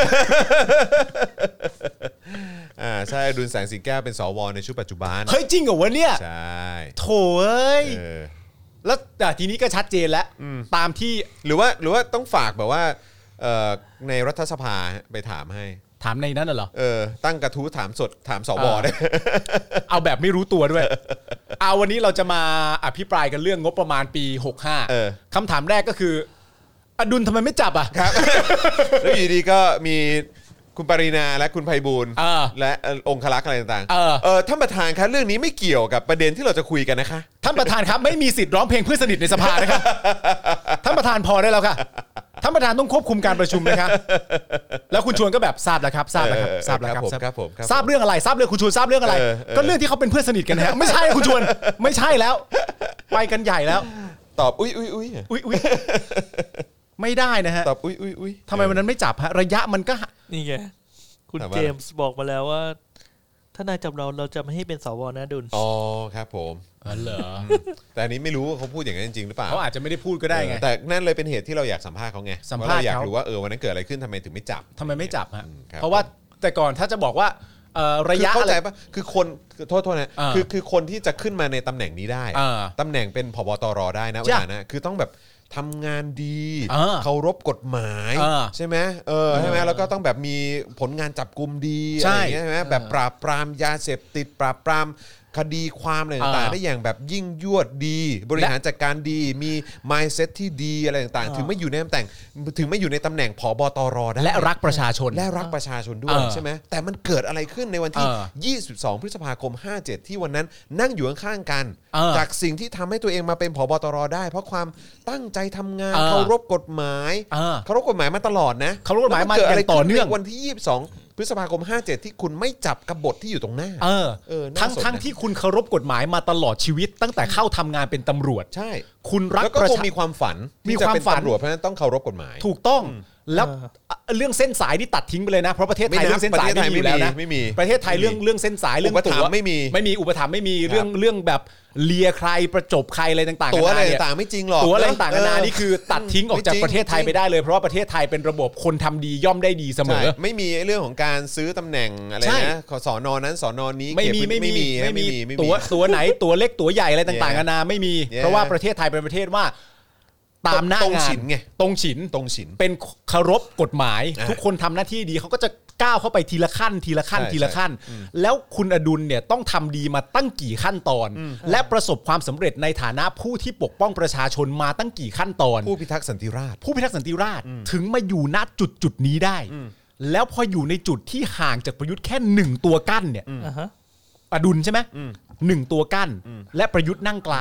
ใช่ดุลแสงสีแก้วเป็นสวในชุดปัจจุบันเฮ้ยจริงเหรอวะเนี่ยใช่โถเอ้ยแล้วทีนี้ก็ชัดเจนแล้วตามที่หรือว่าต้องฝากแบบว่าในรัฐสภาไปถามให้ถามในนั้นเหรอตั้งกระทู้ถามสดถามสวได้เอาแบบไม่รู้ตัวด้วยเอาวันนี้เราจะมาอภิปรายกันเรื่องงบประมาณปี65คำถามแรกก็คืออดุลทำไมไม่จับอ่ะครับแล้วอยู่ดีก็มีคุณปรินาและคุณไพบูลย์และองครักษ์อะไรต่างๆท่านประธานครับเรื่องนี้ไม่เกี่ยวกับประเด็นที่เราจะคุยกันนะคะท่านประธานครับไม่มีสิทธิ์ร้องเพลงเพื่อนสนิทในสภานะครับท่านประธานพอได้แล้วค่ะท่านประธานต้องควบคุมการประชุมนะครับแล้วคุณชวนก็แบบทราบแล้วครับทราบแล้วครับทราบแล้วครับทราบเรื่องอะไรทราบเรื่องคุณชวนทราบเรื่องอะไรก็เรื่องที่เขาเป็นเพื่อนสนิทกันนะฮะไม่ใช่คุณชวนไม่ใช่แล้วไปกันใหญ่แล้วตอบอุ้ยไม่ได้นะฮะตอบอุ้ยทำไมวันนั้นไม่จับฮะระยะมันก็นี่ไงคุณเจมส์บอกมาแล้วว่าถ้านายจับเราจะไม่ให้เป็นสวนะดุลอ๋อครับผมเหรอแต่อันนี้ไม่รู้ว่าเขาพูดอย่างนั้นจริงหรือเปล่าเขาอาจจะไม่ได้พูดก็ได้ไงแต่นั่นเลยเป็นเหตุที่เราอยากสัมภาษณ์เขาไงเราอยากรู้ว่าวันนั้นเกิดอะไรขึ้นทำไมถึงไม่จับทำไมไม่จับฮะเพราะว่าแต่ก่อนถ้าจะบอกว่าระยะเข้าใจป่ะคือคนโทษนะคือคนที่จะขึ้นมาในตำแหน่งนี้ได้ตำแหน่งเป็นผบตรได้นะเวลานะคือต้องแบบทำงานดีเคารพกฎหมายใช่ไหมใช่ไหมแล้วก็ต้องแบบมีผลงานจับกุมดีอะไรอย่างเงี้ยใช่ไหมแบบปราบปรามยาเสพติดปราบปรามคดีความอะไรต่างๆได้อย่างแบบยิ่งยวดดีบริหารจัดการดีมี mindset ที่ดีอะไรต่างๆถึงไม่อยู่ในตำแหน่งผบตรได้และรักประชาชนด้วยใช่ไหมแต่มันเกิดอะไรขึ้นในวันที่22พฤษภาคม57ที่วันนั้นนั่งอยู่ข้างๆกันจากสิ่งที่ทำให้ตัวเองมาเป็นผบตรได้เพราะความตั้งใจทำงานเคารพกฎหมายมาตลอดนะเคารพกฎหมายมาอย่างต่อเนื่องวันที่22พฤษภาคม57ที่คุณไม่จับกบฏที่อยู่ตรงหน้าทั้งที่คุณเคารพกฎหมายมาตลอดชีวิตตั้งแต่เข้าทำงานเป็นตำรวจใช่คุณรักแล้วก็คงมีความฝันที่จะเป็นตำรวจเพราะฉะนั้นต้องเคารพกฎหมายถูกต้องแล้วเรื่องเส้นสายนี่ตัดทิ้งไปเลยนะเพราะประเทศไทยเรื่องเส้นสายไม่มีอยู่แล้วนะประเทศไทยเรื่องเส้นสายเรื่องตั๋วไม่มีอุปถัมภ์ไม่มีเรื่องแบบเลียใครประจบใครอะไรต่างๆตั๋วอะไรต่างๆไม่จริงหรอกตั๋วอะไรต่างๆนานานี่คือตัดทิ้งออกจากประเทศไทยไปได้เลยเพราะว่าประเทศไทยเป็นระบบคนทำดีย่อมได้ดีเสมอไม่มีเรื่องของการซื้อตำแหน่งอะไรนะสนนั้นสนนี้ไม่มีตั๋วไหนตั๋วเล็กตั๋วใหญ่อะไรต่างๆนานาไม่มีเพราะว่าประเทศไทยเป็นประเทศว่าตามหน้างานตรงฉินเป็นเคารพกฎหมายทุกคนทำหน้าที่ดีเขาก็จะก้าวเข้าไปทีละขั้นแล้วคุณอดุลเนี่ยต้องทำดีมาตั้งกี่ขั้นตอนและประสบความสำเร็จในฐานะผู้ที่ปกป้องประชาชนมาตั้งกี่ขั้นตอนผู้พิทักษ์สันติราษฎร์ถึงมาอยู่ณจุดนี้ได้แล้วพออยู่ในจุดที่ห่างจากประยุทธ์แค่1ตัวกั้นเนี่ยอดุลใช่ไหม1ตัวกั้นและประยุทธ์นั่งกลาง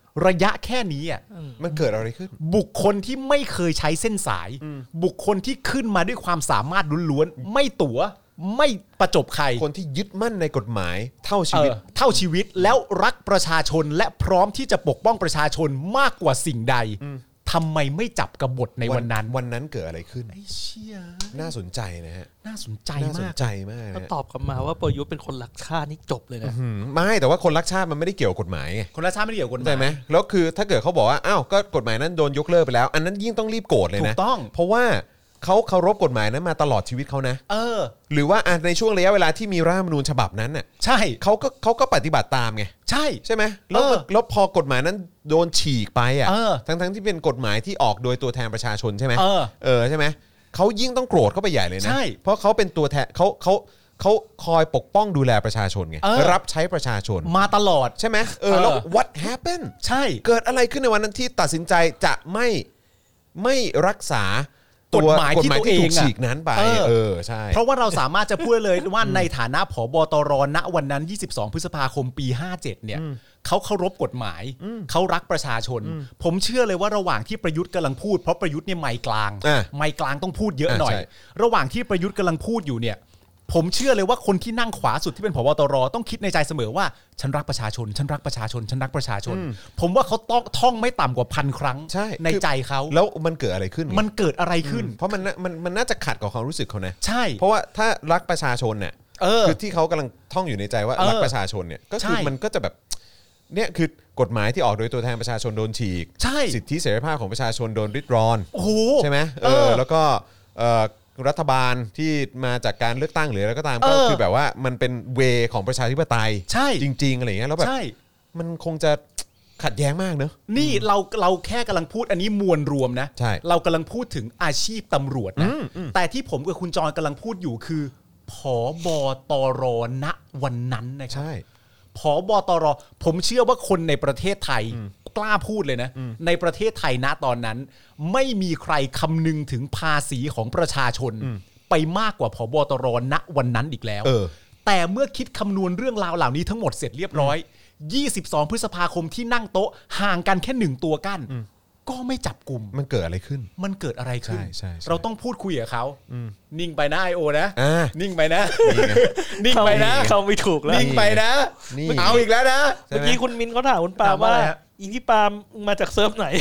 ระยะแค่นี้อ่ะมันเกิดอะไรขึ้นบุคคลที่ไม่เคยใช้เส้นสายบุคคลที่ขึ้นมาด้วยความสามารถล้วนๆไม่ตั๋วไม่ประจบใครคนที่ยึดมั่นในกฎหมายเท่าชีวิตแล้วรักประชาชนและพร้อมที่จะปกป้องประชาชนมากกว่าสิ่งใดทำไมไม่จับกบฏในวันนั้นเกิดอะไรขึ้นไอ้เชี่ยน่าสนใจนะฮะน่าสนใจมากถ้าตอบกลับมาว่าประยุทธ์เป็นคนรักชาตินี่จบเลยนะไม่แต่ว่าคนรักชาติมันไม่ได้เกี่ยวกับกฎหมายไงคนรักชาติไม่ได้เกี่ยวกับกฎหมายใช่ไหมแล้วคือถ้าเกิดเขาบอกว่าอ้าวก็กฎหมายนั้นโดนยกเลิกไปแล้วอันนั้นยิ่งต้องรีบโกรธเลยนะถูกต้องเพราะว่าเขาเคารพกฎหมายนั้นมาตลอดชีวิตเขานะหรือว่าในช่วงระยะเวลาที่มีรัฐธรรมนูญฉบับนั้นน่ะใช่เขาก็ปฏิบัติตามไงใช่ไหมแล้วพอกฎหมายนั้นโดนฉีกไปอ่ะทั้งที่เป็นกฎหมายที่ออกโดยตัวแทนประชาชนใช่ไหมใช่ไหมเขายิ่งต้องโกรธเข้าไปใหญ่เลยนะเพราะเขาเป็นตัวแทนเขาคอยปกป้องดูแลประชาชนไงรับใช้ประชาชนมาตลอดใช่ไหมแล้ว what happened ใช่เกิดอะไรขึ้นในวันนั้นที่ตัดสินใจจะไม่รักษากฎหมายที่ถูกฉีกนั้นไปใช่เพราะว่าเราสามารถจะพูดเลยว่าในฐานะผบตรณวันนั้น22พฤษภาคมปี57เนี่ยเขาเคารพกฎหมายเขารักประชาชนผมเชื่อเลยว่าระหว่างที่ประยุทธ์กำลังพูดเพราะประยุทธ์เนี่ยไมค์กลางต้องพูดเยอะหน่อยระหว่างที่ประยุทธ์กำลังพูดอยู่เนี่ยผมเชื่อเลยว่าคนที่นั่งขวาสุดที่เป็นผบตรต้องคิดในใจเสมอว่าฉันรักประชาชนฉันรักประชาชนฉันรักประชาชนผมว่าเขาต้องท่องไม่ต่ำกว่า1,000 ครั้งในใจเขาแล้วมันเกิดอะไรขึ้นเพราะมันน่าจะขัดกับความรู้สึกเขานะใช่เพราะว่าถ้ารักประชาชนเนี่ยคือที่เขากำลังท่องอยู่ในใจว่ารักประชาชนเนี่ยก็คือมันก็จะแบบเนี่ยคือกฎหมายที่ออกโดยตัวแทนประชาชนโดนฉีกสิทธิเสรีภาพของประชาชนโดนริดรอนใช่ไหมแล้วก็รัฐบาลที่มาจากการเลือกตั้งหรืออะไรก็ตามก็คือแบบว่ามันเป็นเวของประชาธิปไตยจริงๆอะไรอย่างเงี้ยแล้วแบบมันคงจะขัดแย้งมากเนอะนี่เราแค่กำลังพูดอันนี้มวลรวมนะเรากำลังพูดถึงอาชีพตำรวจนะแต่ที่ผมกับคุณจรกำลังพูดอยู่คือผบตรณวันนั้นนะครับผบตรผมเชื่อว่าคนในประเทศไทยกล้าพูดเลยนะในประเทศไทยณตอนนั้นไม่มีใครคำนึงถึงภาษีของประชาชนไปมากกว่าผบตรณวันนั้นอีกแล้วแต่เมื่อคิดคำนวณเรื่องราวเหล่านี้ทั้งหมดเสร็จเรียบร้อย22พฤษภาคมที่นั่งโต๊ะห่างกันแค่1ตัวกั้นก็ไม่จับกลุ่มมันเกิดอะไรขึ้นเราต้องพูดคุยกับเขานิ่งไปนะ IO นะนิ่งไปนะนิ่งไปนะเขาไม่ถูกแล้วนิ่งไปนะเอาอีกแล้วนะเมื่อกี้คุณมินเขาถามคุณปาว่าอีพี่ปามาจากเซิร์ฟไหน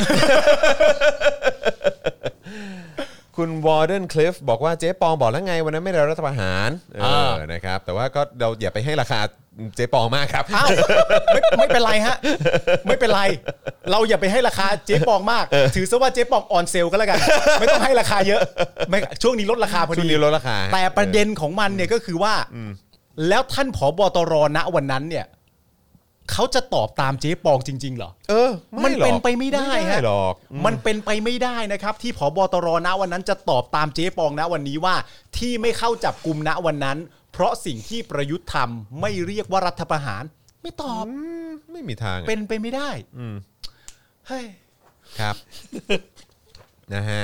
คุณวอร์เดนคลิฟบอกว่าเจ๊ปองบอกแล้วไงวันนั้นไม่ได้รัฐประหารนะครับแต่ว่าก็เราอย่าไปให้ราคาเจ๊ปองมากครับไม่เป็นไรฮะไม่เป็นไรเราอย่าไปให้ราคาเจ๊ปองมากถือซะว่าเจ๊ปองออนเซลก็แล้วกันไม่ต้องให้ราคาเยอะช่วงนี้ลดราคาพอดีช่วงนี้ลดราคาแต่ประเด็นของมันเนี่ยก็คือว่าแล้วท่านผบตรณวันนั้นเนี่ยเขาจะตอบตามเจ๊ปองจริงๆเหรอมันเป็นไปไม่ได้ฮะมันเป็นไปไม่ได้นะครับที่ผบตรณวันนั้นจะตอบตามเจ๊ปองณวันนี้ว่าที่ไม่เข้าจับกุมณวันนั้นเพราะสิ่งที่ประยุทธ์ทำไม่เรียกว่ารัฐประหารไม่ตอบไม่มีทางเป็นไปไม่ได้เฮ้ยครับนะฮะ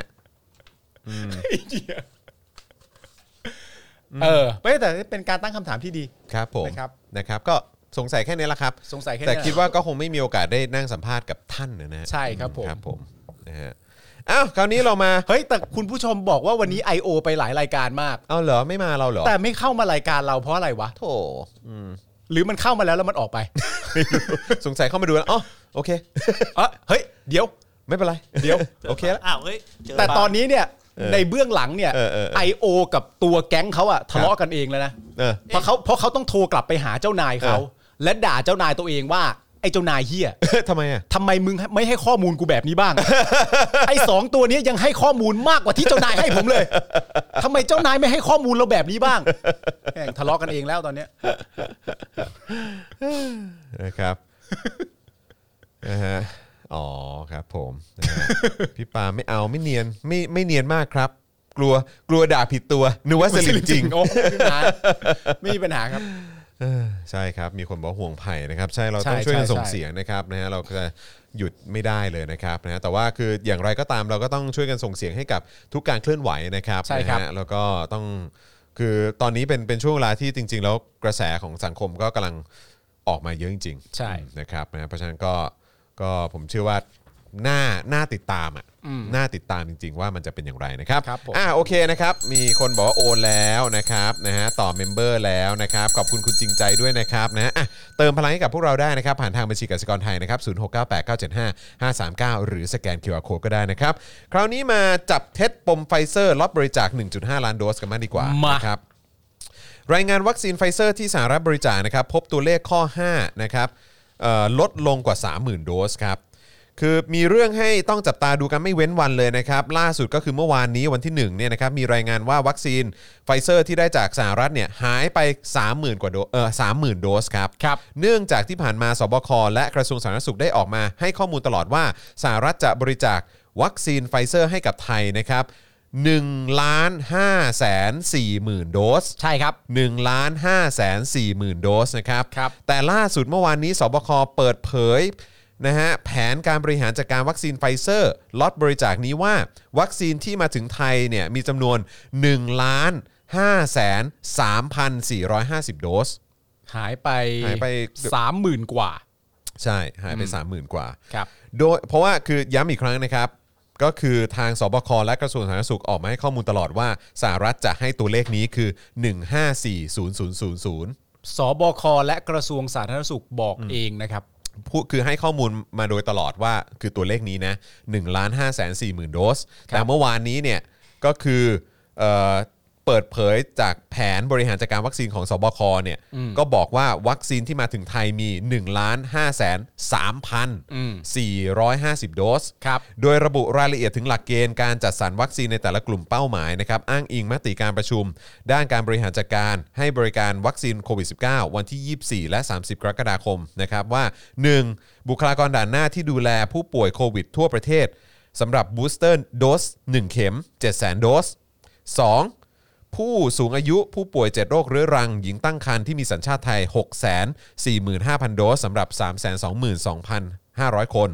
ไม่แต่เป็นการตั้งคำถามที่ดีครับผมนะครับก็สงสัยแค่นี้แหละครับสงสัยแค่แต่คิดว่าก็คงไม่มีโอกาสได้นั่งสัมภาษณ์กับท่านนะฮะใช่ครับผมนะฮะอ้าวคราวนี้เรามาเฮ้ยแต่คุณผู้ชมบอกว่าวันนี้ IO ไปหลายรายการมากเอาเหรอไม่มาเราเหรอแต่ไม่เข้ามารายการเราเพราะอะไรวะโธ่หรือมันเข้ามาแล้วมันออกไปสงสัยเข้ามาดูแล้วอ๋อโอเคเฮ้ยเดี๋ยวไม่เป็นไรเดี๋ยวโอเคแล้วอ้าวเฮ้ยแต่ตอนนี้เนี่ยในเบื้องหลังเนี่ย IO กับตัวแก๊งเขาอะทะเลาะกันเองแล้วนะเพราะเขาต้องโทรกลับไปหาเจ้านายเขาและด่าเจ้านายตัวเองว่าไอ้เจ้านายเหี้ยทำไมอ่ะทำไมมึงไม่ให้ข้อมูลกูแบบนี้บ้าง ไอ้2ตัวนี้ยังให้ข้อมูลมากกว่าที่เจ้านายให้ผมเลยทำไมเจ้านายไม่ให้ข้อมูลเราแบบนี้บ้างแม่งทะเลาะกันเองแล้วตอนเนี้ยนะครับอ๋อครับผมพี่ปาไม่เอาไม่เนียนไม่เนียนมากครับกลัวด่าผิดตัวนึกว่าสลิมจริงไม่มีปัญหาครับใช่ครับมีคนบอกห่วงไผ่นะครับใช่เราต้องช่วยกันส่งเสียงนะครับนะฮะเราจะหยุดไม่ได้เลยนะครับนะฮะแต่ว่าคืออย่างไรก็ตามเราก็ต้องช่วยกันส่งเสียงให้กับทุกการเคลื่อนไหวนะครับนะฮะแล้วก็ต้องคือตอนนี้เป็นช่วงเวลาที่จริงๆแล้วกระแสของสังคมก็กำลังออกมาเยอะจริงๆใช่นะครับนะเพราะฉะนั้นก็ก็ผมเชื่อว่าน่าติดตามน่าติดตามจริงๆว่ามันจะเป็นอย่างไรนะครับโอเคนะครับมีคนบอกว่าโอนแล้วนะครับนะฮะต่อเมมเบอร์แล้วนะครับขอบคุณคุณจริงใจด้วยนะครับนะเติมพลังให้กับพวกเราได้นะครับผ่านทางบัญชีกสิกรไทยนะครับ0698975539หรือสแกน QR Code ก็ได้นะครับคราวนี้มาจับเท็จปมไฟเซอร์ล็อตบริจาค 1.5 ล้านโดสกันมากดีกว่านะครับรายงานวัคซีนไฟเซอร์ที่สหรัฐบริจาคนะครับพบตัวเลขข้อ5นะครับลดลงกว่า 30,000 โดสครับคือมีเรื่องให้ต้องจับตาดูกันไม่เว้นวันเลยนะครับล่าสุดก็คือเมื่อวานนี้วันที่1เนี่ยนะครับมีรายงานว่าวัคซีนไฟเซอร์ที่ได้จากสหรัฐเนี่ยหายไป 30,000 กว่า30,000 โดสครับเนื่องจากที่ผ่านมาสบคและกระทรวงสาธารณสุขได้ออกมาให้ข้อมูลตลอดว่าสหรัฐจะบริจาควัคซีนไฟเซอร์ให้กับไทยนะครับ1,540,000 โดสใช่ครับ1,540,000 โดสนะครับแต่ล่าสุดเมื่อวานนี้สบคเปิดเผยนะฮะแผนการบริหารจัดการวัคซีนไฟเซอร์ล็อตบริจาคนี้ว่าวัคซีนที่มาถึงไทยเนี่ยมีจำนวน 1,503,450 โดสหายไป 30,000 กว่าใช่หายไป 30,000 กว่าโดยเพราะว่าคือย้ำอีกครั้งนะครับก็คือทางสบคและกระทรวงสาธารณสุขออกมาให้ข้อมูลตลอดว่าสหรัฐจะให้ตัวเลขนี้คือ154,000,000สบคและกระทรวงสาธารณสุขบอกเองนะครับคือให้ข้อมูลมาโดยตลอดว่าคือตัวเลขนี้นะ 1,540,000 โดสแต่เมื่อวานนี้เนี่ยก็คือเปิดเผยจากแผนบริหารจัดการวัคซีนของสบคเนี่ยก็บอกว่าวัคซีนที่มาถึงไทยมี 1,503,450 โดสโดยระบุรายละเอียดถึงหลักเกณฑ์การจัดสรรวัคซีนในแต่ละกลุ่มเป้าหมายนะครับอ้างอิงมติการประชุมด้านการบริหารจัดการให้บริการวัคซีนโควิด -19 วันที่24และ30กรกฎาคมนะครับว่า 1. บุคลากรด่านหน้าที่ดูแลผู้ป่วยโควิดทั่วประเทศสำหรับบูสเตอร์โดส1เข็ม 700,000 โดส 2. ผู้สูงอายุผู้ป่วย7โรคเรื้อรังหญิงตั้งครรภ์ที่มีสัญชาติไทย 645,000 โดสสำหรับ 322,500 คน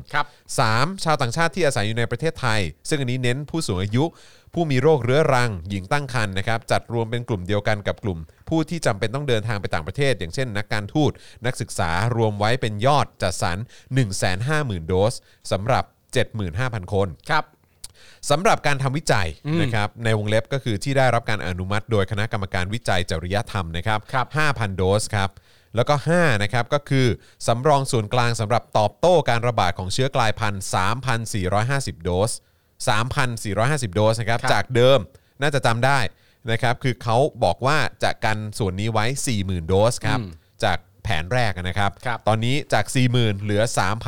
3. ชาวต่างชาติที่อาศัยอยู่ในประเทศไทยซึ่งอันนี้เน้นผู้สูงอายุผู้มีโรคเรื้อรังหญิงตั้งครรภ์นะครับจัดรวมเป็นกลุ่มเดียวกันกับกลุ่มผู้ที่จำเป็นต้องเดินทางไปต่างประเทศอย่างเช่นนักการทูตนักศึกษารวมไว้เป็นยอดจัดสรร 150,000 โดสสำหรับ 75,000 คนสำหรับการทำวิจัยนะครับในวงเล็บก็คือที่ได้รับการอนุมัติโดยคณะกรรมการวิจัยจริยธรรมนะครับ 5,000 โดสครับแล้วก็5นะครับก็คือสำรองส่วนกลางสำหรับตอบโต้การระบาดของเชื้อกลายพันธุ์ 3,450 โดส 3,450 โดสนะครับจากเดิมน่าจะจำได้นะครับคือเขาบอกว่าจะกันส่วนนี้ไว้ 40,000 โดสครับจากแผนแรกนะครับตอนนี้จาก 40,000 เหลือ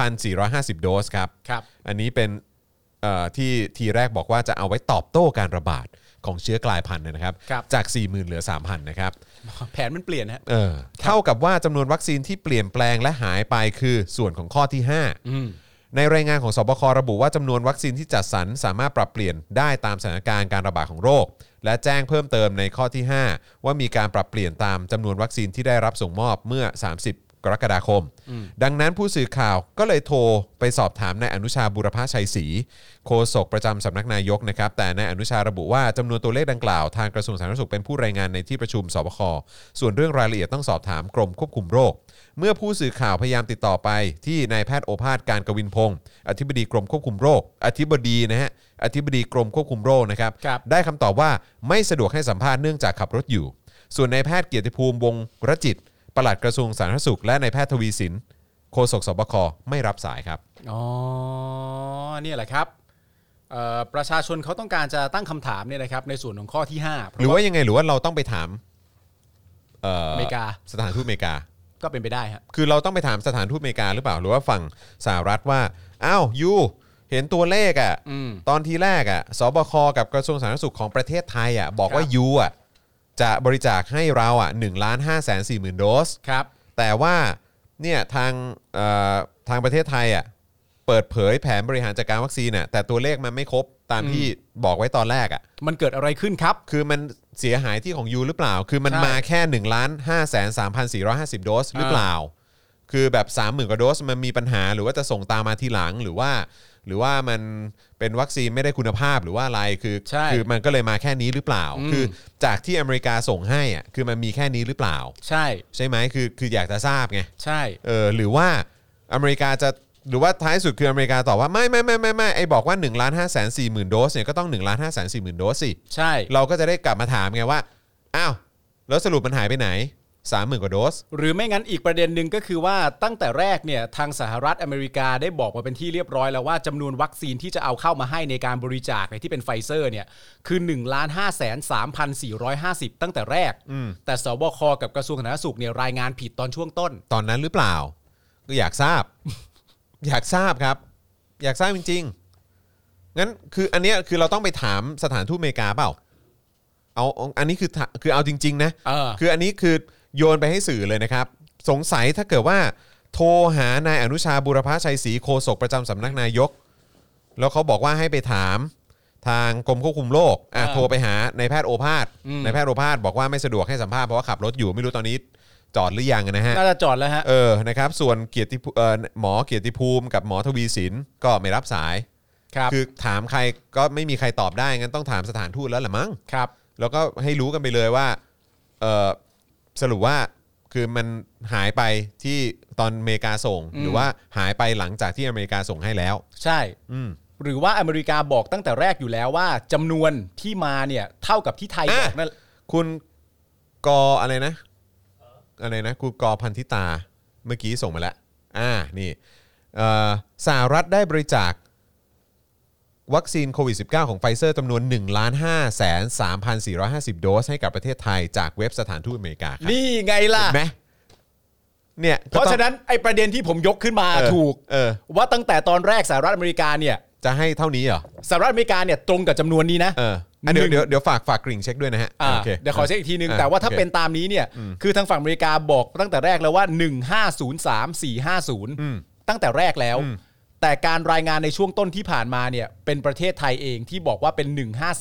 3,450 โดสครับอันนี้เป็นที่ทีแรกบอกว่าจะเอาไว้ตอบโต้การระบาดของเชื้อกลายพันธุ์นะครับจาก 40,000 เหลือ 3,000 นะครับแผนมันเปลี่ยนฮะเท่ากับว่าจำนวนวัคซีนที่เปลี่ยนแปลงและหายไปคือส่วนของข้อที่ 5ในรายงานของสบคระบุว่าจำนวนวัคซีนที่จัดสรรสามารถปรับเปลี่ยนได้ตามสถานการณ์การระบาดของโรคและแจ้งเพิ่มเติมในข้อที่ 5ว่ามีการปรับเปลี่ยนตามจำนวนวัคซีนที่ได้รับส่งมอบเมื่อ 30กรกฎาคมดังนั้นผู้สื่อข่าวก็เลยโทรไปสอบถามนายอนุชาบุรพชัยศรีโฆษกประจำสำนักนายกนะครับแต่นายอนุชาระบุว่าจำนวนตัวเลขดังกล่าวทางกระทรวงสาธารณสุขเป็นผู้รายงานในที่ประชุมสบคส่วนเรื่องรายละเอียดต้องสอบถามกรมควบคุมโรคเมื่อผู้สื่อข่าวพยายามติดต่อไปที่นายแพทย์โอภาสการกวินพงศ์อธิบดีกรมควบคุมโรคอธิบดีกรมควบคุมโรคนะครับได้คำตอบว่าไม่สะดวกให้สัมภาษณ์เนื่องจากขับรถอยู่ส่วนนายแพทย์เกียรติภูมิวงศ์รจิตปลัดกระทรวงสาธารณสุขและนายแพทย์ทวีสินโฆษกสบคไม่รับสายครับนี่แหละครับประชาชนเขาต้องการจะตั้งคำถามเนี่ยนะครับในส่วนของข้อที่5 หรือว่ายังไงหรือว่าเราต้องไปถามอเมริกาสถานทูตอเมริกาก็เป็นไปได้ครับคือเราต้องไปถามสถานทูตอเมริกาหรือเปล่าหรือว่าฝั่งสหรัฐว่าอ้าวยูเห็นตัวเลขอ่ะตอนทีแรกอ่ะสบคกับกระทรวงสาธารณสุขของประเทศไทยอ่ะบอกว่ายูอ่ะจะบริจาคให้เราอ่ะ 1,540,000 โดสครับแต่ว่าเนี่ยทางประเทศไทยอ่ะเปิดเผยแผนบริหารจัดการวัคซีนน่ะแต่ตัวเลขมันไม่ครบตามที่บอกไว้ตอนแรกอ่ะมันเกิดอะไรขึ้นครับคือมันเสียหายที่ของยูหรือเปล่าคือมันมาแค่ 1,503,450 โดสหรือเปล่าคือแบบ 30,000 กว่าโดสมันมีปัญหาหรือว่าจะส่งตามมาทีหลังหรือว่ามันเป็นวัคซีนไม่ได้คุณภาพหรือว่าอะไรคือมันก็เลยมาแค่นี้หรือเปล่าคือจากที่อเมริกาส่งให้อ่ะคือมันมีแค่นี้หรือเปล่าใช่ไหมคืออยากจะทราบไงใช่หรือว่าอเมริกาจะหรือว่าท้ายสุดคืออเมริกาตอบว่าไม่ไอ้บอกว่า 1,540,000 โดสเนี่ยก็ต้อง 1,540,000 โดสสิใช่เราก็จะได้กลับมาถามไงว่าอ้าวแล้วสรุปมันหายไปไหน 30,000 กว่าโดสหรือไม่งั้นอีกประเด็นหนึ่งก็คือว่าตั้งแต่แรกเนี่ยทางสหรัฐอเมริกาได้บอกมาเป็นที่เรียบร้อยแล้วว่าจำนวนวัคซีนที่จะเอาเข้ามาให้ในการบริจาคที่เป็นไฟเซอร์เนี่ยคือ 1,503,450 ตั้งแต่แรกแต่สบคกับกระทรวงสาธารณสุขเนี่ยรายงานผิดตอนช่วงต้นตอนนั้นหรือเปล่าก็อยากทราบ อยากทราบครับอยากทราบจริงๆงั้นคืออันเนี้ยคือเราต้องไปถามสถานทูตอเมริกาเปล่าเอาอันนี้คือเอาจริงๆนะคืออันนี้คือโยนไปให้สื่อเลยนะครับสงสัยถ้าเกิดว่าโทรหานายอนุชาบูรพชัยศรีโฆษกประจำสำนักนายกแล้วเขาบอกว่าให้ไปถามทางกรมควบคุมโรคโทรไปหานายแพทย์โอภาสนายแพทย์โอภาสบอกว่าไม่สะดวกให้สัมภาษณ์เพราะว่าขับรถอยู่ไม่รู้ตอนนี้จอดหรือยังนะฮะน่าจะจอดแล้วฮะนะครับส่วนหมอเกียรติภูมิกับหมอทวีสินก็ไม่รับสายคือถามใครก็ไม่มีใครตอบได้งั้นต้องถามสถานทูตแล้วแหละมั้งครับแล้วก็ให้รู้กันไปเลยว่าสรุปว่าคือมันหายไปที่ตอนอเมริกาส่งหรือว่าหายไปหลังจากที่อเมริกาส่งให้แล้วใช่หรือว่าอเมริกาบอกตั้งแต่แรกอยู่แล้วว่าจำนวนที่มาเนี่ยเท่ากับที่ไทยบอกนั่นคุณกอะไรนะคุณกพันธิตาเมื่อกี้ส่งมาแล้วนี่สหรัฐได้บริจาควัคซีนโควิด -19 ของไฟเซอร์จำนวน 1,503,450 โดสให้กับประเทศไทยจากเว็บสถานทูตอเมริกาครับนี่ไงล่ะเห็นไหมเนี่ยเพราะฉะนั้นไอ้ประเด็นที่ผมยกขึ้นมาถูกว่าตั้งแต่ตอนแรกสหรัฐอเมริกาเนี่ยจะให้เท่านี้เหรอสหรัฐอเมริกาเนี่ยตรงกับจำนวนนี้นะเดี๋ยวฝากกริ่งเช็คด้วยนะฮะเดี๋ยวขอเช็คอีกทีนึงแต่ว่าถ้าเป็นตามนี้เนี่ยคือทางฝั่งอเมริกาบอกตั้งแต่แรกแล้วว่า 1,503,450 ตั้งแต่แรกแล้วแต่การรายงานในช่วงต้นที่ผ่านมาเนี่ยเป็นประเทศไทยเองที่บอกว่าเป็น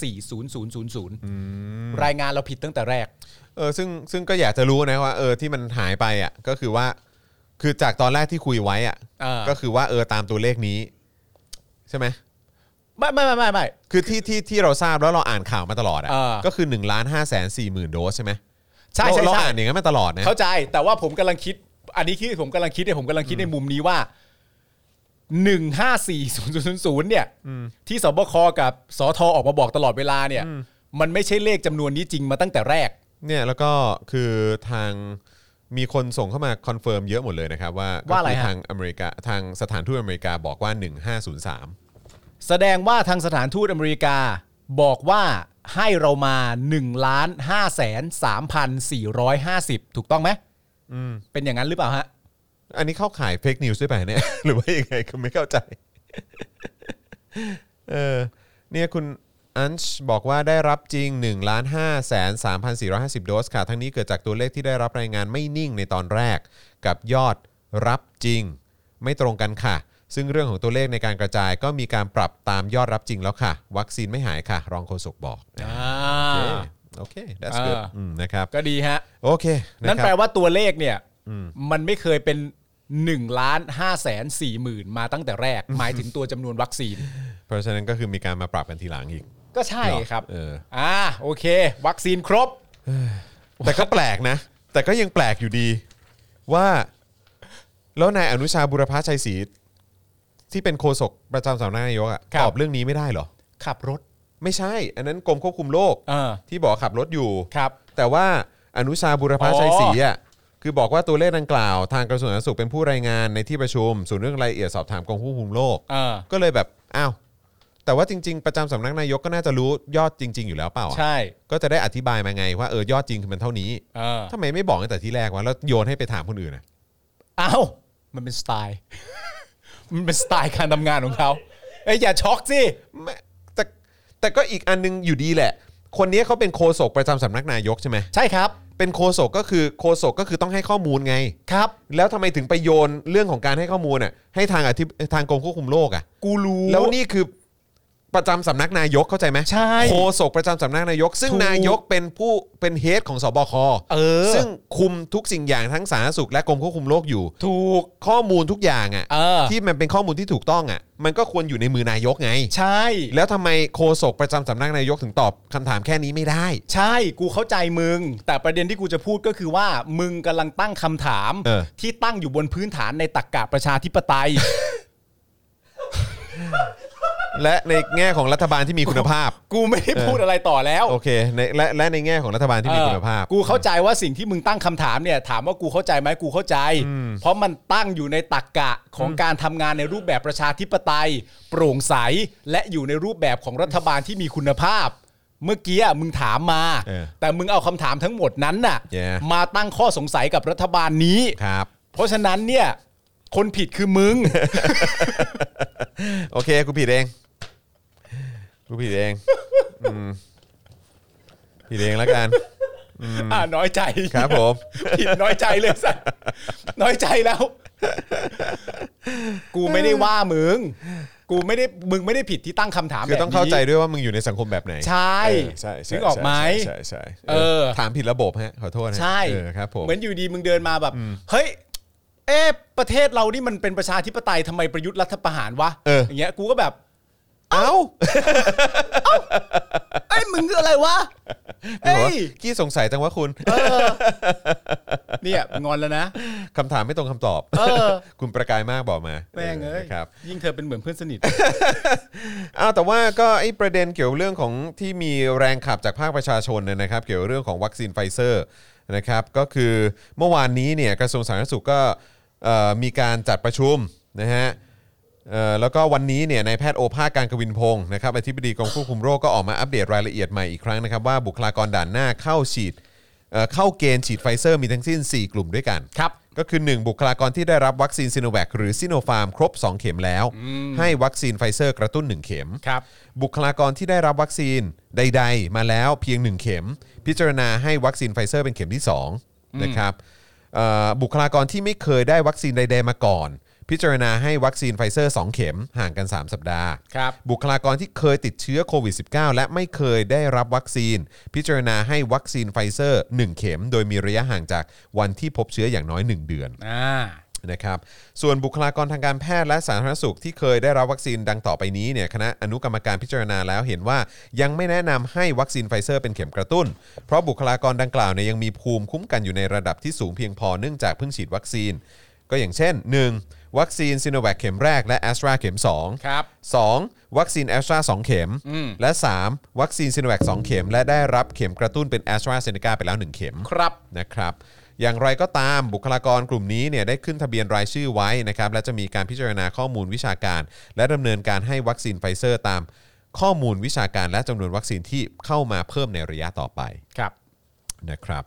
154,000 รายงานเราผิดตั้งแต่แรกซึ่งก็อยากจะรู้นะว่าที่มันหายไปก็คือว่าคือจากตอนแรกที่คุยไว้ก็คือว่าตามตัวเลขนี้ใช่ไหมไม่คือที่เราทราบแล้วเราอ่านข่าวมาตลอดก็คือ 1,540,000 โดสใช่ไหมใช่เราอ่านอย่างนั้นมาตลอดนะเข้าใจแต่ว่าผมกำลังคิดอันนี้ที่ผมกำลังคิดในมุมนี้ว่า154,000เนี่ยที่สบคกับสทออกมาบอกตลอดเวลาเนี่ยมันไม่ใช่เลขจำนวนนี้จริงมาตั้งแต่แรกเนี่ยแล้วก็คือทางมีคนส่งเข้ามาคอนเฟิร์มเยอะหมดเลยนะครับว่าอะไรทางอเมริกาทางสถานทูตอเมริกาบอกว่า1503 แสดงว่าทางสถานทูตอเมริกาบอกว่าให้เรามา 1,503,450 ถูกต้องไหมเป็นอย่างนั้นหรือเปล่าฮะอันนี้เข้าข่ายเฟกนิวส์ด้วยป่ะเนี่ยหรือว่ายังไงก็ไม่เข้าใจเนี่ยคุณอันช์บอกว่าได้รับจริง 1,503,450 โดสค่ะทั้งนี้เกิดจากตัวเลขที่ได้รับรายงานไม่นิ่งในตอนแรกกับยอดรับจริงไม่ตรงกันค่ะซึ่งเรื่องของตัวเลขในการกระจายก็มีการปรับตามยอดรับจริงแล้วค่ะวัคซีนไม่หายค่ะรองโฆษกบอกโอเค that's good นะครับก็ดีฮะโอเคนั่นแปลว่าตัวเลขเนี่ยมันไม่เคยเป็น1,540,000มาตั้งแต่แรกหมายถึงตัวจำนวนวัคซีนเพราะฉะนั้นก็คือมีการมาปรับกันทีหลังอีกก็ใช่ครับโอเควัคซีนครบแต่ก็แปลกนะแต่ก็ยังแปลกอยู่ดีว่าแล้วนายอนุชาบุรพชัยศรีที่เป็นโฆษกประจำสำนักนายกตอบเรื่องนี้ไม่ได้เหรอขับรถไม่ใช่อันนั้นกรมควบคุมโรคที่บอกขับรถอยู่ครับแต่ว่าอนุชาบุรพชัยศรีคือบอกว่าตัวเลขดังกล่าวทางกระทรวงสาธารณสุขเป็นผู้รายงานในที่ประชุมส่วนเรื่องรายละเอียดสอบถามกรมควบคุมโรคก็เลยแบบอ้าวแต่ว่าจริงๆประจำสำนักนายกก็น่าจะรู้ยอดจริงๆอยู่แล้วเปล่าใช่ก็จะได้อธิบายมาไงว่ายอดจริงคือมันเท่านี้ทำไมไม่บอกตั้งแต่ที่แรกวะแล้วโยนให้ไปถามคนอื่นอ้าวมันเป็นสไตล์มันเป็นสไตล์การทำงานของเขาอย่าช็อกสิแต่ก็อีกอันนึงอยู่ดีแหละคนนี้เขาเป็นโฆษกประจำสำนักนายกใช่ไหมใช่ครับเป็นโฆษกก็คือต้องให้ข้อมูลไงครับแล้วทำไมถึงไปโยนเรื่องของการให้ข้อมูลให้ทางกรมควบคุมโรคกูรู้แล้วนี่คือประจำสำนักนายกเข้าใจไหมใช่โฆษกประจำสำนักนายกซึ่งนายกเป็นเฮดของสบคซึ่งคุมทุกสิ่งอย่างทั้งสาธารณสุขและกรมควบคุมโรคอยู่ถูกข้อมูลทุกอย่างที่มันเป็นข้อมูลที่ถูกต้องมันก็ควรอยู่ในมือนายกไงใช่แล้วทำไมโฆษกประจำสำนักนายกถึงตอบคำถามแค่นี้ไม่ได้ใช่กูเข้าใจมึงแต่ประเด็นที่กูจะพูดก็คือว่ามึงกำลังตั้งคำถามที่ตั้งอยู่บนพื้นฐานในตรรกะประชาธิปไตยและในแง่ของรัฐบาลที่มีคุณภาพกูไม่ได้พูดอะไรต่อแล้วโอเคและในแง่ของรัฐบาลที่มีคุณภาพกูเข้าใจว่าสิ่งที่มึงตั้งคำถามเนี่ยถามว่ากูเข้าใจไหมกูเข้าใจเพราะมันตั้งอยู่ในตรรกะของการทำงานในรูปแบบประชาธิปไตยโปร่งใสและอยู่ในรูปแบบของรัฐบาลที่มีคุณภาพเมื่อกี้มึงถามมาแต่มึงเอาคำถามทั้งหมดนั้นน่ะมาตั้งข้อสงสัยกับรัฐบาลนี้เพราะฉะนั้นเนี่ยคนผิดคือมึงโอเคกูผิดเองผิดเองแล้วกันน้อยใจครับผมผิดน้อยใจเลยสัสน้อยใจแล้วกูไม่ได้ว่ามึงไม่ได้ผิดที่ตั้งคำถามแบบนี้คือต้องเข้าใจด้วยว่ามึงอยู่ในสังคมแบบไหนใช่นึกออกไหมใช่ถามผิดระบบฮะขอโทษนะใช่ครับผมเหมือนอยู่ดีมึงเดินมาแบบเฮ้ยประเทศเรานี่มันเป็นประชาธิปไตยทำไมประยุทธ์รัฐประหารวะอย่างเงี้ยกูก็แบบเอ้ามึงคืออะไรวะกี้สงสัยจังว่าคุณเนี่ยงอนแล้วนะคำถามไม่ตรงคำตอบคุณประกายมากบอกมาแม่งครับยิ่งเธอเป็นเหมือนเพื่อนสนิทแต่ว่าก็ไอ้ประเด็นเกี่ยวเรื่องของที่มีแรงขับจากภาคประชาชนเนี่ยนะครับเกี่ยวเรื่องของวัคซีนไฟเซอร์นะครับก็คือเมื่อวานนี้เนี่ยกระทรวงสาธารณสุขก็มีการจัดประชุมนะฮะแล้วก็วันนี้เนี่ยนายแพทย์โอภาสการกวินพงศ์นะครับอธิบดีกรมควบคุมโรคก็ออกมาอัปเดตรายละเอียดใหม่อีกครั้งนะครับว่าบุคลากรด่านหน้าเข้าเกณฑ์ฉีดไฟเซอร์มีทั้งสิ้น4กลุ่มด้วยกันครับก็คือ1บุคลากรที่ได้รับวัคซีนซิโนแวคหรือซิโนฟาร์มครบ2เข็มแล้วให้วัคซีนไฟเซอร์กระตุ้น1เข็มครับบุคลากรที่ได้รับวัคซีนใดๆมาแล้วเพียง1เข็มพิจารณาให้วัคซีนไฟเซอร์เป็นเข็มที่2นะครับบุคลากรที่ไม่เคยได้วัคซีนใดๆมาก่อนพิจารณาให้วัคซีนไฟเซอร์2เข็มห่างกัน3สัปดาห์บุคลากรที่เคยติดเชื้อโควิด -19 และไม่เคยได้รับวัคซีนพิจารณาให้วัคซีนไฟเซอร์1เข็มโดยมีระยะห่างจากวันที่พบเชื้ออย่างน้อย1เดือนนะครับส่วนบุคลากรทางการแพทย์และสาธารณสุขที่เคยได้รับวัคซีนดังต่อไปนี้เนี่ยคณะอนุกรรมการพิจารณาแล้วเห็นว่ายังไม่แนะนำให้วัคซีนไฟเซอร์เป็นเข็มกระตุ้นเพราะบุคลากรดังกล่าวเนี่ยยังมีภูมิคุ้มกันอยู่ในระดับที่สูงเพียงพอเนื่องจากเพิ่งฉีดวัคซีนก็อย่างเช่น 1. วัคซีนซิโนแวคเข็มแรกและแอสตราเข็ม2 ครับ 2. วัคซีนแอสตรา2เข็มและ 3. วัคซีนซิโนแวค2เข็มและได้รับเข็มกระตุ้นเป็นแอสตราเซเนกาไปแล้ว1เข็มครับนะครับอย่างไรก็ตามบุคลากรกลุ่มนี้เนี่ยได้ขึ้นทะเบียนรายชื่อไว้นะครับและจะมีการพิจารณาข้อมูลวิชาการและดำเนินการให้วัคซีนไฟเซอร์ตามข้อมูลวิชาการและจำนวนวัคซีนที่เข้ามาเพิ่มในระยะต่อไปครับนะครับ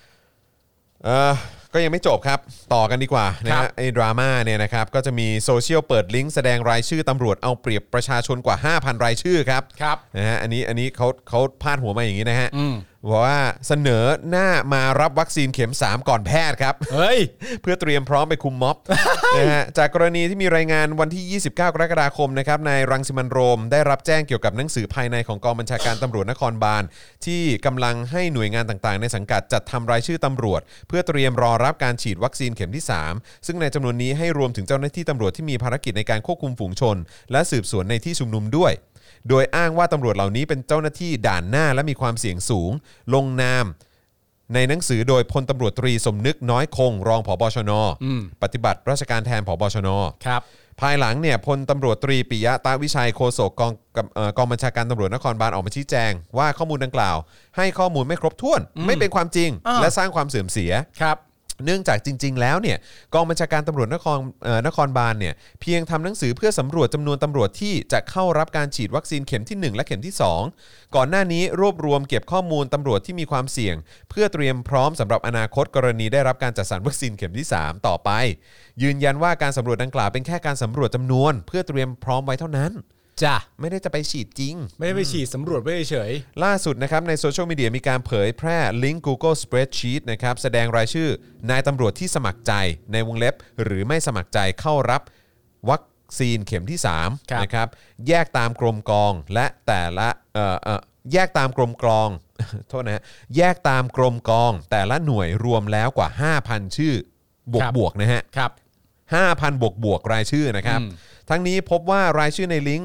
ก็ยังไม่จบครับต่อกันดีกว่านะฮะไอ้ดราม่าเนี่ยนะครับก็จะมีโซเชียลเปิดลิงก์แสดงรายชื่อตำรวจเอาเปรียบประชาชนกว่า 5,000 รายชื่อครับนะฮะอันนี้เขาพาดหัวมาอย่างนี้นะฮะบอกว่าเสนอหน้ามารับวัคซีนเข็ม3ก่อนแพทย์ครับเฮ้ยเพื่อเตรียมพร้อมไปคุมม็อบนะฮะจากกรณีที่มีรายงานวันที่29กรกฎาคมนะครับนายรังสิมันต์โรมได้รับแจ้งเกี่ยวกับหนังสือภายในของกองบัญชาการตำรวจนครบาลที่กำลังให้หน่วยงานต่างๆในสังกัดจัดทำรายชื่อตำรวจเพื่อเตรียมรอรับการฉีดวัคซีนเข็มที่3ซึ่งในจำนวนนี้ให้รวมถึงเจ้าหน้าที่ตำรวจที่มีภารกิจในการควบคุมฝูงชนและสืบสวนในที่ชุมนุมด้วยโดยอ้างว่าตำรวจเหล่านี้เป็นเจ้าหน้าที่ด่านหน้าและมีความเสี่ยงสูงลงนามในหนังสือโดยพลตำรวจตรีสมนึกน้อยคงรองผบชน.ปฏิบัติราชการแทนผบชน.ภายหลังเนี่ยพลตำรวจตรีปิยะตาวิชัยโฆษกกองบัญชาการตำรวจนครบาลออกมาชี้แจงว่าข้อมูลดังกล่าวให้ข้อมูลไม่ครบถ้วนไม่เป็นความจริงและสร้างความเสื่อมเสียเนื่องจากจริงๆแล้วเนี่ยกองบัญชาการตำรวจนครบาลเนี่ยเพียงทำหนังสือเพื่อสำรวจจำนวนตำรวจที่จะเข้ารับการฉีดวัคซีนเข็มที่1และเข็มที่2ก่อนหน้านี้รวบรวมเก็บข้อมูลตำรวจที่มีความเสี่ยงเพื่อเตรียมพร้อมสำหรับอนาคตกรณีได้รับการจัดสรรวัคซีนเข็มที่3ต่อไปยืนยันว่าการสำรวจดังกล่าวเป็นแค่การสำรวจจำนวนเพื่อเตรียมพร้อมไว้เท่านั้นจ้ะไม่ได้จะไปฉีดจริงไม่ได้ไปฉีดสำรวจไม่เฉยล่าสุดนะครับในโซเชียลมีเดียมีการเผยแพร่ลิงก์ Google Spreadsheet นะครับแสดงรายชื่อนายตำรวจที่สมัครใจในวงเล็บหรือไม่สมัครใจเข้ารับวัคซีนเข็มที่3นะครับแยกตามกรมกองและแต่ละแยกตามกรมกองโทษนะแยกตามกรมกองแต่ละหน่วยรวมแล้วกว่า 5,000 ชื่อบวกนะฮะ5,000 บวกรายชื่อนะครับทั้งนี้พบว่ารายชื่อในลิงก์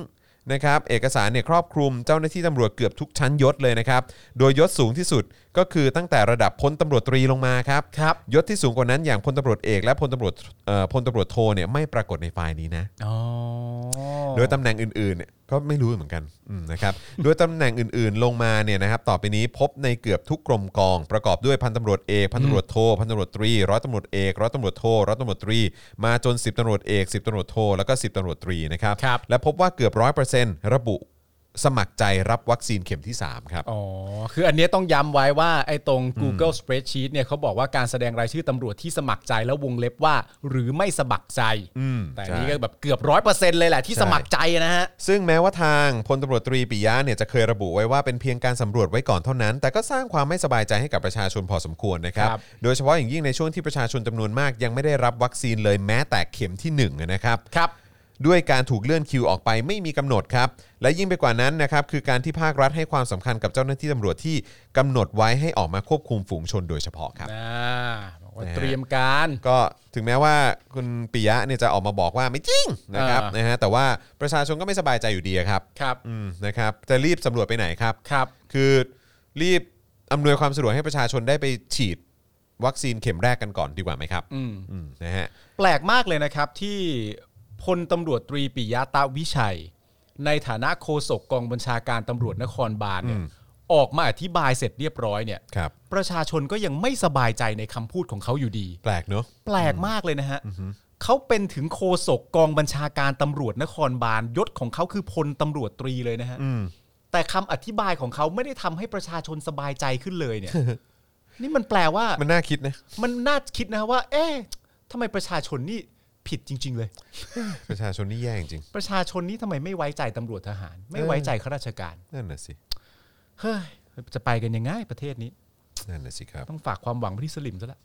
นะครับเอกสารเนี่ยครอบคลุมเจ้าหน้าที่ตำรวจเกือบทุกชั้นยศเลยนะครับโดยยศสูงที่สุดก็คือตั้งแต่ระดับพลตำรวจตรีลงมาครับยศที่สูงกว่านั้นอย่างพลตำรวจเอกและพลตำรวจโทเนี่ยไม่ปรากฏในไฟล์นี้นะโดยตำแหน่งอื่นๆเนี่ยก็ไม่รู้เหมือนกันนะครับโดยตำแหน่งอื่นๆลงมาเนี่ยนะครับต่อไปนี้พบในเกือบทุกกรมกองประกอบด้วยพันตำรวจเอกพันตำรวจโทพันตำรวจตรีร้อยตำรวจเอกร้อยตำรวจโทร้อยตำรวจตรีมาจน10ตำรวจเอก10ตำรวจโทแล้วก็10ตำรวจตรีนะครับและพบว่าเกือบ 100% ระบุสมัครใจรับวัคซีนเข็มที่3ครับอ๋อคืออันนี้ต้องย้ำไว้ว่าไอ้ตรง Google Spreadsheet เนี่ยเขาบอกว่าการแสดงรายชื่อตำรวจที่สมัครใจแล้ววงเล็บว่าหรือไม่สมัครใจแต่นี่ก็แบบเกือบ 100% เลยแหละที่สมัครใจนะฮะซึ่งแม้ว่าทางพลตำรวจตรีปิยะเนี่ยจะเคยระบุไว้ว่าเป็นเพียงการสำรวจไว้ก่อนเท่านั้นแต่ก็สร้างความไม่สบายใจให้กับประชาชนพอสมควรนะครับโดยเฉพาะอย่างยิ่งในช่วงที่ประชาชนจำนวนมากยังไม่ได้รับวัคซีนเลยแม้แต่เข็มที่1นะครับด้วยการถูกเลื่อนคิวออกไปไม่มีกำหนดครับและยิ่งไปกว่านั้นนะครับคือการที่ภาครัฐให้ความสำคัญกับเจ้าหน้าที่ตำรวจที่กำหนดไว้ให้ออกมาควบคุมฝูงชนโดยเฉพาะครับเตรียมการก็ถึงแม้ว่าคุณปิยะเนี่ยจะออกมาบอกว่าไม่จริงนะครับนะฮะแต่ว่าประชาชนก็ไม่สบายใจอยู่ดีครับนะครับจะรีบสำรวจไปไหนครับคือรีบอำนวยความสะดวกให้ประชาชนได้ไปฉีดวัคซีนเข็มแรกกันก่อนดีกว่าไหมครับนะฮะแปลกมากเลยนะครับที่พลตำรวจตรีปิยะตะวิชัยในฐานะโฆษกกองบัญชาการตำรวจนครบาลเนี่ยออกมาอธิบายเสร็จเรียบร้อยเนี่ยประชาชนก็ยังไม่สบายใจในคำพูดของเขาอยู่ดีแปลกเนอะแปลกมากเลยนะฮะเขาเป็นถึงโฆษกกองบัญชาการตำรวจนครบาลยศของเขาคือพลตำรวจตรีเลยนะฮะแต่คำอธิบายของเขาไม่ได้ทำให้ประชาชนสบายใจขึ้นเลยเนี่ย นี่มันแปลว่ามันน่าคิดนะมันน่าคิดนะว่าทำไมประชาชนนี่ผิดจริงๆเลยประชาชนนี่แย่จริงประชาชนนี่ทำไมไม่ไว้ใจตำรวจทหารไม่ไว้ใจข้าราชการนั่นน่ะสิเฮ้ยจะไปกันยังไงประเทศนี้นั่นน่ะสิครับต้องฝากความหวังไปที่สลิมซะละ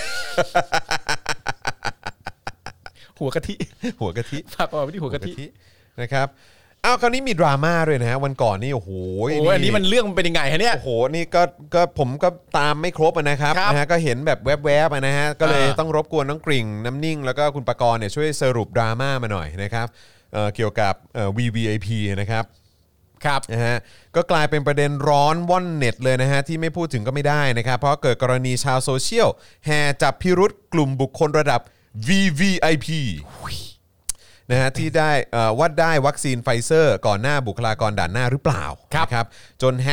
หัวกะทิฝากเอาไปที่หัวกะทินะครับอ้าวคราวนี้มีดราม่าด้วยนะฮะวันก่อนนี่โอ้โหอันนี้มันเรื่องมันเป็นยังไงฮะเนี่ยโอ้โหนี่ก็ผมก็ตามไม่ครบนะครับนะฮะก็เห็นแบบแวบๆนะฮะก็เลยต้องรบกวนน้องกริ่งน้ำนิ่งแล้วก็คุณปกรณ์เนี่ยช่วยสรุปดราม่ามาหน่อยนะครับเกี่ยวกับVVIP นะครับนะฮะก็กลายเป็นประเด็นร้อนว่อนเน็ตเลยนะฮะที่ไม่พูดถึงก็ไม่ได้นะครับเพราะเกิดกรณีชาวโซเชียลแห่จับพิรุธกลุ่มบุคคลระดับ VVIPนะฮะที่ได้ว่าได้วัคซีนไฟเซอร์ก่อนหน้าบุคลากรด่านหน้าหรือเปล่านะครับจน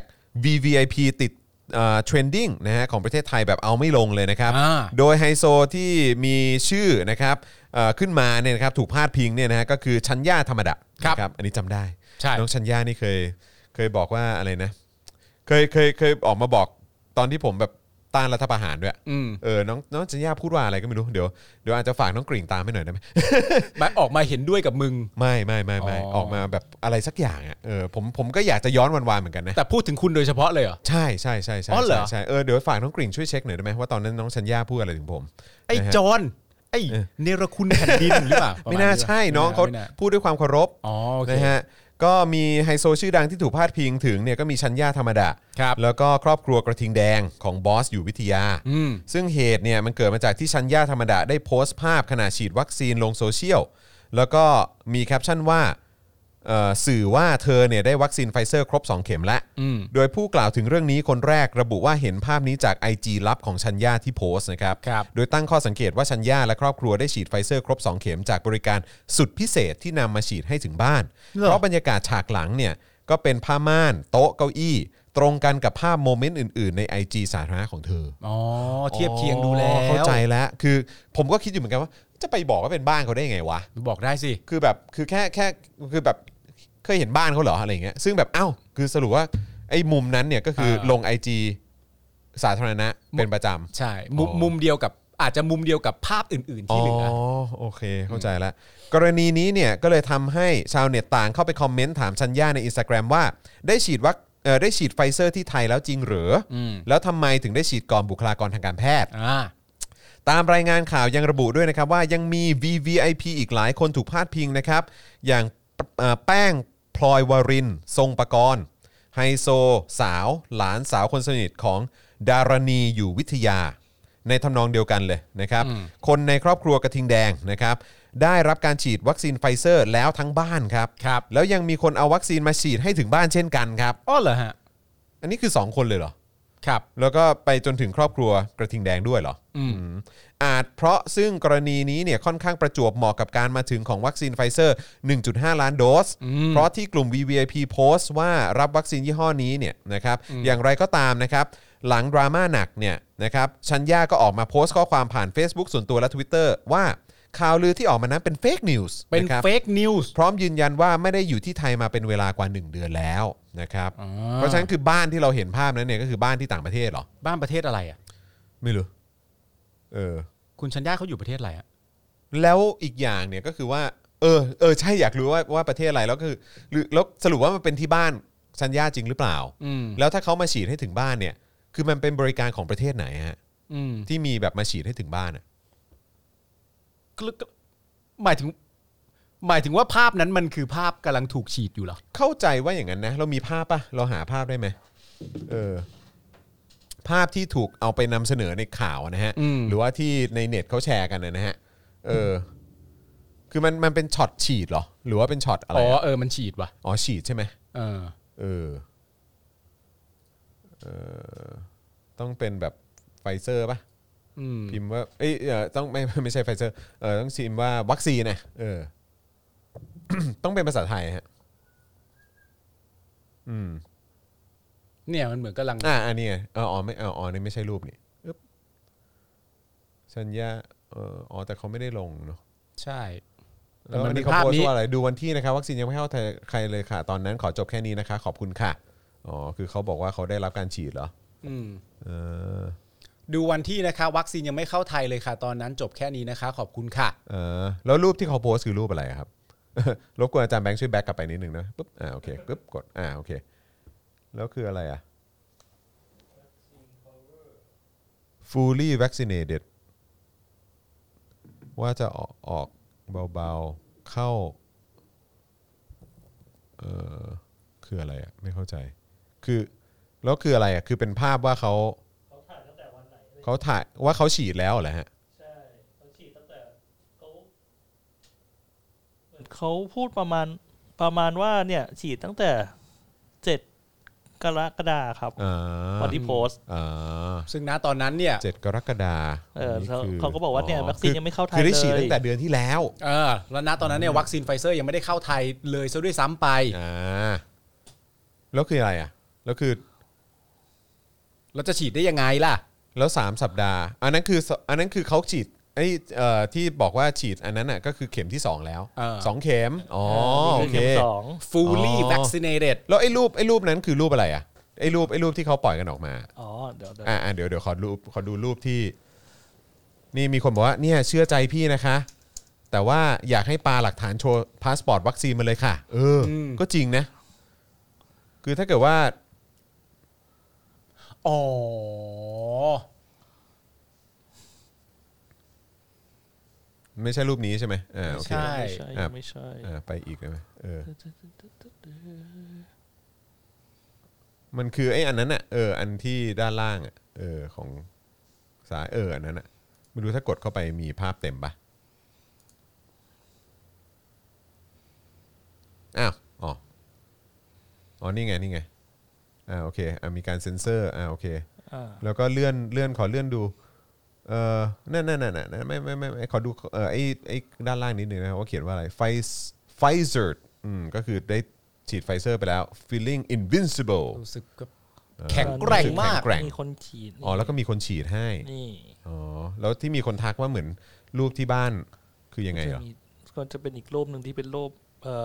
#VVIP ติดเทรนดิ้งนะฮะของประเทศไทยแบบเอาไม่ลงเลยนะครับโดยไฮโซที่มีชื่อนะครับขึ้นมาเนี่ยนะครับถูกพาดพิงเนี่ยนะฮะก็คือชัญญาธรรมดาครับอันนี้จำได้น้องชัญญานี่เคยบอกว่าอะไรนะเคยออกมาบอกตอนที่ผมแบบต้านรัฐประหารด้วยน้องชัญญาพูดว่าอะไรก็ไม่รู้เดี๋ยวอาจจะฝากน้องกริ่งตามให้หน่อยได้ไหมออกมาเห็นด้วยกับมึงไม่ออกมาแบบอะไรสักอย่างอ่ะผมก็อยากจะย้อนวันๆเหมือนกันนะแต่พูดถึงคุณโดยเฉพาะเลยเหรอใช่อ๋อเหรอใช่เดี๋ยวฝากน้องกริ่งช่วยเช็คหน่อยได้ไหมว่าตอนนั้นน้องชัญญาพูดอะไรถึงผมไอ้จอนไอ้เนรคุณแผ่นดินหรือเปล่าไม่น่าใช่น้องเขาพูดด้วยความเคารพนะฮะก็มีไฮโซชื่อดังที่ถูกพาดพิงถึงเนี่ยก็มีชัญญาธรรมดาแล้วก็ครอบครัวกระทิงแดงของบอสอยู่วิทยาซึ่งเหตุเนี่ยมันเกิดมาจากที่ชัญญาธรรมดาได้โพสต์ภาพขณะฉีดวัคซีนลงโซเชียลแล้วก็มีแคปชั่นว่าสื่อว่าเธอเนี่ยได้วัคซีนไฟเซอร์ครบ2เข็มแล้วโดยผู้กล่าวถึงเรื่องนี้คนแรกระบุว่าเห็นภาพนี้จาก IG ลับของชัญญาที่โพสต์นะครับโดยตั้งข้อสังเกตว่าชัญญาและครอบครัวได้ฉีดไฟเซอร์ครบ2เข็มจากบริการสุดพิเศษที่นำมาฉีดให้ถึงบ้านเพราะบรรยากาศฉากหลังเนี่ยก็เป็นผ้าม่านโต๊ะเก้าอี้ตรงกันกับภาพโมเมนต์อื่นๆใน IG สาธารณะของเธอเทียบเคียงดูแล้วเข้าใจแล้วคือผมก็คิดอยู่เหมือนกันว่าจะไปบอกว่าเป็นบ้านเขาได้ไงวะบอกได้สิคือแบบคือแค่คือแบบเคยเห็นบ้านเขาเหรออะไรเงี้ยซึ่งแบบคือสรุปว่าไอ้มุมนั้นเนี่ยก็คือลง IG สาธารณะเป็นประจำใช่มุมเดียวกับอาจจะมุมเดียวกับภาพอื่นๆที่เหลือโอเคเข้าใจแล้วกรณีนี้เนี่ยก็เลยทำให้ชาวเน็ตต่างเข้าไปคอมเมนต์ถามชัญญาใน Instagram ว่าได้ฉีดไฟเซอร์ที่ไทยแล้วจริงหรือแล้วทำไมถึงได้ฉีดก่อนบุคลากรทางการแพทย์ตามรายงานข่าวยังระบุด้วยนะครับว่ายังมี VVIP อีกหลายคนถูกพาดพิงนะครับอย่างแป้งพลอยวรินทร์ทรงปกรณ์ไฮโซสาวหลานสาวคนสนิทของดารณีอยู่วิทยาในทำนองเดียวกันเลยนะครับคนในครอบครัวกระทิงแดงนะครับได้รับการฉีดวัคซีนไฟเซอร์แล้วทั้งบ้านครับแล้วยังมีคนเอาวัคซีนมาฉีดให้ถึงบ้านเช่นกันครับอ๋อเหรอฮะอันนี้คือ2คนเลยเหรอครับแล้วก็ไปจนถึงครอบครัวกระทิงแดงด้วยเหรออาจเพราะซึ่งกรณีนี้เนี่ยค่อนข้างประจวบเหมาะกับการมาถึงของวัคซีนไฟเซอร์ 1.5 ล้านโดสเพราะที่กลุ่ม VVIP โพสต์ว่ารับวัคซีนยี่ห้อนี้เนี่ยนะครับอย่างไรก็ตามนะครับหลังดราม่าหนักเนี่ยนะครับชัญญาก็ออกมาโพสต์ข้อความผ่าน Facebook ส่วนตัวและ Twitter ว่าข่าวลือที่ออกมานั้นเป็นเฟกนิวส์เป็นเฟกนิวส์พร้อมยืนยันว่าไม่ได้อยู่ที่ไทยมาเป็นเวลากว่า1เดือนแล้วนะครับเพราะฉะนั้นคือบ้านที่เราเห็นภาพนั้นเนี่ยก็คือบ้านที่ต่างประเทศเหรอบ้านประเทศอะไรอ่ะไม่รู้คุณชัญญาเขาอยู่ประเทศอะไรอ่ะแล้วอีกอย่างเนี่ยก็คือว่าใช่อยากรู้ว่าประเทศอะไรแล้วคือแล้วสรุปว่ามันเป็นที่บ้านชัญญาจริงหรือเปล่าแล้วถ้าเขามาฉีดให้ถึงบ้านเนี่ยคือมันเป็นบริการของประเทศไหนฮะที่มีแบบมาฉีดให้ถึงบ้านอ่ะหมายถึงว่าภาพนั้นมันคือภาพกำลังถูกฉีดอยู่เหรอเข้าใจว่าอย่างนั้นนะเรามีภาพป่ะเราหาภาพได้ไหมภาพที่ถูกเอาไปนำเสนอในข่าวนะฮะหรือว่าที่ในเน็ตเขาแชร์กันนะฮะคือมันเป็นช็อตฉีดเหรอหรือว่าเป็นช็อตอะไรมันฉีดว่ะฉีดใช่ไหมต้องเป็นแบบไฟเซอร์ป่ะพิมพ์ว่าต้องไม่ใช่ไฟเซอร์ต้องพิมพ์ว่าวัคซีนนะต้องเป็นภาษาไทยฮะเนี่ยมันเหมือนกำลังอันนี้ไงไม่นี่ไม่ใช่รูปนี่ชัญญาแต่เขาไม่ได้ลงเนาะใช่แล้วมันมีเขาโพสต์ว่าอะไรดูวันที่นะครับวัคซีนยังไม่เข้าใครเลยค่ะตอนนั้นขอจบแค่นี้นะคะขอบคุณค่ะคือเขาบอกว่าเขาได้รับการฉีดเหรอดูวันที่นะคะวัคซีนยังไม่เข้าไทยเลยค่ะตอนนั้นจบแค่นี้นะคะขอบคุณค่ะแล้วรูปที่เขาโพสต์คือรูปอะไรครับรบกวนอาจารย์แบงค์ช่วยแบ็กกลับไปนิดนึงนะปุ๊บโอเคปุ๊บกดโอเคแล้วคืออะไรfully vaccinated ว่าจะออกเบาๆเข้าคืออะไรไม่เข้าใจคือแล้วคืออะไรคือเป็นภาพว่าเขาถ่ายตั้งแต่วันไหนเขาถ่ายว่าเขาฉีดแล้วเหรอฮะใช่เขาฉีดตั้งแต่เขาพูดประมาณว่าเนี่ยฉีดตั้งแต่7 กรกฎาคมครับวันที่โพสต์ซึ่งณตอนนั้นเนี่ย 7 กรกฎาคมเขาก็บอกว่าเนี่ยวัคซีนยังไม่เข้าไทยเลยคือได้ฉีดตั้งแต่เดือนที่แล้วแล้วณตอนนั้นเนี่ยวัคซีนไฟเซอร์ยังไม่ได้เข้าไทยเลยซะด้วยซ้ำไปแล้วคืออะไรแล้วคือเราจะฉีดได้ยังไงล่ะแล้ว3 สัปดาห์อันนั้นคือเขาฉีดที่บอกว่าฉีดอันนั้นน่ะก็คือเข็มที่2แล้ว2เข็มโอเค fully vaccinated แล้วไอ้รูปนั้นคือรูปอะไรไอ้รูปที่เขาปล่อยกันออกมาเดี๋ยวขอดูรูปที่นี่มีคนบอกว่าเนี่ยเชื่อใจพี่นะคะแต่ว่าอยากให้ปาหลักฐานโชว์พาสปอร์ตวัคซีนมาเลยค่ะก็จริงนะคือถ้าเกิดว่าไม่ใช่รูปนี้ใช่ไหมโอเคไม่ใช่ไปอีกได้ไหมมันคือไอ้อันนั้นอันที่ด้านล่างของซ้ายอันนั้นไม่รู้ถ้ากดเข้าไปมีภาพเต็มปะนี่ไงโอเคมีการเซ็นเซอร์โอเคแล้วก็เลื่อนขอเลื่อนดูนั่นไม่ขอดูไอ้ด้านล่างนิดนึงนะว่าเขียนว่าอะไรPfizer ก็คือได้ฉีดไฟเซอร์ไปแล้ว feeling invincible รู้สึกแข็งแกร่งมากมีคนฉีดแล้วก็มีคนฉีดให้นี่แล้วที่มีคนทักว่าเหมือนรูปที่บ้านคือยังไงเหรอก็จะเป็นอีกรูปนึงที่เป็นรูป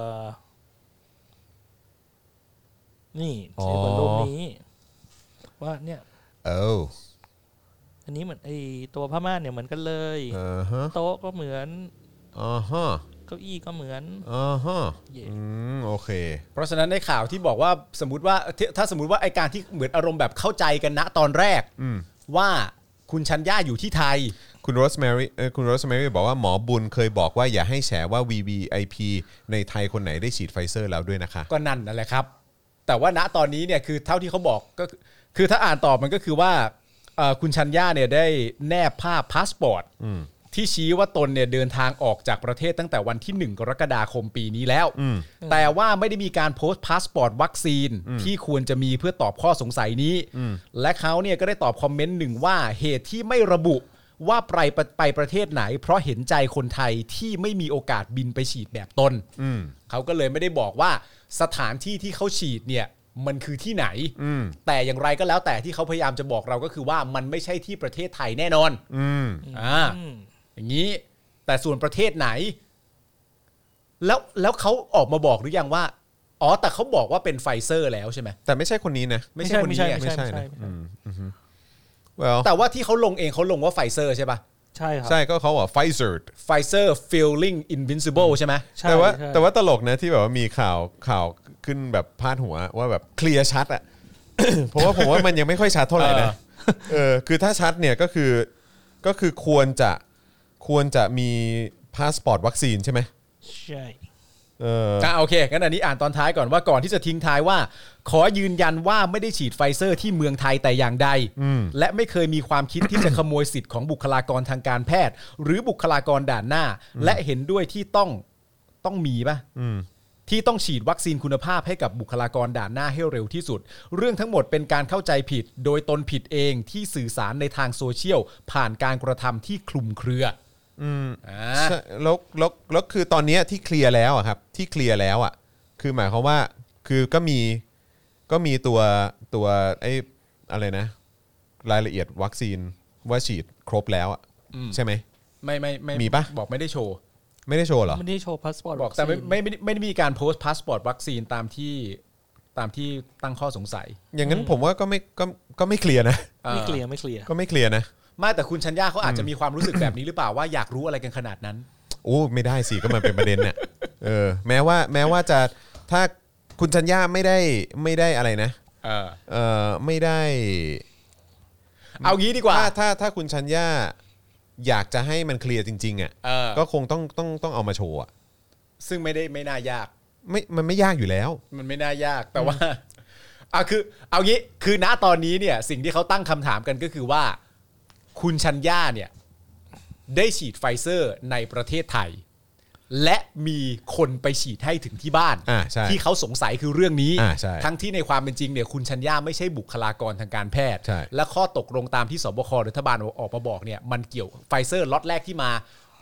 นี่ใช่บนรูปนี้ว่าเนี่ยอันนี้เหมือนไอตัวผ้าม่านเนี่ยเหมือนกันเลยโต๊ะก็เหมือนเก้าอี้ก็เหมือนโอเคเพราะฉะนั้นในข่าวที่บอกว่าสมมติว่าถ้าสมมติว่าไอการที่เหมือนอารมณ์แบบเข้าใจกันณตอนแรกว่าคุณชัญญาอยู่ที่ไทยคุณโรสแมรี่บอกว่าหมอบุญเคยบอกว่าอย่าให้แฉว่า VVIP ในไทยคนไหนได้ฉีดไฟเซอร์แล้วด้วยนะคะก็นั่นแหละครับแต่ว่าณตอนนี้เนี่ยคือเท่าที่เขาบอกก็คือถ้าอ่านต่อมันก็คือว่าคุณชัญญาเนี่ยได้แนบภาพพาสปอร์ตที่ชี้ว่าตนเนี่ยเดินทางออกจากประเทศตั้งแต่วันที่1 กรกฎาคมปีนี้แล้วแต่ว่าไม่ได้มีการโพสต์พาสปอร์ตวัคซีนที่ควรจะมีเพื่อตอบข้อสงสัยนี้และเขาเนี่ยก็ได้ตอบคอมเมนต์หนึ่งว่าเหตุที่ไม่ระบุว่าไปประเทศไหนเพราะเห็นใจคนไทยที่ไม่มีโอกาสบินไปฉีดแบบตนเขาก็เลยไม่ได้บอกว่าสถานที่ที่เขาฉีดเนี่ยมันคือที่ไหนแต่อย่างไรก็แล้วแต่ที่เขาพยายามจะบอกเราก็คือว่ามันไม่ใช่ที่ประเทศไทยแน่นอนอย่างนี้แต่ส่วนประเทศไหนแล้วเขาออกมาบอกหรือยังว่าอ๋อแต่เขาบอกว่าเป็นไฟเซอร์แล้วใช่ไหมแต่ไม่ใช่คนนี้นะไม่ใช่นะแต่ว่าที่เขาลงเองเขาลงว่าไฟเซอร์ใช่ป่ะใช่ครับใช่ก็เขาบอกไฟเซอร์ feeling invincible ใช่ไหมแต่ว่าตลกนะที่แบบว่ามีข่าวขึ้นแบบพาดหัวว่าแบบเคลียร์ชัดอ่ะ เพราะว่าผมว่ามันยังไม่ค่อยชัดเท่าไหร่นะคือถ้าชัดเนี่ยก็คือควรจะมีพาสปอร์ตวัคซีนใช่ไหมใช่โอเคงั้นอันนี้อ่านตอนท้ายก่อนว่าก่อนที่จะทิ้งท้ายว่าขอยืนยันว่าไม่ได้ฉีดไฟเซอร์ที่เมืองไทยแต่อย่างใดและไม่เคยมีความคิดที่จะขโมยสิทธิ์ของบุคลากรทางการแพทย์หรือบุคลากรด่านหน้าและเห็นด้วยที่ต้องมีป่ะที่ต้องฉีดวัคซีนคุณภาพให้กับบุคลากรด่านหน้าให้เร็วที่สุดเรื่องทั้งหมดเป็นการเข้าใจผิดโดยตนผิดเองที่สื่อสารในทางโซเชียลผ่านการกระทำที่คลุมเครือแล้วคือตอนนี้ที่เคลียร์แล้วอะครับที่เคลียร์แล้วอะคือหมายความว่าคือก็มีตัวไอ้อะไรนะรายละเอียดวัคซีนว่าฉีดครบแล้วอะใช่ไหมไม่มีปะบอกไม่ได้โชว์ไม่ได้โชว์เหรอไม่ได้โชว์พาสปอร์ตบอกแต่ไม่ได้มีการโพสต์พาสปอร์ตวัคซีนตามที่ตั้งข้อสงสัยอย่างนั้นผมว่าก็ไม่เคลียร์นะไม่เคลียร์ก็ไม่เคลียร์นะไม่แต่คุณชัญญาเขาอาจจะมีความรู้สึกแบบนี้หรือเปล่าว่าอยากรู้อะไรกันขนาดนั้นโอ้ไม่ได้สิก็มันเป็นประเด็นเนี่ยแม้ว่าจะถ้าคุณชัญญาไม่ได้อะไรนะไม่ได้เอางี้ดีกว่าถ้าคุณชัญญาอยากจะให้มันเคลียร์จริงๆอ่ะก็คงต้องเอามาโชว์อ่ะซึ่งไม่น่ายากมันไม่ยากอยู่แล้วมันไม่น่ายากแต่ว่าคือเอางี้คือณตอนนี้เนี่ยสิ่งที่เขาตั้งคำถามกันก็คือว่าคุณชัญญาเนี่ยได้ฉีดไฟเซอร์ในประเทศไทยและมีคนไปฉีดให้ถึงที่บ้านที่เขาสงสัยคือเรื่องนี้ทั้งที่ในความเป็นจริงเนี่ยคุณชัญญาไม่ใช่บุคลากรทางการแพทย์และข้อตกลงตามที่สบครัฐบาลออกมาบอกเนี่ยมันเกี่ยวไฟเซอร์ล็อตแรกที่มา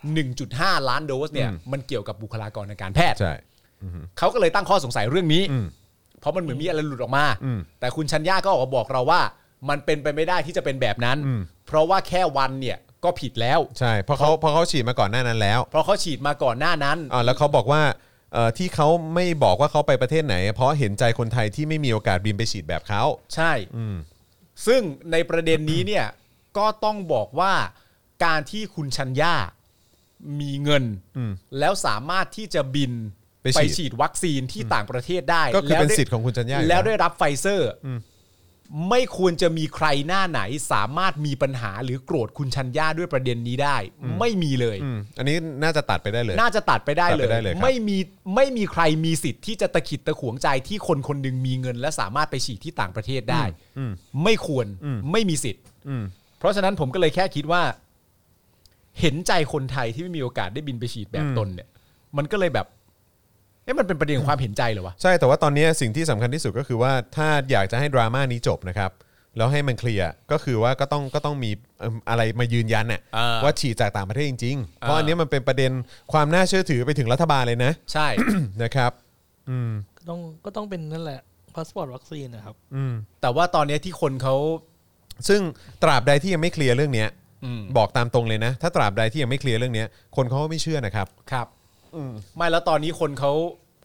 1.5 ล้านโดสเนี่ยมันเกี่ยวกับบุคลากรทางการแพทย์เขาก็เลยตั้งข้อสงสัยเรื่องนี้เพราะมันเหมือนมีอะไรหลุดออกมาแต่คุณชัญญาก็ออกมาบอกเราว่ามันเป็นไปไม่ได้ที่จะเป็นแบบนั้นเพราะว่าแค่วันเนี่ยก็ผิดแล้วใช่เพราะเขาฉีดมาก่อนหน้านั้นแล้วเพราะเขาฉีดมาก่อนหน้านั้นแล้วเขาบอกว่าที่เขาไม่บอกว่าเขาไปประเทศไหนเพราะเห็นใจคนไทยที่ไม่มีโอกาสบินไปฉีดแบบเขาใช่ซึ่งในประเด็นนี้เนี่ยก็ต้องบอกว่าการที่คุณชัญญามีเงินแล้วสามารถที่จะบินไปฉีดวัคซีนที่ต่างประเทศได้ก็คือเป็นสิทธิ์ของคุณชัญญาแล้วได้รับไฟเซอร์ไม่ควรจะมีใครหน้าไหนสามารถมีปัญหาหรือโกรธคุณชัญญาด้วยประเด็นนี้ได้ไม่มีเลยอันนี้น่าจะตัดไปได้เลยน่าจะตัดไปได้เลยไม่มีใครมีสิทธิ์ที่จะตะขิดตะขวงใจที่คนคนหนึ่งมีเงินและสามารถไปฉีดที่ต่างประเทศได้ไม่ควรไม่มีสิทธิ์เพราะฉะนั้นผมก็เลยแค่คิดว่าเห็นใจคนไทยที่ไม่มีโอกาสได้บินไปฉีดแบบตนเนี่ยมันก็เลยแบบมันเป็นประเด็นของความเห็นใจเหรอวะใช่แต่ว่าตอนนี้สิ่งที่สำคัญที่สุดก็คือว่าถ้าอยากจะให้ดราม่านี้จบนะครับแล้วให้มันเคลียร์ก็คือว่าก็ต้องมีอะไรมายืนยันน่ะว่าฉีดจากต่างประเทศจริงๆเพราะอันนี้มันเป็นประเด็นความน่าเชื่อถือไปถึงรัฐบาลเลยนะใช่นะครับก็ต้องเป็นนั่นแหละพาสปอร์ตวัคซีนนะครับแต่ว่าตอนนี้ที่คนเขาซึ่งตราบใดที่ยังไม่เคลียร์เรื่องนี้บอกตามตรงเลยนะถ้าตราบใดที่ยังไม่เคลียร์เรื่องนี้คนเขาไม่เชื่อนะครับครับไม่แล้วตอนนี้คนเขา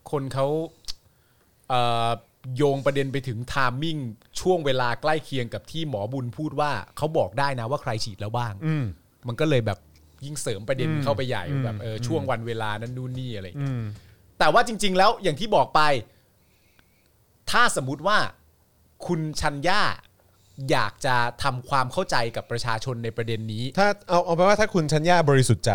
โยงประเด็นไปถึงไทมิ่งช่วงเวลาใกล้เคียงกับที่หมอบุญพูดว่าเขาบอกได้นะว่าใครฉีดแล้วบ้างมันก็เลยแบบยิ่งเสริมประเด็นเข้าไปใหญ่แบบช่วงวันเวลานั้นนู่นนี่อะไรอย่างเงี้ยแต่ว่าจริงๆแล้วอย่างที่บอกไปถ้าสมมุติว่าคุณชัญญาอยากจะทำความเข้าใจกับประชาชนในประเด็นนี้ถ้าเอาไปว่าถ้าคุณชัญญาบริสุทธิ์ใจ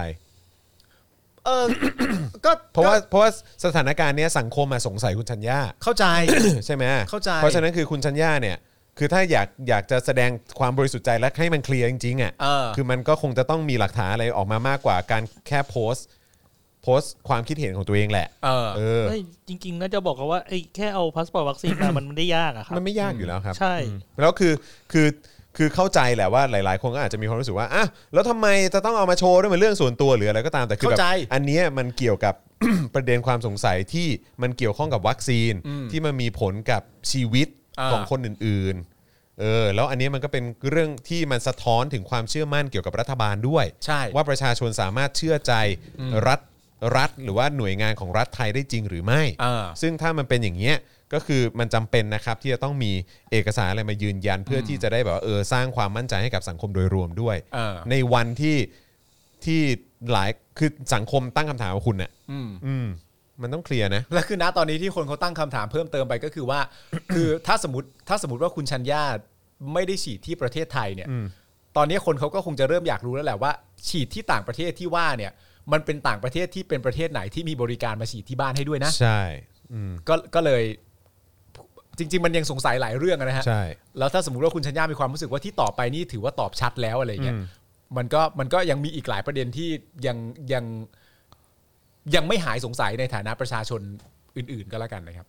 ก็เพราะว่าสถานการณ์นี้สังคมมาสงสัยคุณชัญญาเข้าใจใช่ไหมเข้าใจเพราะฉะนั้นคือคุณชัญญาเนี่ยคือถ้าอยากจะแสดงความบริสุทธิ์ใจและให้มันเคลียร์จริงๆอ่ะคือมันก็คงจะต้องมีหลักฐานอะไรออกมามากกว่าการแค่โพสต์ความคิดเห็นของตัวเองแหละจริงๆน่าจะบอกว่าไอ้แค่เอาพาสปอร์ตวัคซีนมามันไม่ได้ยากอะครับมันไม่ยากอยู่แล้วครับใช่แล้วคือเข้าใจแหละว่าหลายๆคนก็อาจจะมีความรู้สึกว่าอ่ะแล้วทำไมจะต้องเอามาโชว์ด้วยมันเรื่องส่วนตัวหรืออะไรก็ตามแต่คือแบบอันนี้มันเกี่ยวกับ ประเด็นความสงสัยที่มันเกี่ยวข้องกับวัคซีนที่มันมีผลกับชีวิตของคนอื่นๆแล้วอันนี้มันก็เป็นเรื่องที่มันสะท้อนถึงความเชื่อมั่นเกี่ยวกับรัฐบาลด้วยว่าประชาชนสามารถเชื่อใจรัฐหรือว่าหน่วยงานของรัฐไทยได้จริงหรือไม่ซึ่งถ้ามันเป็นอย่างเงี้ยก็คือมันจำเป็นนะครับที่จะต้องมีเอกสารอะไรมายืนยันเพื่อที่จะได้แบบว่าสร้างความมั่นใจให้กับสังคมโดยรวมด้วยในวันที่หลายคือสังคมตั้งคำถามกับคุณเนี่ยมันต้องเคลียร์นะและคือณตอนนี้ที่คนเขาตั้งคำถามเพิ่มเติมไปก็คือว่า คือถ้าสมมติว่าคุณชัญญาไม่ได้ฉีดที่ประเทศไทยเนี่ยตอนนี้คนเขาก็คงจะเริ่มอยากรู้แล้วแหละว่าฉีดที่ต่างประเทศที่ว่าเนี่ยมันเป็นต่างประเทศที่เป็นประเทศไหนที่มีบริการมาฉีดที่บ้านให้ด้วยนะใช่ก็เลยจริงๆมันยังสงสัยหลายเรื่องนะฮะใช่แล้วถ้าสมมุติว่าคุณชัญญามีความรู้สึกว่าที่ตอบไปนี่ถือว่าตอบชัดแล้วอะไรเงี้ยมันก็ยังมีอีกหลายประเด็นที่ยังไม่หายสงสัยในฐานะประชาชนอื่นๆก็แล้วกันนะครับ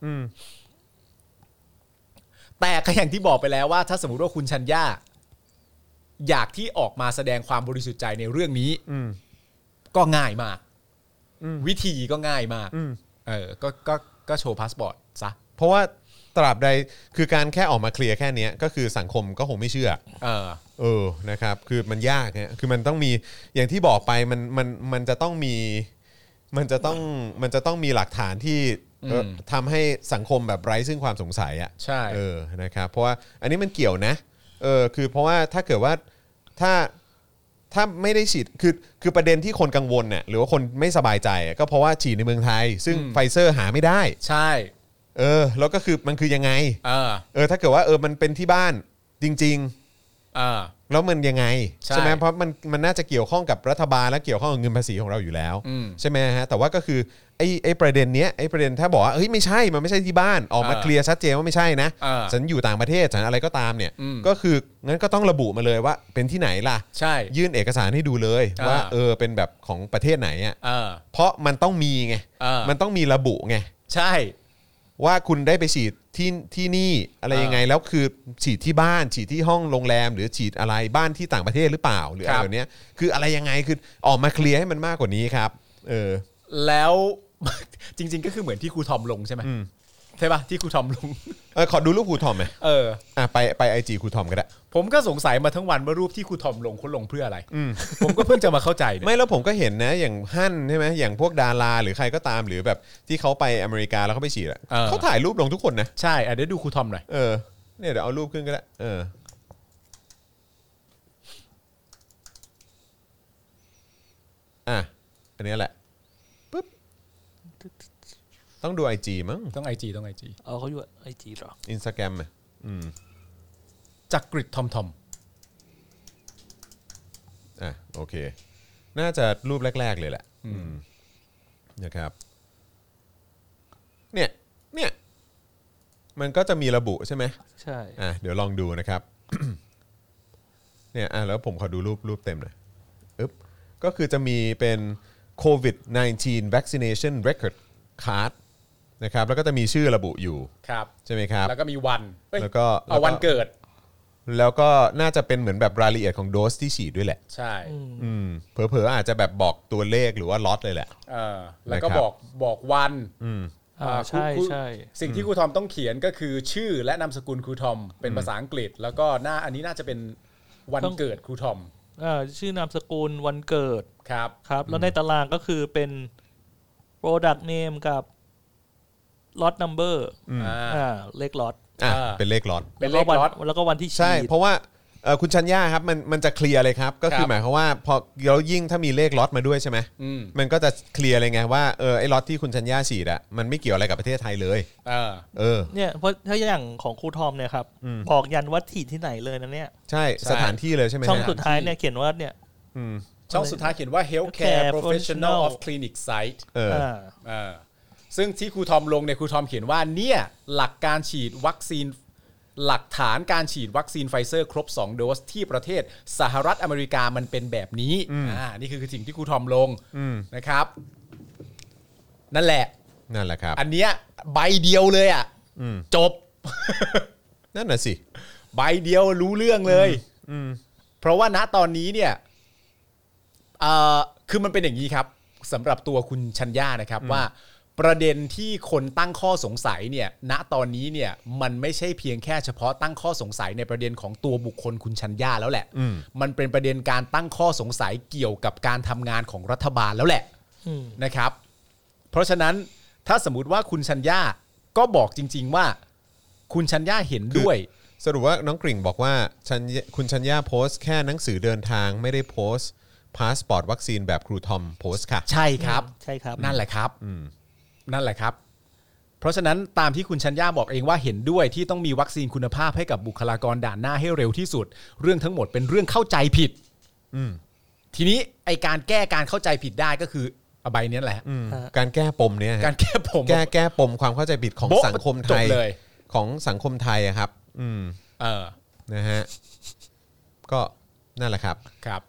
แต่ก็อย่างที่บอกไปแล้วว่าถ้าสมมุติว่าคุณชัญญาอยากที่ออกมาแสดงความบริสุทธิ์ใจในเรื่องนี้ก็ง่ายมากวิธีก็ง่ายมากก็โชว์พาสปอร์ตซะเพราะว่าตราบใดคือการแค่ออกมาเคลียร์แค่นี้ก็คือสังคมก็คงไม่เชื่อนะครับคือมันยากเนี่ยคือมันต้องมีอย่างที่บอกไปมันจะต้องมีหลักฐานที่ทำให้สังคมแบบไร้ซึ่งความสงสัยอ่ะใช่นะครับเพราะว่าอันนี้มันเกี่ยวนะคือเพราะว่าถ้าเกิดว่าถ้าไม่ได้ฉีดคือประเด็นที่คนกังวลเนี่ยหรือว่าคนไม่สบายใจก็เพราะว่าฉีดในเมืองไทยซึ่งไฟเซอร์หาไม่ได้ใช่แล้วก็คือมันคือยังไงถ้าเกิดว่ามันเป็นที่บ้านจริงๆแล้วมันยังไงใช่ไหมเพราะมันน่าจะเกี่ยวข้องกับรัฐบาลและเกี่ยวข้องกับเงินภาษีของเราอยู่แล้วใช่ไหมฮะแต่ว่าก็คือไอ้ประเด็นเนี้ยไอ้ประเด็นถ้าบอกว่าเฮ้ยไม่ใช่มันไม่ใช่ที่บ้านออกมาเคลียร์ชัดเจนว่าไม่ใช่นะฉันอยู่ต่างประเทศฉันอะไรก็ตามเนี่ยก็คืองั้นก็ต้องระบุมาเลยว่าเป็นที่ไหนล่ะใช่ยื่นเอกสารให้ดูเลยว่าเป็นแบบของประเทศไหนอ่ะเพราะมันต้องมีไงมันต้องมีระบุไงใช่ว่าคุณได้ไปฉีดที่นี่อะไรยังไงแล้วคือฉีดที่บ้านฉีดที่ห้องโรงแรมหรือฉีดอะไรบ้านที่ต่างประเทศหรือเปล่าหรืออะไรแบบนี้คืออะไรยังไงคือออกมาเคลียร์ให้มันมากกว่านี้ครับแล้วจริงๆก็คือเหมือนที่ครูทอมลงใช่ไหมใช่ป่ะที่ครูทอมลงขอดูรูปครูทอมไหมไป IG ครูทอมก็ได้ผมก็สงสัยมาทั้งวันว่ารูปที่ครูทอมลงเขาลงเพื่ออะไรผมก็เพิ่งจะมาเข้าใจไม่แล้วผมก็เห็นนะอย่างฮั่นใช่ไหมอย่างพวกดาราหรือใครก็ตามหรือแบบที่เขาไปอเมริกาแล้วเขาไปฉีดเขาถ่ายรูปลงทุกคนนะใช่เดี๋ยวดูครูทอมหน่อยเนี่ยเดี๋ยวเอารูปขึ้นก็ได้อันนี้แหละปึ๊บต้องดู IG มั้งต้อง IG เขาอยู่ IG หรอ Instagram อ่ะจักริดทอมโอเคน่าจะรูปแรกๆเลยแหละนะครับเนี่ยมันก็จะมีระบุใช่ไหมใช่เดี๋ยวลองดูนะครับ เนี่ยแล้วผมขอดูรูปเต็มหน่อยก็คือจะมีเป็น COVID-19 vaccination record card นะครับแล้วก็จะมีชื่อระบุอยู่ใช่ไหมครับแล้วก็มีวันแล้วก็วันเกิดแล้วก็น่าจะเป็นเหมือนแบบรายละเอียดของโดสที่ฉีดด้วยแหละใช่เผลอๆอาจจะแบบบอกตัวเลขหรือว่าล็อตเลยแหละแล้วก็บอกวันใช่สิ่งที่ครูทอมต้องเขียนก็คือชื่อและนามสกุลครูทอมเป็นภาษาอังกฤษแล้วก็อันนี้น่าจะเป็นวันเกิดครูทอมชื่อนามสกุลวันเกิดครับแล้วในตารางก็คือเป็น product name กับ lot number เลขล็อตเป็นเลขล็อตแล้วก็วันที่ฉีดใช่เพราะว่าคุณชัญญาครับมันจะเคลียร์เลยครับก็คือหมายความว่าพอเรายิ่งถ้ามีเลขล็อตมาด้วยใช่ไหมมันก็จะเคลียร์เลยไงว่าไอ้ล็อตที่คุณชัญญาฉีดมันไม่เกี่ยวอะไรกับประเทศไทยเลยเนี่ยเพราะถ้าอย่างของครูทอมเนี่ยครับบอกยันว่าฉีดที่ไหนเลยนะเนี่ยใช่สถานที่เลยใช่ไหมช่องสุดท้ายเนี่ยเขียนว่าเนี่ยช่องสุดท้ายเขียนว่า healthcare professional of clinic site ซึ่งที่ครูทอมลงเนี่ยครูทอมเขียนว่าเนี่ยหลักการฉีดวัคซีนหลักฐานการฉีดวัคซีนไฟเซอร์ครบ2โดสที่ประเทศสหรัฐอเมริกามันเป็นแบบนี้นี่คือสิ่งที่ครูทอมลงนะครับนั่นแหละครับอันเนี้ยใบเดียวเลยอ่ะจบนั่นน่ะสิใบเดียวรู้เรื่องเลยเพราะว่าณตอนนี้เนี่ยคือมันเป็นอย่างนี้ครับสำหรับตัวคุณชัญญานะครับว่าประเด็นที่คนตั้งข้อสงสัยเนี่ยณตอนนี้เนี่ยมันไม่ใช่เพียงแค่เฉพาะตั้งข้อสงสัยในประเด็นของตัวบุคคลคุณชัญญาแล้วแหละมันเป็นประเด็นการตั้งข้อสงสัยเกี่ยวกับการทำงานของรัฐบาลแล้วแหละนะครับเพราะฉะนั้นถ้าสมมุติว่าคุณชัญญาก็บอกจริงๆว่าคุณชัญญาเห็นด้วยสรุปว่าน้องกริ่งบอกว่าคุณชัญญาโพสต์แค่หนังสือเดินทางไม่ได้โพสต์พาสปอร์ตวัคซีนแบบครูทอมโพสต์ค่ะใช่ครับนั่นแหละครับเพราะฉะนั้นตามที่คุณชัญญาบอกเองว่าเห็นด้วยที่ต้องมีวัคซีนคุณภาพให้กับบุคลากรด่านหน้าให้เร็วที่สุดเรื่องทั้งหมดเป็นเรื่องเข้าใจผิดทีนี้ไอการแก้การเข้าใจผิดได้ก็คือใบนี้แหละการแก้ปมเนี่ยการแก้ปมแก้ปมความเข้าใจผิดของสังคมไทยของสังคมไทยครับนะฮะก็นั่นแหละครับ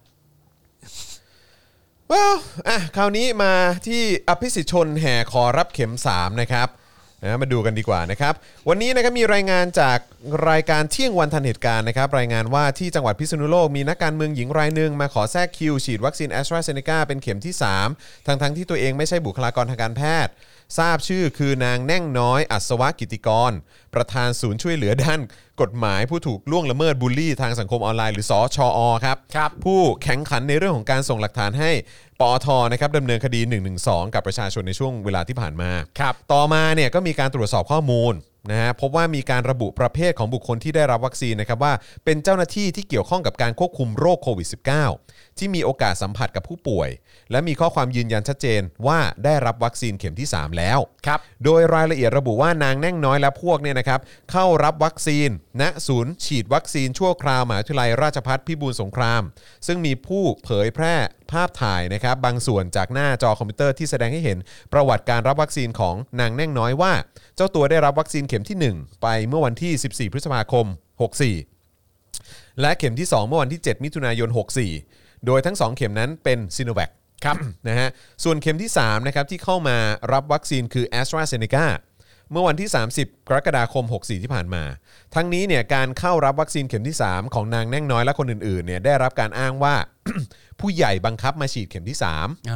คราวนี้มาที่อภิสิทธิชนแห่ขอรับเข็ม3นะครับมาดูกันดีกว่านะครับวันนี้นะครับมีรายงานจากรายการเที่ยงวันทันเหตุการณ์นะครับรายงานว่าที่จังหวัดพิษณุโลกมีนักการเมืองหญิงรายหนึ่งมาขอแทรกคิวฉีดวัคซีน AstraZeneca เป็นเข็มที่3ทั้งที่ตัวเองไม่ใช่บุคลากรทางการแพทย์ทราบชื่อคือนางแน่งน้อยอัศวกิติกรประธานศูนย์ช่วยเหลือด้านกฎหมายผู้ถูกล่วงละเมิดบูลลี่ทางสังคมออนไลน์หรือสชอ.ครับผู้แข่งขันในเรื่องของการส่งหลักฐานให้ปอท.นะครับดำเนินคดี112กับประชาชนในช่วงเวลาที่ผ่านมาต่อมาเนี่ยก็มีการตรวจสอบข้อมูลนะฮะพบว่ามีการระบุประเภทของบุคคลที่ได้รับวัคซีนนะครับว่าเป็นเจ้าหน้าที่ที่เกี่ยวข้องกับการควบคุมโรคโควิด -19 ที่มีโอกาสสัมผัสกับผู้ป่วยและมีข้อความยืนยันชัดเจนว่าได้รับวัคซีนเข็มที่3แล้วโดยรายละเอียดระบุว่านางแน่งน้อยและพวกเนี่ยนะครับเข้ารับวัคซีนณศูนย์ฉีดวัคซีนชั่วคราวมหาวิทยาลัยราชภัฏพิบูลสงครามซึ่งมีผู้เผยแพร่ภาพถ่ายนะครับบางส่วนจากหน้าจอคอมพิวเตอร์ที่แสดงให้เห็นประวัติการรับวัคซีนของนางแน่งน้อยว่าเจ้าตัวได้รับวัคซีนเข็มที่1ไปเมื่อวันที่14พฤษภาคม64และเข็มที่2เมื่อวันที่7มิถุนายน64โดยทั้ง2เข็มนั้นเป็นซิโนแวคครับนะฮะส่วนเข็มที่3นะครับที่เข้ามารับวัคซีนคือ AstraZeneca เมื่อวันที่30กรกฎาคม64ที่ผ่านมาทั้งนี้เนี่ยการเข้ารับวัคซีนเข็มที่3ของนางแน่งน้อยและคนอื่นๆเนี่ยได้รับการอ้างว่า ผู้ใหญ่บังคับมาฉีดเข็มที่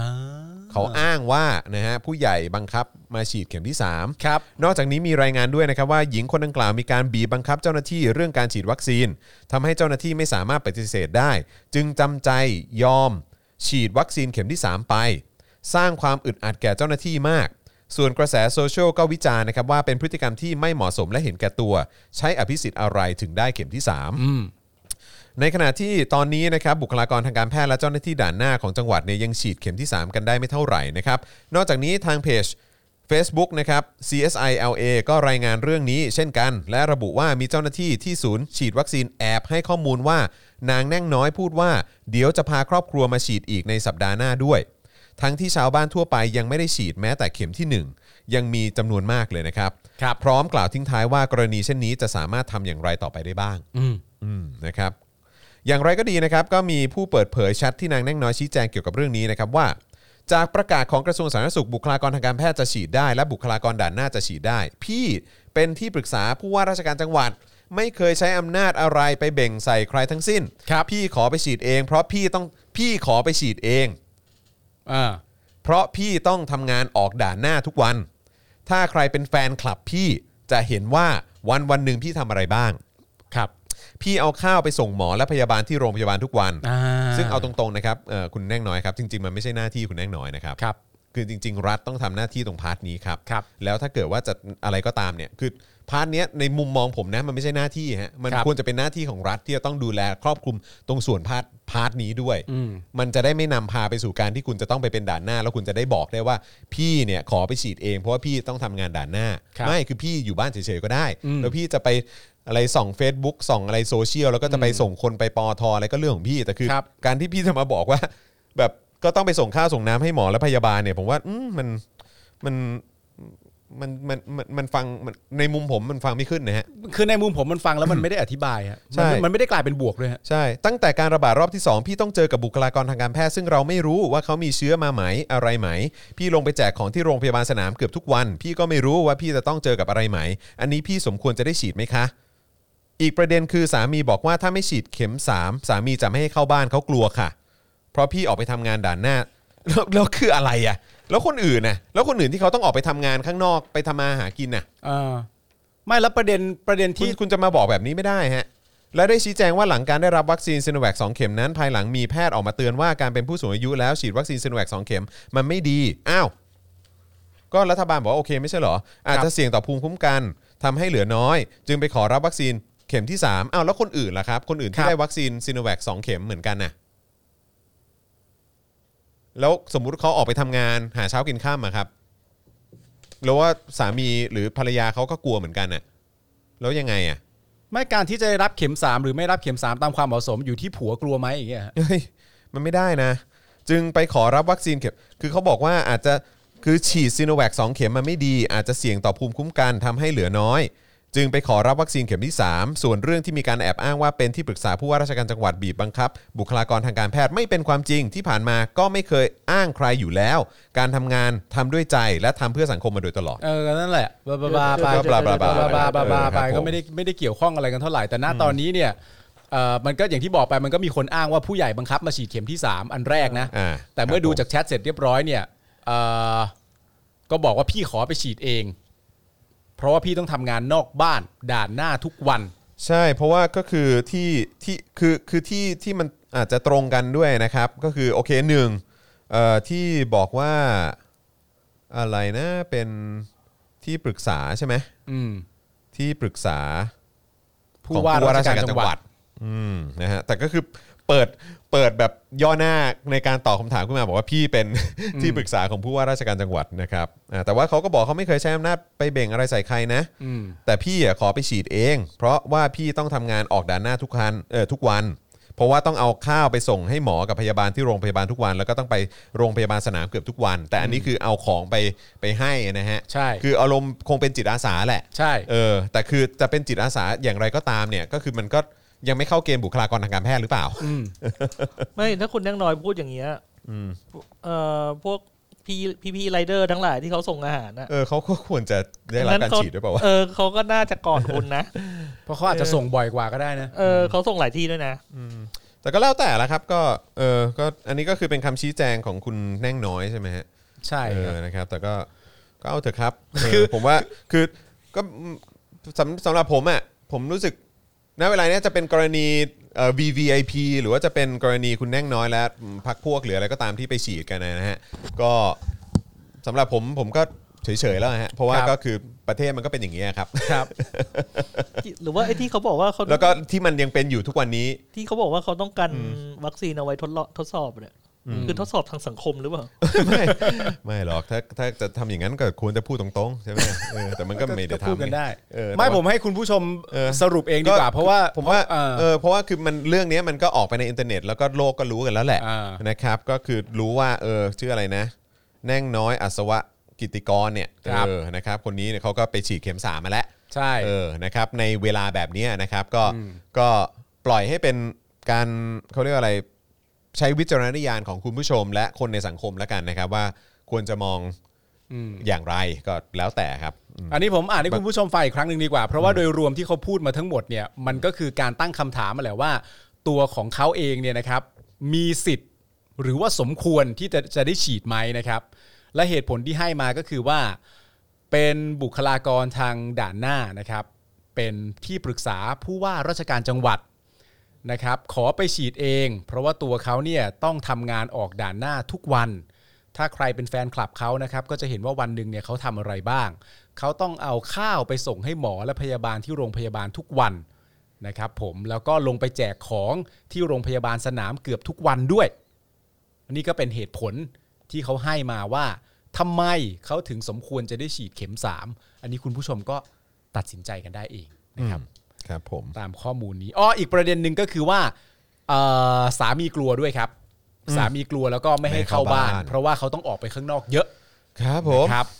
3เขาอ้างว่านะฮะผู้ใหญ่บังคับมาฉีดเข็มที่3ครับนอกจากนี้มีรายงานด้วยนะครับว่าหญิงคนดังกล่าวมีการบีบบังคับเจ้าหน้าที่เรื่องการฉีดวัคซีนทำให้เจ้าหน้าที่ไม่สามารถปฏิเสธได้จึงจำใจยอมฉีดวัคซีนเข็มที่3ไปสร้างความอึดอัดแก่เจ้าหน้าที่มากส่วนกระแสโซเชียลก็วิจารณ์นะครับว่าเป็นพฤติกรรมที่ไม่เหมาะสมและเห็นแก่ตัวใช้อภิสิทธิ์อะไรถึงได้เข็มที่3ในขณะที่ตอนนี้นะครับบุคลากรทางการแพทย์และเจ้าหน้าที่ด่านหน้าของจังหวัดเนี่ยยังฉีดเข็มที่3กันได้ไม่เท่าไหร่นะครับนอกจากนี้ทางเพจ Facebook นะครับ CSILA ก็รายงานเรื่องนี้เช่นกันและระบุว่ามีเจ้าหน้าที่ที่ศูนย์ฉีดวัคซีนแอบให้ข้อมูลว่านางแน่งน้อยพูดว่าเดี๋ยวจะพาครอบครัวมาฉีดอีกในสัปดาห์หน้าด้วยทั้งที่ชาวบ้านทั่วไปยังไม่ได้ฉีดแม้แต่เข็มที่1ยังมีจำนวนมากเลยนะครับพร้อมกล่าวทิ้งท้ายว่ากรณีเช่นนี้จะสามารถทำอย่างไรต่อไปได้บ้างนะครับอย่างไรก็ดีนะครับก็มีผู้เปิดเผยแชทที่นางแน่งน้อยชี้แจงเกี่ยวกับเรื่องนี้นะครับว่าจากประกาศของกระทรวงสาธารณสุขบุคลากรทางการแพทย์จะฉีดได้และบุคลากรด่านหน้าจะฉีดได้พี่เป็นที่ปรึกษาผู้ว่าราชการจังหวัดไม่เคยใช้อำนาจอะไรไปเบ่งใส่ใครทั้งสิ้นพี่ขอไปฉีดเองเพราะพี่ขอไปฉีดเองเพราะพี่ต้องทำงานออกด่านหน้าทุกวันถ้าใครเป็นแฟนคลับพี่จะเห็นว่าวันหนึ่งพี่ทำอะไรบ้างครับพี่เอาข้าวไปส่งหมอและพยาบาลที่โรงพยาบาลทุกวันซึ่งเอาตรงๆนะครับคุณแน่งน้อยครับจริงๆมันไม่ใช่หน้าที่คุณแน่งน้อยนะครับคือจริงๆรัฐต้องทำหน้าที่ตรงพาร์ทนี้ครับแล้วถ้าเกิดว่าจะอะไรก็ตามเนี่ยคือพาร์ทนี้ในมุมมองผมนะมันไม่ใช่หน้าที่ฮะมันควรจะเป็นหน้าที่ของรัฐที่จะต้องดูแลครอบคลุมตรงส่วนพาร์ทนี้ด้วยมันจะได้ไม่นำพาไปสู่การที่คุณจะต้องไปเป็นด่านหน้าแล้วคุณจะได้บอกได้ว่าพี่เนี่ยขอไปฉีดเองเพราะว่าพี่ต้องทำงานด่านหน้าไม่คือพี่อยู่บ้านเฉยๆก็ได้แล้วพี่จะไปอะไรส่อง Facebook ส่องอะไรโซเชียลแล้วก็จะไปส่งคนไปปอทอะไรก็เรื่องของพี่แต่คือการที่พี่จะมาบอกว่าแบบก็ต้องไปส่งข้าวส่งน้ำให้หมอและพยาบาลเนี่ยผมว่ามันฟังในมุมผมมันฟังไม่ขึ้นนะฮะคือในมุมผมมันฟังแล้วมันไม่ได้อธิบายฮะมันไม่ได้กลายเป็นบวกเลยฮะใช่ตั้งแต่การระบาดรอบที่2พี่ต้องเจอกับบุคลากรทางการแพทย์ซึ่งเราไม่รู้ว่าเขามีเชื้อมาไหมอะไรไหมพี่ลงไปแจกของที่โรงพยาบาลสนามเกือบทุกวันพี่ก็ไม่รู้ว่าพี่จะต้องเจอกับอะไรไหมอันนี้พี่สมควรจะได้ฉีดไหมคะอีกประเด็นคือสามีบอกว่าถ้าไม่ฉีดเข็ม3สามีจะไม่ให้เข้าบ้านเขากลัวค่ะเพราะพี่ออกไปทำงานด่านหน้าแล้วคืออะไรอ่ะแล้วคนอื่นน่ะแล้วคนอื่นที่เขาต้องออกไปทำงานข้างนอกไปทำมาหากินน่ะไม่แล้วประเด็นที่คุณจะมาบอกแบบนี้ไม่ได้ฮะและได้ชี้แจงว่าหลังการได้รับวัคซีนซิโนแวค2เข็มนั้นภายหลังมีแพทย์ออกมาเตือนว่าการเป็นผู้สูงอายุแล้วฉีดวัคซีนซิโนแวค2เข็มมันไม่ดีอ้าวก็รัฐบาลบอกว่าโอเคไม่ใช่เหรออาจจะเสี่ยงต่อภูมิคุ้มกันทำให้เหลือน้อยจึงไปขอรับวัคซีนเข็มที่3อ้าวแล้วคนอื่นล่ะครับคนอื่นที่ได้วัคซีนซิโนแวค2เข็มเหมือนกันน่ะแล้วสมมุติเขาออกไปทำงานหาเช้ากินข้ามอะครับแล้วว่าสามีหรือภรรยาเขาก็กลัวเหมือนกันน่ะแล้วยังไงอ่ะไม่การที่จะรับเข็ม3หรือไม่รับเข็ม3ตามความเหมาะสมอยู่ที่ผัวกลัวไหมอย่างเงี้ยเฮ้ยมันไม่ได้นะจึงไปขอรับวัคซีนเข็มคือเขาบอกว่าอาจจะคือฉีดซิโนแวค2เข็มมันไม่ดีอาจจะเสี่ยงต่อภูมิคุ้มกันทำให้เหลือน้อยจึงไปขอรับวัคซีนเข็มที่3ส่วนเรื่องที่มีการแอบอ้างว่าเป็นที่ปรึกษาผู้ว่าราชการจังหวัดบีบบังคับบุคลากรทางการแพทย์ไม่เป็นความจริงที่ผ่านมาก็ไม่เคยอ้างใครอยู่แล้วการทำงานทำด้วยใจและทำเพื่อสังคมมาโดยตลอดนั่นแหละบาไปก็ไม่ได้เกี่ยวข้องอะไรกันเท่าไหร่แต่ณตอนนี้เนี่ยมันก็อย่างที่บอกไปมันก็มีคนอ้างว่าผู้ใหญ่บังคับมาฉีดเข็มที่3อันแรกนะแต่เมื่อดูจากแชทเสร็จเรียบร้อยเนี่ยก็บอกว่าพี่ขอไปฉีดเองเพราะว่าพี่ต้องทำงานนอกบ้านด่านหน้าทุกวันใช่เพราะว่าก็คือที่มันอาจจะตรงกันด้วยนะครับก็คือโอเคที่บอกว่าอะไรนะเป็นที่ปรึกษาใช่ไหมที่ปรึกษาผู้ว่าราชการจังหวัดนะฮะแต่ก็คือเปิดแบบย่อหน้าในการตอบคำถามขึ้นมาบอกว่าพี่เป็นที่ปรึกษาของผู้ว่าราชการจังหวัดนะครับแต่ว่าเขาก็บอกเขาไม่เคยใช้อำนาจไปเบ่งอะไรใส่ใครนะแต่พี่ขอไปฉีดเองเพราะว่าพี่ต้องทำงานออกด่านหน้าทุกวันเพราะว่าต้องเอาข้าวไปส่งให้หมอกับพยาบาลที่โรงพยาบาลทุกวันแล้วก็ต้องไปโรงพยาบาลสนามเกือบทุกวันแต่อันนี้คือเอาของไปให้นะฮะใช่คืออารมณ์คงเป็นจิตอาสาแหละใช่แต่คือจะเป็นจิตอาสาอย่างไรก็ตามเนี่ยก็คือมันก็ยังไม่เข้าเกณฑ์บุคลากรทางการแพทย์หรือเปล่าไม่ถ้าคุณนั่งน้อยพูดอย่างเงี้ยพวกพี่ไรเดอร์ทั้งหลายที่เขาส่งอาหารเขาก็ควรจะได้รับการฉีดด้วยเปล่าวะเขาก็น่าจะก่อนคุณนะเพราะเขาอาจจะส่งบ่อยกว่าก็ได้นะเขาส่งหลายที่ด้วยนะแต่ก็แล้วแต่ละครับก็อันนี้ก็คือเป็นคำชี้แจงของคุณแน่งน้อยใช่ไหมฮะใช่นะครับแต่ก็เอาเถอะครับคือผมว่าคือก็สำหรับผมรู้สึกณเวลานี้จะเป็นกรณีVVIP หรือว่าจะเป็นกรณีคุณแน่งน้อยและพรรคพวกหรืออะไรก็ตามที่ไปฉีดกันนะฮะก็สำหรับผมก็เฉยๆแล้วฮะเพราะว่าก็คือประเทศมันก็เป็นอย่างนี้ครับหรือว่าไอ้ที่เขาบอกว่าเขาแล้วก็ที่มันยังเป็นอยู่ทุกวันนี้ที่เขาบอกว่าเขาต้องการวัคซีนเอาไว้ทดสอบเนี่ยคือทดสอบทางสังคมหรือเปล่าไม่หรอกถ้าจะทำอย่างนั้นก็ควรจะพูดตรงๆใช่ไหมแต่มันก็ไม่ได้ทำกันได้ไม่ผมให้คุณผู้ชมสรุปเองดีกว่าเพราะว่าผมว่าเพราะว่าคือมันเรื่องนี้มันก็ออกไปในอินเทอร์เน็ตแล้วก็โลกก็รู้กันแล้วแหละนะครับก็คือรู้ว่าชื่ออะไรนะแน่งน้อยอัศวะกิติกรเนี่ยนะครับคนนี้เนี่ยเขาก็ไปฉีดเข็ม3มาแล้วใช่นะครับในเวลาแบบนี้นะครับก็ปล่อยให้เป็นการเขาเรียกอะไรใช้วิจารณญาณของคุณผู้ชมและคนในสังคมแล้วกันนะครับว่าควรจะมองอย่างไรก็แล้วแต่ครับอันนี้ผมอ่านให้คุณผู้ชมฟังอีกครั้งนึงดีกว่าเพราะว่าโดยรวมที่เขาพูดมาทั้งหมดเนี่ยมันก็คือการตั้งคำถามมาแหละว่าตัวของเขาเองเนี่ยนะครับมีสิทธิ์หรือว่าสมควรที่จะได้ฉีดไหมนะครับและเหตุผลที่ให้มาก็คือว่าเป็นบุคลากรทางด่านหน้านะครับเป็นที่ปรึกษาผู้ว่าราชการจังหวัดนะครับขอไปฉีดเองเพราะว่าตัวเขาเนี่ยต้องทำงานออกด่านหน้าทุกวันถ้าใครเป็นแฟนคลับเขานะครับก็จะเห็นว่าวันหนึ่งเนี่ยเขาทำอะไรบ้างเขาต้องเอาข้าวไปส่งให้หมอและพยาบาลที่โรงพยาบาลทุกวันนะครับผมแล้วก็ลงไปแจกของที่โรงพยาบาลสนามเกือบทุกวันด้วยอันนี้ก็เป็นเหตุผลที่เขาให้มาว่าทำไมเขาถึงสมควรจะได้ฉีดเข็ม3อันนี้คุณผู้ชมก็ตัดสินใจกันได้เองนะครับครับผมตามข้อมูลนี้อีกประเด็นหนึ่งก็คือว่าสามีกลัวด้วยครับสามีกลัวแล้วก็ไม่ให้เข้าบ้านเพราะว่าเขาต้องออกไปข้างนอกเยอะครับผมครับ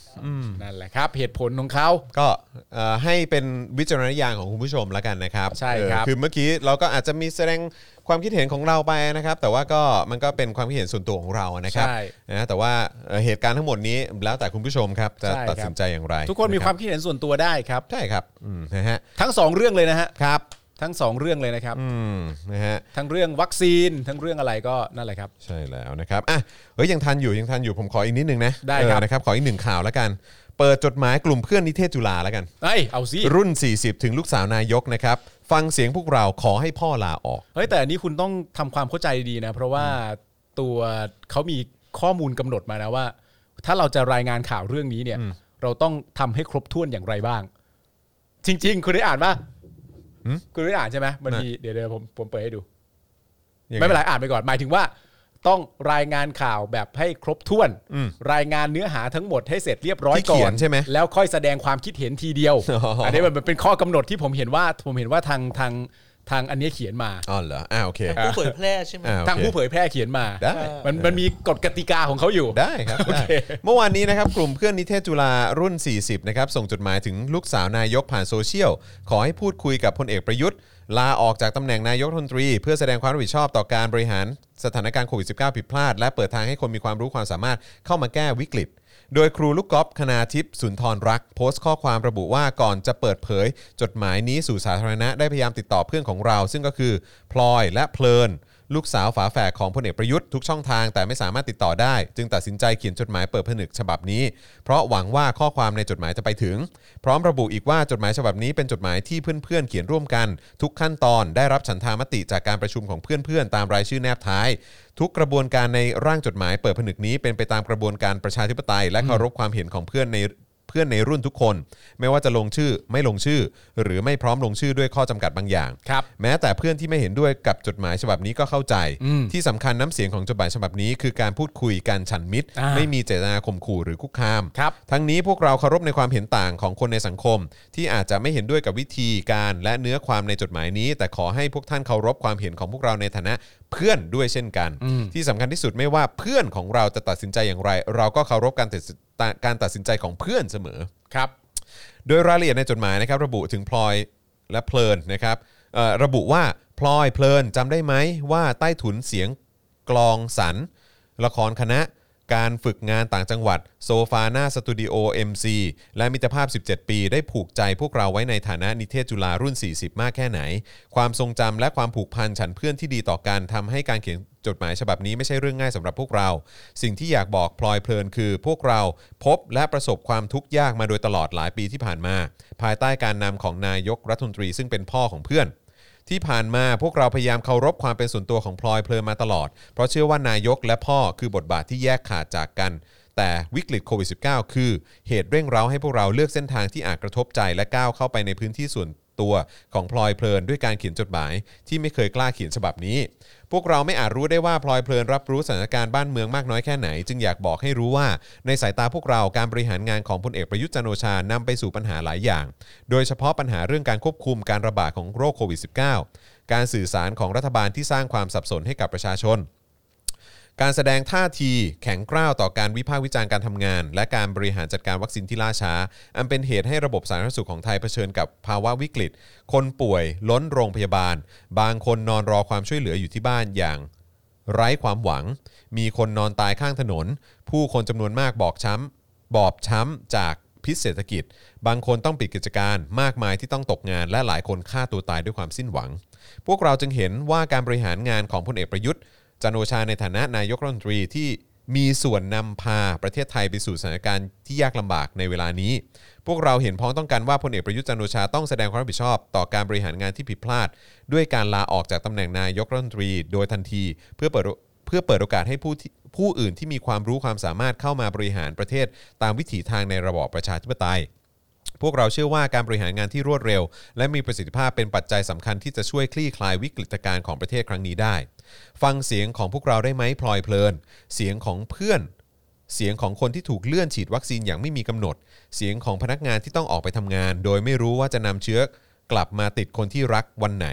นั่นแหละครับเหตุผลของเขาก็ให้เป็นวิจารณญาณของคุณผู้ชมแล้วกันนะครับใช่ครับคือเมื่อกี้เราก็อาจจะมีแสดงความคิดเห็นของเราไปนะครับแต่ว่าก็มันก็เป็นความคิดเห็นส่วนตัวของเรานะครับนะแต่ว่าเหตุการณ์ทั้งหมดนี้แล้วแต่คุณผู้ชมครับจะตัดสินใจอย่างไรทุกคนมีความคิดเห็นส่วนตัวได้ครับใช่ครับนะฮะทั้ง2เรื่องเลยนะฮะครับทั้ง2เรื่องเลยนะครับนะฮะทั้งเรื่องวัคซีนทั้งเรื่องอะไรก็นั่นแหละครับใช่แล้วนะครับยังทันอยู่ผมขออีกนิดนึงนะได้ครับนะครับขออีก1ข่าวแล้วกันเปิดจดหมายกลุ่มเพื่อนนิเทศจุฬาแล้วกันเอาสิรุ่น40ถึงลูกสาวนายกนะครับฟังเสียงพวกเราขอให้พ่อลาออกแต่อันนี้คุณต้องทำความเข้าใจดีนะเพราะว่าตัวเขามีข้อมูลกำหนดมานะว่าถ้าเราจะรายงานข่าวเรื่องนี้เนี่ยเราต้องทำให้ครบถ้วนอย่างไรบ้างจริงๆคุณได้อ่านป่ะคุณได้อ่านใช่ไหมมันมีเดี๋ยวผมเปิดให้ดูไม่เป็นไรอ่านไปก่อนหมายถึงว่าต้องรายงานข่าวแบบให้ครบถ้วนรายงานเนื้อหาทั้งหมดให้เสร็จเรียบร้อยก่อนใช่ไหมแล้วค่อยแสดงความคิดเห็นทีเดียว อันนี้มันเป็นข้อกำหนดที่ผมเห็นว่าทางอันนี้เขียนมาเหรอโอเคผู้เผยแพร่ใช่ไหมทางผู้เผยแพร่เขียนมาได้มันมีกฎกติกาของเขาอยู่ได้ครับเมื่อวานนี้นะครับกลุ่มเพื่อนนิเทศจุฬารุ่น40นะครับส่งจดหมายถึงลูกสาวนายกผ่านโซเชียลขอให้พูดคุยกับพลเอกประยุทธ์ลาออกจากตำแหน่งนายกรัฐมนตรีเพื่อแสดงความรับผิดชอบต่อการบริหารสถานการณ์โควิด -19 ผิดพลาดและเปิดทางให้คนมีความรู้ความสามารถเข้ามาแก้วิกฤตโดยครูลูกกอล์ฟคณาทิพย์สุนทรรักโพสต์ข้อความระบุว่าก่อนจะเปิดเผยจดหมายนี้สู่สาธารณะได้พยายามติดต่อเพื่อนของเราซึ่งก็คือพลอยและเพลินลูกสาวฝาแฝดของพลเอกประยุทธ์ทุกช่องทางแต่ไม่สามารถติดต่อได้จึงตัดสินใจเขียนจดหมายเปิดผนึกฉบับนี้เพราะหวังว่าข้อความในจดหมายจะไปถึงพร้อมระบุอีกว่าจดหมายฉบับนี้เป็นจดหมายที่เพื่อนๆเขียนร่วมกันทุกขั้นตอนได้รับฉันทามติจากการประชุมของเพื่อนๆตามรายชื่อแนบท้ายทุกกระบวนการในร่างจดหมายเปิดผนึกนี้เป็นไปตามกระบวนการประชาธิปไตยและเคารพความเห็นของเพื่อนในรุ่นทุกคนไม่ว่าจะลงชื่อไม่ลงชื่อหรือไม่พร้อมลงชื่อด้วยข้อจำกัดบางอย่างแม้แต่เพื่อนที่ไม่เห็นด้วยกับจดหมายฉบับนี้ก็เข้าใจที่สำคัญน้ำเสียงของจดหมายฉบับนี้คือการพูดคุยกันฉันมิตรไม่มีเจตนาข่มขู่หรือคุกคามทั้งนี้พวกเราเคารพในความเห็นต่างของคนในสังคมที่อาจจะไม่เห็นด้วยกับวิธีการและเนื้อความในจดหมายนี้แต่ขอให้พวกท่านเคารพความเห็นของพวกเราในฐานะเพื่อนด้วยเช่นกันที่สำคัญที่สุดไม่ว่าเพื่อนของเราจะตัดสินใจอย่างไรเราก็เคารพการตัดสินใจของเพื่อนเสมอครับโดยรายละเอียดในจดหมายนะครับระบุถึงพลอยและเพลินนะครับระบุว่าพลอยเพลินจำได้ไหมว่าใต้ถุนเสียงกลองสรรละครคณะการฝึกงานต่างจังหวัดโซฟาหน้าสตูดิโอ MC และมิตรภาพ17ปีได้ผูกใจพวกเราไว้ในฐานะนิเทศจุฬารุ่น40มากแค่ไหนความทรงจำและความผูกพันฉันเพื่อนที่ดีต่อกันทำให้การเขียนจดหมายฉบับนี้ไม่ใช่เรื่องง่ายสำหรับพวกเราสิ่งที่อยากบอกพลอยเพลินคือพวกเราพบและประสบความทุกข์ยากมาโดยตลอดหลายปีที่ผ่านมาภายใต้การนำของนายกรัฐมนตรีซึ่งเป็นพ่อของเพื่อนที่ผ่านมาพวกเราพยายามเคารพความเป็นส่วนตัวของพลอยเพลินมาตลอดเพราะเชื่อว่านายกและพ่อคือบทบาทที่แยกขาดจากกันแต่วิกฤตโควิด -19 คือเหตุเร่งเร้าให้พวกเราเลือกเส้นทางที่อาจกระทบใจและก้าวเข้าไปในพื้นที่ส่วนตัวของพลอยเพลินด้วยการเขียนจดหมายที่ไม่เคยกล้าเขียนฉบับนี้พวกเราไม่อาจรู้ได้ว่าพลอยเพลินรับรู้สถานการณ์บ้านเมืองมากน้อยแค่ไหนจึงอยากบอกให้รู้ว่าในสายตาพวกเราการบริหารงานของพลเอกประยุทธ์จันทร์โอชานำไปสู่ปัญหาหลายอย่างโดยเฉพาะปัญหาเรื่องการควบคุมการระบาดของโรคโควิด -19 การสื่อสารของรัฐบาลที่สร้างความสับสนให้กับประชาชนการแสดงท่าทีแข็งกร้าวต่อการวิพากษ์วิจารณ์การทำงานและการบริหารจัดการวัคซีนที่ล่าช้าอันเป็นเหตุให้ระบบสาธารณสุขของไทยเผชิญกับภาวะวิกฤตคนป่วยล้นโรงพยาบาลบางคนนอนรอความช่วยเหลืออยู่ที่บ้านอย่างไร้ความหวังมีคนนอนตายข้างถนนผู้คนจำนวนมากบอบช้ำจากพิษเศรษฐกิจบางคนต้องปิดกิจการมากมายที่ต้องตกงานและหลายคนฆ่าตัวตายด้วยความสิ้นหวังพวกเราจึงเห็นว่าการบริหารงานของพลเอกประยุทธ์จันทร์โอชาในฐานะนายกรัฐมนตรีที่มีส่วนนำพาประเทศไทยไปสู่สถานการณ์ที่ยากลำบากในเวลานี้พวกเราเห็นพ้องต้องกันว่าพลเอกประยุทธ์จันทร์โอชาต้องแสดงความรับผิดชอบต่อการบริหารงานที่ผิดพลาดด้วยการลาออกจากตำแหน่งนายกรัฐมนตรีโดยทันทีเพื่อเปิดโอกาสให้ผู้อื่นที่มีความรู้ความสามารถเข้ามาบริหารประเทศตามวิถีทางในระบอบประชาธิปไตยพวกเราเชื่อว่าการบริหารงานที่รวดเร็วและมีประสิทธิภาพเป็นปัจจัยสำคัญที่จะช่วยคลี่คลายวิกฤตการณ์ของประเทศครั้งนี้ได้ฟังเสียงของพวกเราได้ไหมพลอยเพลินเสียงของเพื่อนเสียงของคนที่ถูกเลื่อนฉีดวัคซีนอย่างไม่มีกำหนดเสียงของพนักงานที่ต้องออกไปทำงานโดยไม่รู้ว่าจะนำเชื้อกลับมาติดคนที่รักวันไหน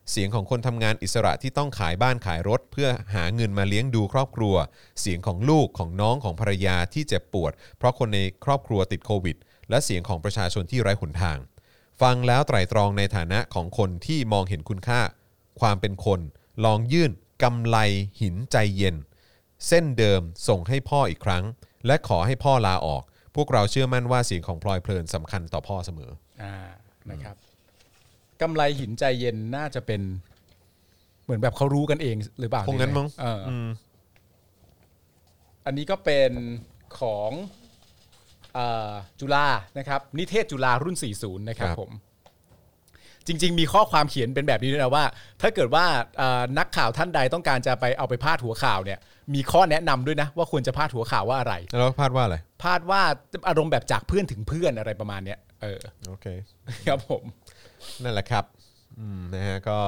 เสียงของคนทำงานอิสระที่ต้องขายบ้านขายรถเพื่อหาเงินมาเลี้ยงดูครอบครัวเสียงของลูกของน้องของภรรยาที่เจ็บปวดเพราะคนในครอบครัวติดโควิดและเสียงของประชาชนที่ไร้หนทางฟังแล้วไตร่ตรองในฐานะของคนที่มองเห็นคุณค่าความเป็นคนลองยื่นกำไลหินใจเย็นเส้นเดิมส่งให้พ่ออีกครั้งและขอให้พ่อลาออกพวกเราเชื่อมั่นว่าเสียงของพลอยเพลินสำคัญต่อพ่อเสมอนะครับกำไลหินใจเย็นน่าจะเป็นเหมือนแบบเขารู้กันเองหรือเปล่าคงงั้นมั้งอันนี้ก็เป็นของจุฬานะครับนิเทศจุฬารุ่น40นะครับผมจริงๆมีข้อความเขียนเป็นแบบนี้ด้วยนะว่าถ้าเกิดว่านักข่าวท่านใดต้องการจะไปเอาไปพาดหัวข่าวเนี่ยมีข้อแนะนำด้วยนะว่าควรจะพาดหัวข่าวว่าอะไรแล้วพาดว่าอะไรพาดว่าอารมณ์แบบจากเพื่อนถึงเพื่อนอะไรประมาณเนี้ยโอเคครับผมนั่นแหละครับนะฮะก็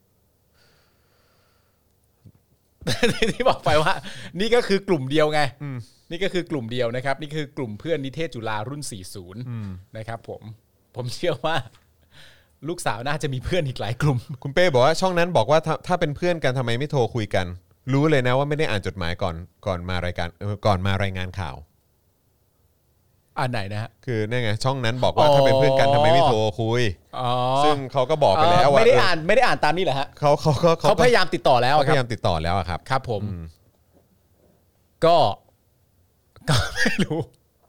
ที่บอกไปว่านี่ก็คือกลุ่มเดียวไงนี่ก็คือกลุ่มเดียวนะครับนี่คือกลุ่มเพื่อนนิเทศจุฬารุ่น40นะครับผมเชื่อว่าลูกสาวน่าจะมีเพื่อนอีกหลายกลุ่มคุณเป้บอกว่าช่องนั้นบอกว่าถ้าเป็นเพื่อนกันทำไมไม่โทรคุยกันรู้เลยนะว่าไม่ได้อ่านจดหมายก่อนมารายการก่อนมารายงานข่าวอันไหนนะฮะคือนี่ไงช่องนั้นบอกว่าถ้าเป็นเพื่อนกันทำไมไม่โทรคุยซึ่งเขาก็บอกไปแล้วว่าไม่ได้อ่านตามนี้เหรอฮะเขาพยายามติดต่อแล้วพยายามติดต่อแล้วครับครับผมก็ไม่รู้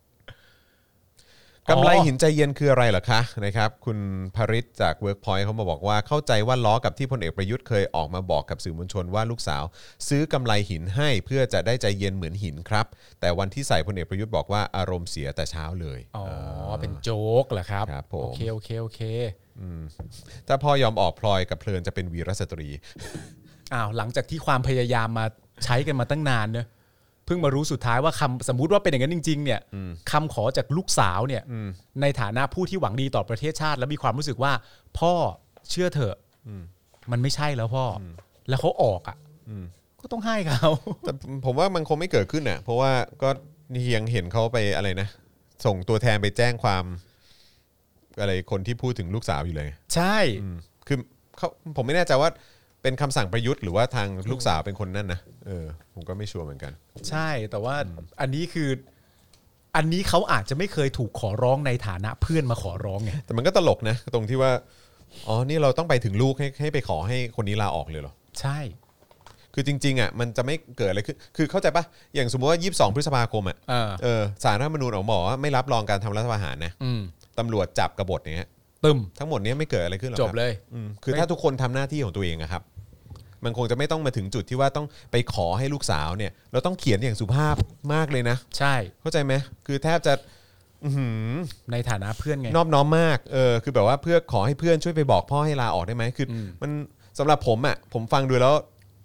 กำไลหินใจเย็นคืออะไรเหรอคะนะครับคุณภริษจาก Workpoint เขามาบอกว่าเข้าใจว่าล้อกับที่พลเอกประยุทธ์เคยออกมาบอกกับสื่อมวลชนว่าลูกสาวซื้อกำไลหินให้เพื่อจะได้ใจเย็นเหมือนหินครับแต่วันที่ใส่พลเอกประยุทธ์บอกว่าอารมณ์เสียแต่เช้าเลยเป็นโจ๊กเหรอครับครับผมโอเคถ้าพ่อยอมออกพลอยกับเพลินจะเป็นวีรสตรีหลังจากที่ความพยายามมาใช้กันมาตั้งนานเนอะเพิ่งมารู้สุดท้ายว่าสมมุติว่าเป็นอย่างนั้นจริงๆเนี่ยคำขอจากลูกสาวเนี่ยในฐานะผู้ที่หวังดีต่อประเทศชาติและมีความรู้สึกว่าพ่อเชื่อเถอะมันไม่ใช่แล้วพ่อแล้วเขาออกก็ต้องให้เขาแต่ผมว่ามันคงไม่เกิดขึ้นเพราะว่าก็ยังเห็นเขาไปอะไรนะส่งตัวแทนไปแจ้งความอะไรคนที่พูดถึงลูกสาวอยู่เลยใช่คือผมไม่แน่ใจว่าเป็นคำสั่งประยุทธ์หรือว่าทางลูกสาวเป็นคนนั่นนะผมก็ไม่ชัวร์เหมือนกันใช่แต่ว่าอันนี้เขาอาจจะไม่เคยถูกขอร้องในฐานะเพื่อนมาขอร้องไงแต่มันก็ตลกนะตรงที่ว่านี่เราต้องไปถึงลูกให้ไปขอให้คนนี้ลาออกเลยเหรอใช่คือจริงๆมันจะไม่เกิดอะไรขึ้นคือเข้าใจปะอย่างสมมติว่า22พฤษภาคมศาลรัฐธรรมนูญออกมาบอกว่าไม่รับรองการทำรัฐประหารนะตำรวจจับกบฏอย่างเงี้ยทั้งหมดนี้ไม่เกิดอะไรขึ้นหรอกจบเลยคือถ้าทุกคนทำหน้าที่ของตัวเองครับมันคงจะไม่ต้องมาถึงจุดที่ว่าต้องไปขอให้ลูกสาวเนี่ยเราต้องเขียนอย่างสุภาพมากเลยนะใช่เข้าใจไหมคือแทบจะในฐานะเพื่อนไงนอบน้อมมากคือแบบว่าเพื่อขอให้เพื่อนช่วยไปบอกพ่อให้ลาออกได้ไหมคือมันสำหรับผมฟังดูแล้ว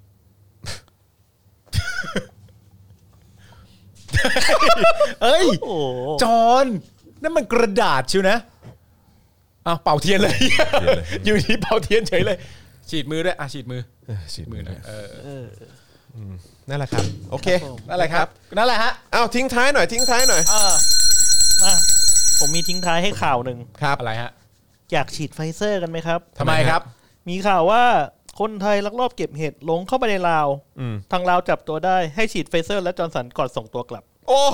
เอ้ยจอนนั่นมันกระดาษชิวนะเป่าเทียนเลยอยู่ที่เป่าเทียนเฉยเลยฉีดมือด้วยฉีดมือหน่อยนั่นแหละครับโอเคนั่นแหละครับนั่นแหละฮะทิ้งท้ายหน่อยมาผมมีทิ้งท้ายให้ข่าวหนึ่งครับอะไรฮะอยากฉีดไฟเซอร์กันไหมครับทำไมครับมีข่าวว่าคนไทยลักลอบเก็บเห็ดหลงเข้าไปในลาวทางลาวจับตัวได้ให้ฉีดไฟเซอร์และจอร์นสันก่อนส่งตัวกลับโอ้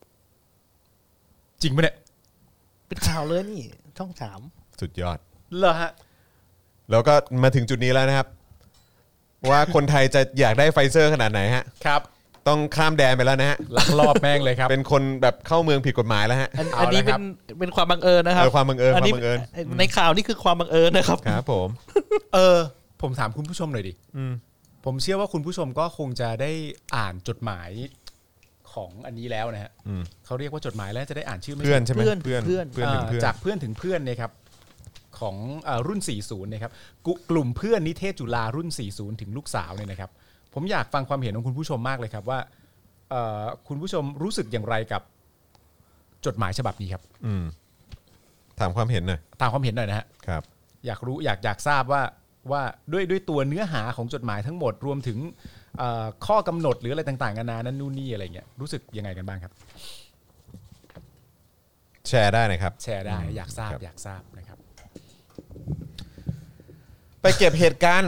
จริงปะเนี่ยเป็นข่าวเลยนี่ช่อง3 สุดยอดเหรอฮะแล้วก็มาถึงจุดนี้แล้วนะครับว่าคนไทยจะอยากได้ไฟเซอร์ขนาดไหนฮะครับต้องข้ามแดนไปแล้วนะฮะลักลอบแม่งเลยครับเป็นคนแบบเข้าเมืองผิดกฎหมายแล้วฮะอันนี้เป็นความบังเอิญนะครับความบังเอิญในข่าวนี่คือความบังเอิญนะครับครับผมผมถามคุณผู้ชมหน่อยดิผมเชื่อว่าคุณผู้ชมก็คงจะได้อ่านจดหมายของอันนี้แล้วนะฮะเขาเรียกว่าจดหมายแล้วจะได้อ่านชื่อเพื่อนใช่ไหมเพื่อนจากเพื่อนถึงเพื่อนเนี่ยครับของรุ่น40นะครับกลุ่มเพื่อนนิเทศจุฬารุ่น40ถึงลูกสาวเนี่ยนะครับผมอยากฟังความเห็นของคุณผู้ชมมากเลยครับว่าคุณผู้ชมรู้สึกอย่างไรกับจดหมายฉบับนี้ครับถามความเห็นหน่อยตามความเห็นหน่อยนะฮะครับอยากรู้อยากทราบว่าด้วยตัวเนื้อหาของจดหมายทั้งหมดรวมถึงข้อกำหนดหรืออะไรต่างๆนานานั้นนู่นนี่อะไรเงี้ยรู้สึกยังไงกันบ้างครับแชร์ได้นะครับแชร์ได้อยากทราบนะครับไปเก็บเห็ดกัน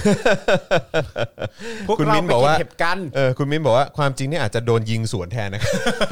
พวกคุณเรามิ้นไปบอกเก็บว่าเห็ดกันคุณมิ้นบอกว่าความจริงนี่อาจจะโดนยิงสวนแทนนะครับ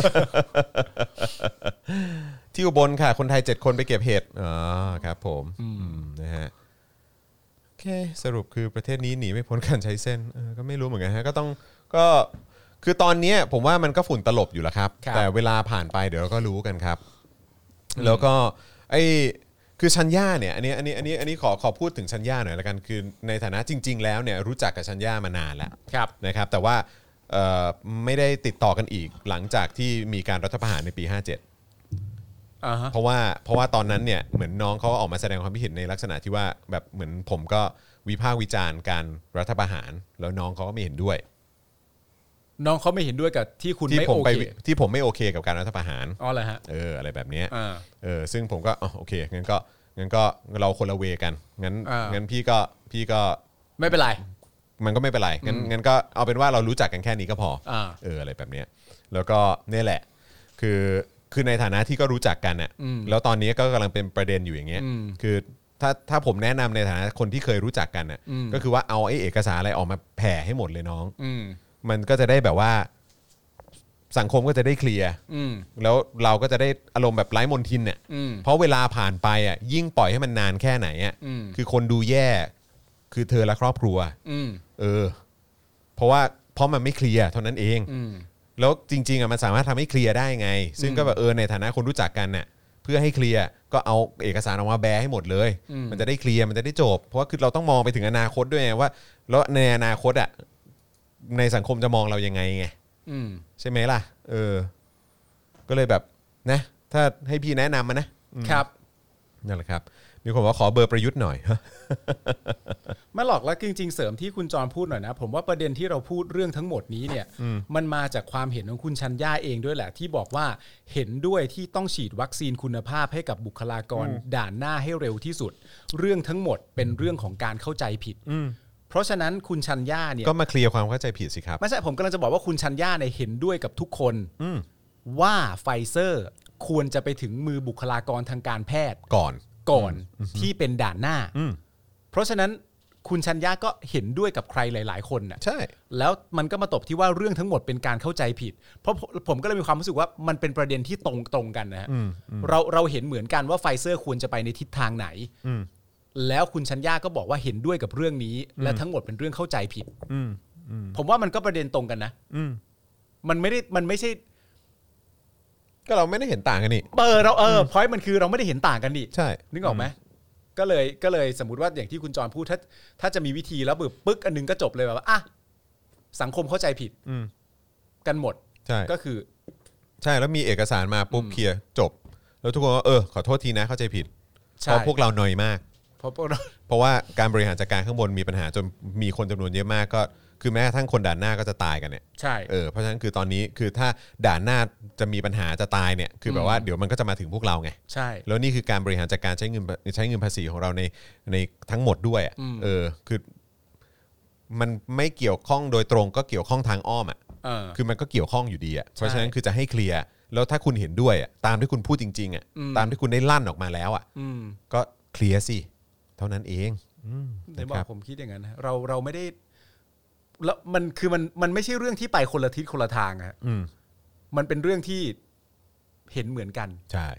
ที่อุบลค่ะคนไทย7คนไปเก็บเห็ดอ๋อครับผมนะฮะโอเคสรุปคือประเทศนี้หนีไม่พ้นการใช้เส้นก็ไม่รู้เหมือนกันฮะก็คือตอนนี้ผมว่ามันก็ฝุ่นตลบอยู่แล้วครับแต่เวลาผ่านไปเดี๋ยวเราก็รู้กันครับแล้วก็คือชัญญาเนี่ยอันนี้ขอพูดถึงชัญญาหน่อยละกันคือในฐานะจริงๆแล้วเนี่ยรู้จักกับชัญญามานานแล้วนะครับแต่ว่าไม่ได้ติดต่อกันอีกหลังจากที่มีการรัฐประหารในปี57เพราะว่าตอนนั้นเนี่ยเหมือนน้องเขาออกมาแสดงความคิดเห็นในลักษณะที่ว่าแบบเหมือนผมก็วิพากษ์วิจารณ์การรัฐประหารแล้วน้องเขาก็ไม่เห็นด้วยน้องเขาไม่เห็นด้วยกับที่คุณไม่โอเคที่ผมไม่โอเคกับการรัฐประหารอ๋อเหรอฮะอะไรแบบนี้ซึ่งผมก็โอเคงั้นก็เราคนละเวกันงั้นพี่ก็ไม่เป็นไรมันก็ไม่เป็นไรงั้นก็เอาเป็นว่าเรารู้จักกันแค่นี้ก็พออะไรแบบนี้แล้วก็นี่แหละคือในฐานะที่ก็รู้จักกันอ่ะแล้วตอนนี้ก็กำลังเป็นประเด็นอยู่อย่างเงี้ยคือถ้าผมแนะนำในฐานะคนที่เคยรู้จักกันอ่ะก็คือว่าเอาไอ้เอกสารอะไรออกมาแผ่ให้หมดเลยน้องมันก็จะได้แบบว่าสังคมก็จะได้เคลียร์แล้วเราก็จะได้อารมณ์แบบไร้มนทินเนี่ยเพราะเวลาผ่านไปอ่ะยิ่งปล่อยให้มันนานแค่ไหนอ่ะคือคนดูแย่คือเธอและครอบครัวเพราะมันไม่เคลียร์เท่านั้นเองแล้วจริงๆอ่ะมันสามารถทำให้เคลียร์ได้ไงซึ่งก็แบบในฐานะคนรู้จักกันเนี่ยเพื่อให้เคลียร์ก็เอาเอกสารออกมาแบร์ให้หมดเลยมันจะได้เคลียร์มันจะได้จบเพราะว่าคือเราต้องมองไปถึงอนาคตด้วยว่าแล้วในอนาคตอ่ะในสังคมจะมองเรายังไงไงใช่ไหมล่ะก็เลยแบบนะถ้าให้พี่แนะนำมานะครับนั่นแหละครับมีคนว่าขอเบอร์ประยุทธ์หน่อยไม่หรอกแล้วจริงๆเสริมที่คุณจรพูดหน่อยนะผมว่าประเด็นที่เราพูดเรื่องทั้งหมดนี้เนี่ยมันมาจากความเห็นของคุณชัญญาเองด้วยแหละที่บอกว่าเห็นด้วยที่ต้องฉีดวัคซีนคุณภาพให้กับบุคลากรด่านหน้าให้เร็วที่สุดเรื่องทั้งหมดเป็นเรื่องของการเข้าใจผิดเพราะฉะนั้นคุณชัญญาเนี่ยก็มาเคลียร์ความเข้าใจผิดสิครับไม่ใช่ผมกำลังจะบอกว่าคุณชัญญาเนี่ยเห็นด้วยกับทุกคนว่าไฟเซอร์ควรจะไปถึงมือบุคลากรทางการแพทย์ก่อนที่เป็นด่านหน้าเพราะฉะนั้นคุณชัญญาก็เห็นด้วยกับใครหลายๆคนน่ะใช่แล้วมันก็มาตบที่ว่าเรื่องทั้งหมดเป็นการเข้าใจผิดเพราะผมก็เลยมีความรู้สึกว่ามันเป็นประเด็นที่ตรงกันนะฮะเราเห็นเหมือนกันว่าไฟเซอร์ควรจะไปในทิศทางไหนแล้วคุณชัญญาก็บอกว่าเห็นด้วยกับเรื่องนี้และทั้งหมดเป็นเรื่องเข้าใจผิดผมว่ามันก็ประเด็นตรงกันนะมันไม่ใช่ก็เราไม่ได้เห็นต่างกันนี่พอยต์มันคือเราไม่ได้เห็นต่างกันนี่ใช่นึกออกไหมก็เลยสมมุติว่าอย่างที่คุณจรพูดถ้าจะมีวิธีแล้วปึ๊กอันนึงก็จบเลยแบบว่าสังคมเข้าใจผิดกันหมดใช่ก็คือใช่แล้วมีเอกสารมาปุ๊บเคลียร์จบแล้วทุกคนก็ขอโทษทีนะเข้าใจผิดเพราะพวกเราหน่อยมากเพราะว่าการบริหารจัดการข้างบนมีปัญหาจนมีคนจำนวนเยอะมากก็คือแม้กระทั่งคนด่านหน้าก็จะตายกันเนี่ยใช่เพราะฉะนั้นคือตอนนี้คือถ้าด่านหน้าจะมีปัญหาจะตายเนี่ยคือแบบว่าเดี๋ยวมันก็จะมาถึงพวกเราไงใช่แล้วนี่คือการบริหารจัดการใช้เงินภาษีของเราในทั้งหมดด้วยคือมันไม่เกี่ยวข้องโดยตรงก็เกี่ยวข้องทางอ้อมคือมันก็เกี่ยวข้องอยู่ดีเพราะฉะนั้นคือจะให้เคลียร์แล้วถ้าคุณเห็นด้วยตามที่คุณพูดจริงๆตามที่คุณได้ลั่นออกมาแล้วก็เคลียร์สิเท่านั้นเองเดี๋ยวบอกผมคิดอย่างนั้นเราไม่ได้แล้วมันไม่ใช่เรื่องที่ไปคนละทิศคนละทางฮะมันเป็นเรื่องที่เห็นเหมือนกันใช่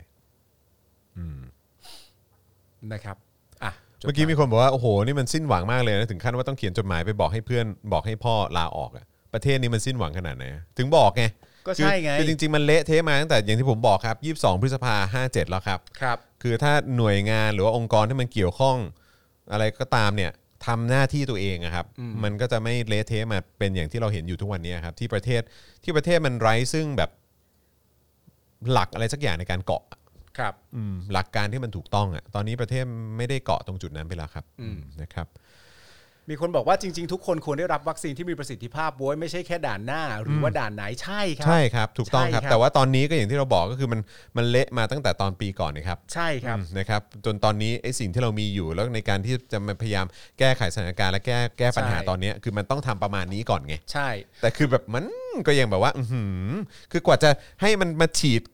นะครับเมื่อกี้มีคนบอกว่าโอ้โหนี่มันสิ้นหวังมากเลยนะถึงขั้นว่าต้องเขียนจดหมายไปบอกให้เพื่อนบอกให้พ่อลาออกประเทศนี้มันสิ้นหวังขนาดไหนถึงบอกไงก็ใช่ไงคือจริงๆมันเละเทะมาตั้งแต่อย่างที่ผมบอกครับ22พฤษภาคม57แล้วครับคือถ้าหน่วยงานหรือว่าองค์กรที่มันเกี่ยวข้องอะไรก็ตามเนี่ยทำหน้าที่ตัวเองครับมันก็จะไม่เละเทะมาเป็นอย่างที่เราเห็นอยู่ทุกวันนี้ครับที่ประเทศมันไร้ซึ่งแบบหลักอะไรสักอย่างในการเกาะครับหลักการที่มันถูกต้องตอนนี้ประเทศไม่ได้เกาะตรงจุดนั้นไปแล้วครับนะครับมีคนบอกว่าจริงๆทุกคนควรได้รับวัคซีนที่มีประสิทธิภาพโว้ยไม่ใช่แค่ด่านหน้าหรือว่าด่านไหนใช่ครับใช่ครับถูกต้องครับแต่ว่าตอนนี้ก็อย่างที่เราบอกก็คือมันเละมาตั้งแต่ตอนปีก่อนนะครับใช่ครับนะครับจนตอนนี้ไอ้สิ่งที่เรามีอยู่แล้วในการที่จะมาพยายามแก้ไขสถานการณ์และแก้ปัญหาตอนนี้คือมันต้องทำประมาณนี้ก่อนไงใช่แต่คือแบบมันก็ยังแบบว่าคือกว่าจะให้มันมาฉีดกับ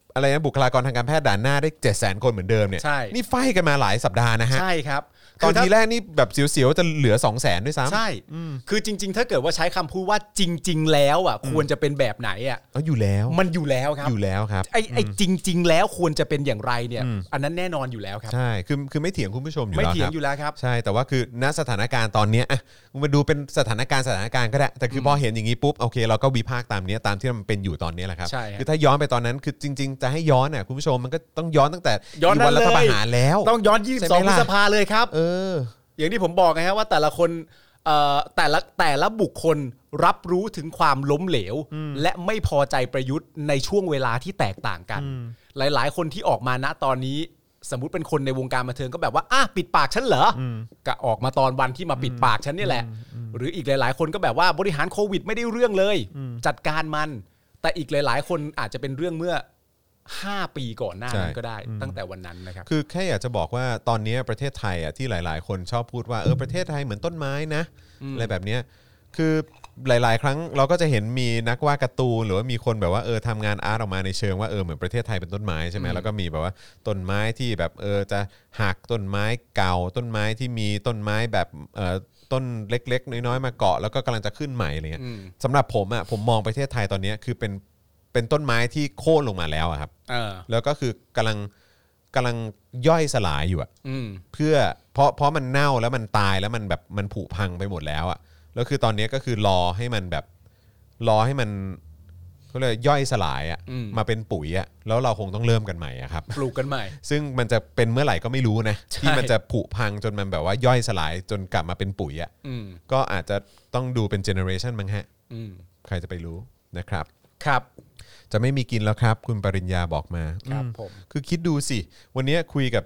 อะไรนะบุคลากรทางการแพทย์ด่านหน้าได้ 700,000 คนเหมือนเดิมเนี่ยนี่ไฟกันมาหลายสัปดาห์นะฮะใช่ครับตอนทีแรกนี่แบบเสียวๆจะเหลือ 200,000 ด้วยซ้ำใช่คือจริงๆถ้าเกิดว่าใช้คำพูดว่าจริงๆแล้วอ่ะควรจะเป็นแบบไหนอ่ะอยู่แล้วมันอยู่แล้วครับอยู่แล้วครับไอ้จริงๆแล้วควรจะเป็นอย่างไรเนี่ยอันนั้นแน่นอนอยู่แล้วครับใช่คือไม่เถียงคุณผู้ชมอยู่แล้วไม่เถียงอยู่แล้วครับใช่แต่ว่าคือณสถานการณ์ตอนนี้อ่ะมาดูเป็นสถานการณ์ก็ได้แต่คือพอเห็นอย่างนี้ปุ๊บโอเคเราก็วิพากษ์ตามนี้ตามที่มันเป็นอยู่ตอนนี้แหละครับคือถ้าย้อนไปตอนนั้นคือจริงๆจะให้ย้อนน่ะคุณผู้ชมมันก็ต้องย้อนตั้งแต่วันรัฐประหารแล้วต้องย้อน22พฤษภาเลยครับอย่างที่ผมบอกไงฮะว่าแต่ละคนแต่ละบุคคลรับรู้ถึงความล้มเหลวและไม่พอใจประยุทธ์ในช่วงเวลาที่แตกต่างกันหลายๆคนที่ออกมาณตอนนี้สมมุติเป็นคนในวงการบันเทิงก็แบบว่าปิดปากฉันเหรอก็ออกมาตอนวันที่มาปิดปากฉันนี่แหละหรืออีกหลายๆคนก็แบบว่าบริหารโควิดไม่ได้เรื่องเลยจัดการมันแต่อีกหลายๆคนอาจจะเป็นเรื่องเมื่อ5 ปีก่อนหน้านั้นก็ได้ตั้งแต่วันนั้นนะครับคือแค่อยากจะบอกว่าตอนนี้ประเทศไทยอ่ะที่หลายๆคนชอบพูดว่าประเทศไทยเหมือนต้นไม้นะอะไรแบบนี้คือหลายๆครั้งเราก็จะเห็นมีนักวาดการ์ตูนหรือว่ามีคนแบบว่าทำงานอาร์ตออกมาในเชิงว่าเหมือนประเทศไทยเป็นต้นไม้ใช่ไหมแล้วก็มีแบบว่าต้นไม้ที่แบบจะหักต้นไม้เก่าต้นไม้ที่มีต้นไม้แบบต้นเล็กๆน้อยๆมาเกาะแล้วก็กำลังจะขึ้นใหม่อะไรเงี้ยสำหรับผมมองประเทศไทยตอนนี้คือเป็นต้นไม้ที่โค่นลงมาแล้วครับแล้วก็คือกำลังย่อยสลายอยู่เพื่อเพราะมันเน่าแล้วมันตายแล้วมันแบบมันผุพังไปหมดแล้วแล้วคือตอนนี้ก็คือรอให้มันเขาเรียกย่อยสลายมาเป็นปุ๋ยแล้วเราคงต้องเริ่มกันใหม่ครับปลูกกันใหม่ซึ่งมันจะเป็นเมื่อไหร่ก็ไม่รู้นะที่มันจะผุพังจนมันแบบว่าย่อยสลายจนกลับมาเป็นปุ๋ยก็อาจจะต้องดูเป็นเจเนอเรชันมั้งฮะใครจะไปรู้นะครับครับจะไม่มีกินแล้วครับคุณปริญญาบอกมาครับผมคือคิดดูสิวันนี้คุยกับ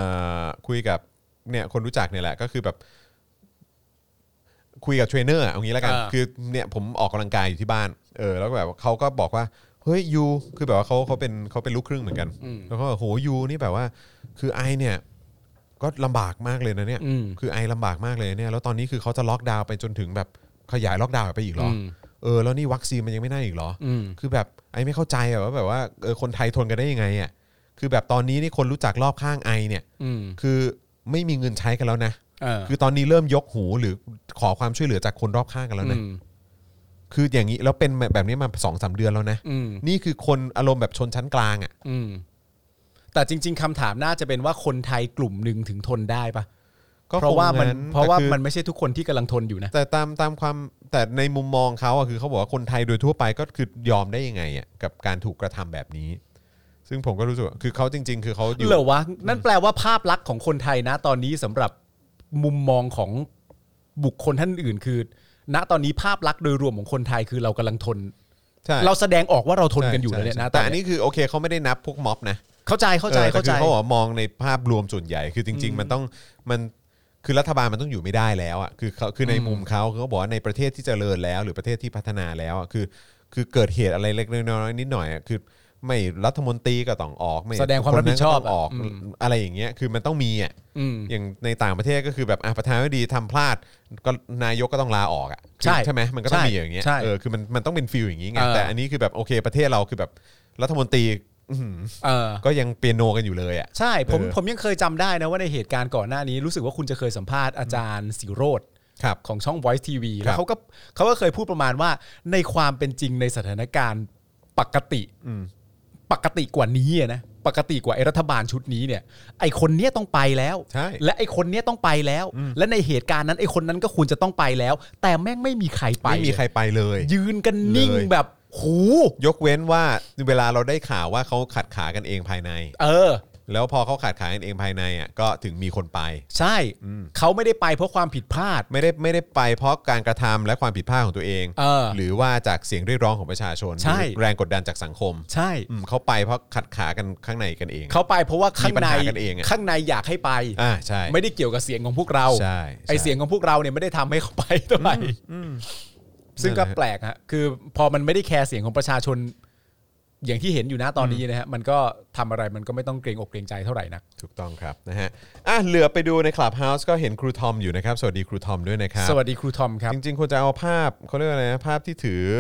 เนี่ยคนรู้จักเนี่ยแหละก็คือแบบคุยกับเทรนเนอร์เอางี้แล้วกันคือเนี่ยผมออกกำลังกายอยู่ที่บ้านแล้วแบบเขาก็บอกว่าเฮ้ยยูคือแบบว่าเขาเป็นลูกครึ่งเหมือนกันแล้วก็โหยูนี่แบบว่าคือไอเนี่ยก็ลำบากมากเลยนะเนี่ยคือไอลำบากมากเลยเนี่ยแล้วตอนนี้คือเขาจะล็อกดาวน์ไปจนถึงแบบขยายล็อกดาวน์ไปอีกเหรอแล้วนี่วัคซีนมันยังไม่ได้อีกเหรอคือแบบไอไม่เข้าใจว่าแบบว่าคนไทยทนกันได้ยังไงคือแบบตอนนี้นี่คนรู้จักรอบข้างไอเนี่ยคือไม่มีเงินใช้กันแล้วนะคือตอนนี้เริ่มยกหูหรือขอความช่วยเหลือจากคนรอบข้างกันแล้วนะคืออย่างนี้แล้วเป็นแบบนี้มา 2-3 เดือนแล้วนะนี่คือคนอารมณ์แบบชนชั้นกลางแต่จริงๆคำถามน่าจะเป็นว่าคนไทยกลุ่มหนึ่งถึงทนได้ปะเพราะว่ามันไม่ใช่ทุกคนที่กำลังทนอยู่นะแต่ตามความแต่ในมุมมองเขาคือเขาบอกว่าคนไทยโดยทั่วไปก็คือยอมได้ยังไงกับการถูกกระทำแบบนี้ซึ่งผมก็รู้สึกคือเขาจริงๆคือเขาอยู่เหรอวะนั่นแปลว่าภาพลักษณ์ของคนไทยนะตอนนี้สำหรับมุมมองของบุคคลท่านอื่นคือณตอนนี้ภาพลักษณ์โดยรวมของคนไทยคือเรากำลังทนเราแสดงออกว่าเราทนกันอยู่แล้วเนี่ยนะแต่อันนี้คือโอเคเขาไม่ได้นับพวกม็อบนะเข้าใจเขาบอกมองในภาพรวมส่วนใหญ่คือจริงๆมันคือรัฐบาลมันต้องอยู่ไม่ได้แล้วคือในมุมเขาบอกว่าในประเทศที่เจริญแล้วหรือประเทศที่พัฒนาแล้วคือเกิดเหตุอะไรเล็กน้อยนิดหน่อยคือไม่รัฐมนตรีก็ต้องออกไม่แสดงความรับผิดชอบออกอะไรอย่างเงี้ยคือมันต้องมีอย่างในต่างประเทศก็คือแบบประธานาธิบดีทำพลาดก็นายกก็ต้องลาออกใช่ไหมมันก็ต้องมีอย่างเงี้ยคือมันต้องเป็นฟีลอย่างงี้ไงแต่อันนี้คือแบบโอเคประเทศเราคือแบบรัฐมนตรีก็ยังเปียโนกันอยู่เลยใช่ผมยังเคยจำได้นะว่าในเหตุการณ์ก่อนหน้านี้รู้สึกว่าคุณจะเคยสัมภาษณ์อาจารย์ศิโรจน์ของช่อง Voice TV แล้วเขาก็เคยพูดประมาณว่าในความเป็นจริงในสถานการณ์ปกติกว่านี้นะปกติกว่าไอ้รัฐบาลชุดนี้เนี่ยไอ้คนเนี้ยต้องไปแล้วและไอ้คนเนี้ยต้องไปแล้วและในเหตุการณ์นั้นไอ้คนนั้นก็ควรจะต้องไปแล้วแต่แม่งไม่มีใครไปเลยยืนกันนิ่งแบบหูยกเว้นว่าเวลาเราได้ข่าวว่าเขาขัดขากันเองภายในแล้วพอเขาขาดขายกันเองภายในก็ถึงมีคนไปใช่เขาไม่ได้ไปเพราะความผิดพลาดไม่ได้ไปเพราะการกระทำและความผิดพลาดของตัวเองหรือว่าจากเสียงเรียกร้องของประชาชนแรงกดดันจากสังคมใช่เขาไปเพราะขัดขากันข้างในกันเองเขาไปเพราะว่าข้างในอยากให้ไปใช่ไม่ได้เกี่ยวกับเสียงของพวกเราไอเสียงของพวกเราเนี่ยไม่ได้ทำให้เขาไปเท่าไหร่ซึ่งก็แปลกฮะคือพอมันไม่ได้แคร์เสียงของประชาชนอย่างที่เห็นอยู่นะตอนนี้นะฮะมันก็ทำอะไรมันก็ไม่ต้องเกรงอกเกรงใจเท่าไหร่นักถูกต้องครับนะฮะเหลือไปดูใน Clubhouse ก็เห็นครูทอมอยู่นะครับสวัสดีครูทอมด้วยนะครับสวัสดีครูทอมครับจริงๆควรจะเอาภาพเขาเรียกอะไรนะภาพที่ถือ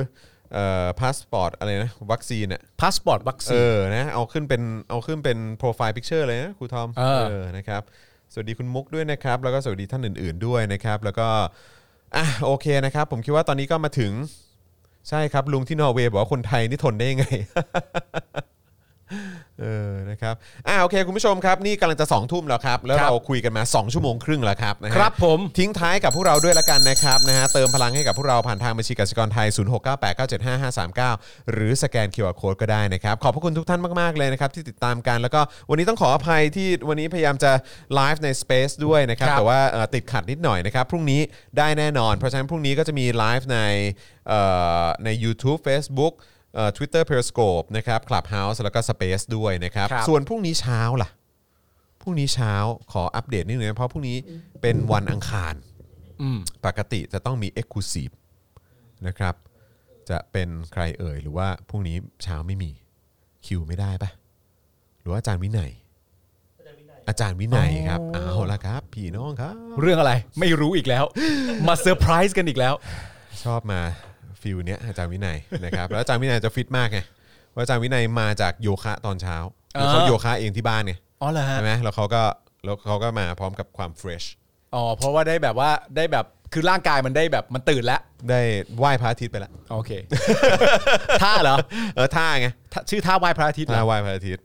พาสปอร์ตอะไรนะวัคซีนอ่ะพาสปอร์ตวัคซีนนะเอาขึ้นเป็นโปรไฟล์พิกเจอร์เลยนะครูทอมนะครับสวัสดีคุณมุกด้วยนะครับแล้วก็สวัสดีท่านอื่นๆด้วยนะครับแล้วก็โอเคนะครับผมคิดว่าตอนนี้ก็มาถึงใช่ครับลุงที่นอร์เวย์บอกว่าคนไทยนี่ทนได้ยังไง นะครับโอเคคุณผู้ชมครับนี่กำลังจะ2 ทุ่มแล้วครับแล้วเราคุยกันมา2 ชั่วโมงครึ่งแล้วครับนะฮะครับผมทิ้งท้ายกับพวกเราด้วยละกันนะครับนะฮะเติมพลังให้กับพวกเราผ่านทางบัญชีกสิกรไทย0698975539หรือสแกน QR Code ก็ได้นะครับขอบพระคุณทุกท่านมากๆเลยนะครับที่ติดตามกันแล้วก็วันนี้ต้องขออภัยที่วันนี้พยายามจะไลฟ์ใน Space ด้วยนะครับแต่ว่าติดขัดนิดหน่อยนะครับพรุ่งนี้ได้แน่นอนเพราะฉะนั้นพรุ่งนี้ก็จะมีไลฟ์ใน YouTube Facebook Twitter Periscope นะครับ Clubhouse แล้วก็ Space ด้วยนะครับส่วนพรุ่งนี้เช้าล่ะพรุ่งนี้เช้าขออัปเดตนิดนึงเพราะพรุ่งนี้เป็นวันอังคารปกติจะต้องมี Exclusive นะครับจะเป็นใครเอ่ยหรือว่าพรุ่งนี้เช้าไม่มีคิวไม่ได้ปะหรือว่าอาจารย์วินัยครับเอาละครับพี่น้องครับเรื่องอะไรไม่รู้อีกแล้วมาเซอร์ไพรส์กันอีกแล้วชอบมาฟิลเนี้ยอาจารย์วินัยนะครับแล้วอาจารย์วินัยจะฟิตมากไงว่าอาจารย์วินัยมาจากโยคะตอนเช้าเขาโยคะเองที่บ้านไงเหรอฮะใช่ไหมแล้วเขาก็มาพร้อมกับความเฟรชเพราะว่าได้แบบคือร่างกายมันได้แบบมันตื่นแล้วได้ไหว้พระอาทิตย์ไปแล้วโอเคท่าเหรอท่าไงชื่อท่าไหว้พระอาทิตย์ท่าไหว้พระอาทิตย์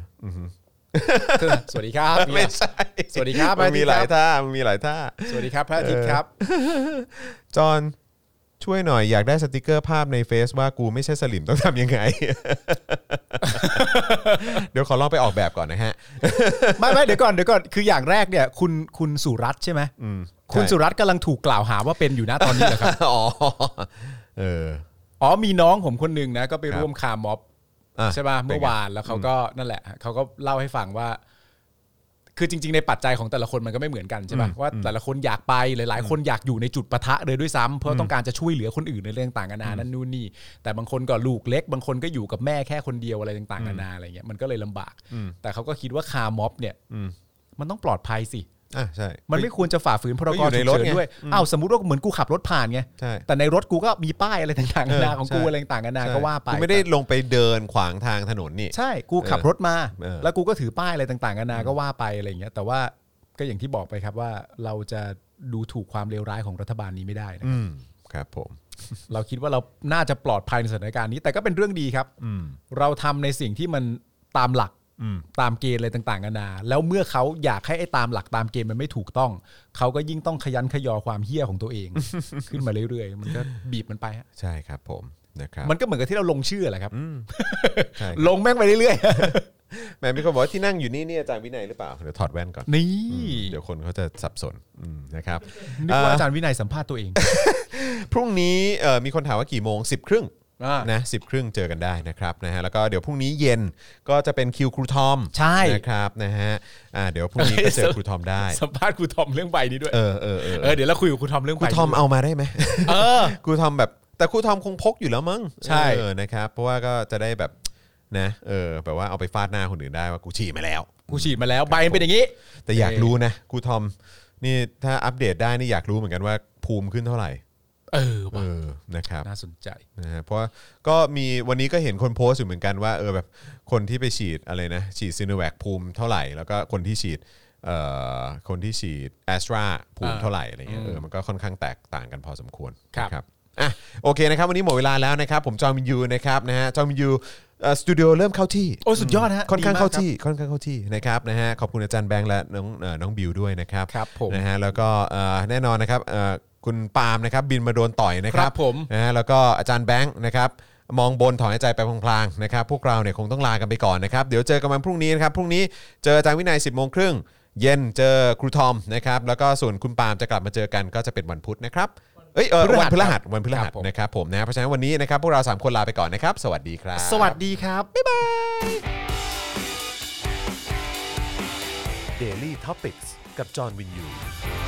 สวัสดีครับไม่ใช่สวัสดีครับมันมีหลายท่าสวัสดีครับพระอาทิตย์ครับจอห์นช่วยหน่อยอยากได้สติกเกอร์ภาพในเฟซว่ากูไม่ใช่สลิมต้องทำยังไง เดี๋ยวขอลองไปออกแบบก่อนนะฮะไม่เดี๋ยวก่อนคืออย่างแรกเนี่ยคุณสุรัตน์ใช่ไหมคุณสุรัตน์กำลังถูกกล่าวหาว่าเป็นอยู่นะตอนนี้เหรอครับมีน้องผมคนนึงนะก็ไปร่วมคาร์ม็อบใช่ป่ะเมื่อวานแล้วเขาก็นั่นแหละเขาก็เล่าให้ฟังว่าคือจริงๆในปัจจัยของแต่ละคนมันก็ไม่เหมือนกันใช่ป่ะว่าแต่ละคนอยากไปหลายๆคนอยากอยู่ในจุดปะทะเลยด้วยซ้ำเพราะต้องการจะช่วยเหลือคนอื่นในเรื่องต่างกันานานั่นนู่นนี่แต่บางคนก็ลูกเล็กบางคนก็อยู่กับแม่แค่คนเดียวอะไรต่างๆกันานาอะไรเงี้ยมันก็เลยลำบากแต่เขาก็คิดว่าคาร์ม็อบเนี่ยมันต้องปลอดภัยสิใช่มันไม่ควรจะฝ่าฝืนพรกฉุกเฉินด้วยสมมุติว่าเหมือนกูขับรถผ่านไงแต่ในรถกูก็มีป้ายอะไรต่างๆกันานาของกูอะไรต่างๆกันานาก็ว่าไปกูไม่ได้ลงไปเดินขวางทางถนนนี่ใช่กูขับรถมาแล้วกูก็ถือป้ายอะไรต่างๆกันานาก็ว่าไปอะไรเงี้ยแต่ว่าก็อย่างที่บอกไปครับว่าเราจะดูถูกความเลวร้ายของรัฐบาลนี้ไม่ได้นะครับผมเราคิดว่าเราน่าจะปลอดภัยในสถานการณ์นี้แต่ก็เป็นเรื่องดีครับเราทำในสิ่งที่มันตามหลักตามเกณฑ์อะไรต่างๆกันานาแล้วเมื่อเขาอยากให้ไอ้ตามหลักตามเกณฑ์มันไม่ถูกต้องเขาก็ยิ่งต้องขยันขยอความเหี้ยของตัวเอง ขึ้นมาเรื่อยๆมันก็บีบมันไปฮะใช่ครับผมนะครับมันก็เหมือนกับที่เราลงชื่อแหละครับลงแม่งไปเรื่อยๆแม่มีคนบอกว่าที่นั่งอยู่นี่อาจารย์วินัยหรือเปล่าเดี๋ยวถอดแว่นก่อนนี่เดี๋ยวคนเขาจะสับสนนะครับนึกว่าอาจารย์วินัยสัมภาษณ์ตัวเองพรุ่งนี้มีคนถามว่ากี่โมง 10:30นะ10:30เจอกันได้นะครับนะฮะแล้วก็เดี๋ยวพรุ่งนี้เย็นก็จะเป็นคิวครูทอมใช่นะครับนะฮะเดี๋ยวพรุ่งนี้ก็เจอครูทอมได้สัมภาษณ์ครูทอมเรื่องใบนี้ด้วยเดี๋ยวเราคุยกับครูทอมเรื่องใบครูทอมเอามาได้ไหมครูทอมแบบแต่ครูทอมคงพกอยู่แล้วมั้งใช่นะครับเพราะว่าก็จะได้แบบนะแบบว่าเอาไปฟาดหน้าคนอื่นได้ว่ากูฉีดมาแล้วใบเป็นอย่างนี้แต่อยากรู้นะครูทอมนี่ถ้าอัปเดตได้นี่อยากรู้เหมือนกันว่าภูมิขึ้นเท่าไหร่นะครับน่าสนใจนะเพราะก็มีวันนี้ก็เห็นคนโพสต์อยู่เหมือนกันว่าแบบคนที่ไปฉีดอะไรนะฉีดซิโนแวคภูมิเท่าไหร่แล้วก็คนที่ฉีดแอสตราภูมิเท่าไหร่อะไรเงี้ยมันก็ค่อนข้างแตกต่างกันพอสมควรครับโอเคนะครับวันนี้หมดเวลาแล้วนะครับผมจอห์นวินยูนะครับนะฮะจอห์นวินยูสตูดิโอเริ่มเข้าที่สุดยอดฮะค่อนข้างเข้าที่นะครับนะฮะขอบคุณอาจารย์แบงค์และน้องบิวด้วยนะครับนะฮะแล้วก็แน่นอนนะครับคุณปาล์มนะครับบินมาโดนต่อยนะครับนะฮะแล้วก็อาจารย์แบงค์นะครับมองบนถอนหายใจไปพลางๆนะครับพวกเราเนี่ยคงต้องลากันไปก่อนนะครับเดี๋ยวเจอกันวันพรุ่งนี้นะครับพรุ่งนี้เจออาจารย์วินัย 10:30 น.เย็นเจอครูทอมนะครับแล้วก็ส่วนคุณปาล์มจะกลับมาเจอกันก็จะเป็นวันพุธนะครับวันพฤหัสนะครับผมนะเพราะฉะนั้นวันนี้นะครับพวกเรา3คนลาไปก่อนนะครับสวัสดีครับสวัสดีครับบ๊ายบาย Daily Topics กับจอห์นวินยู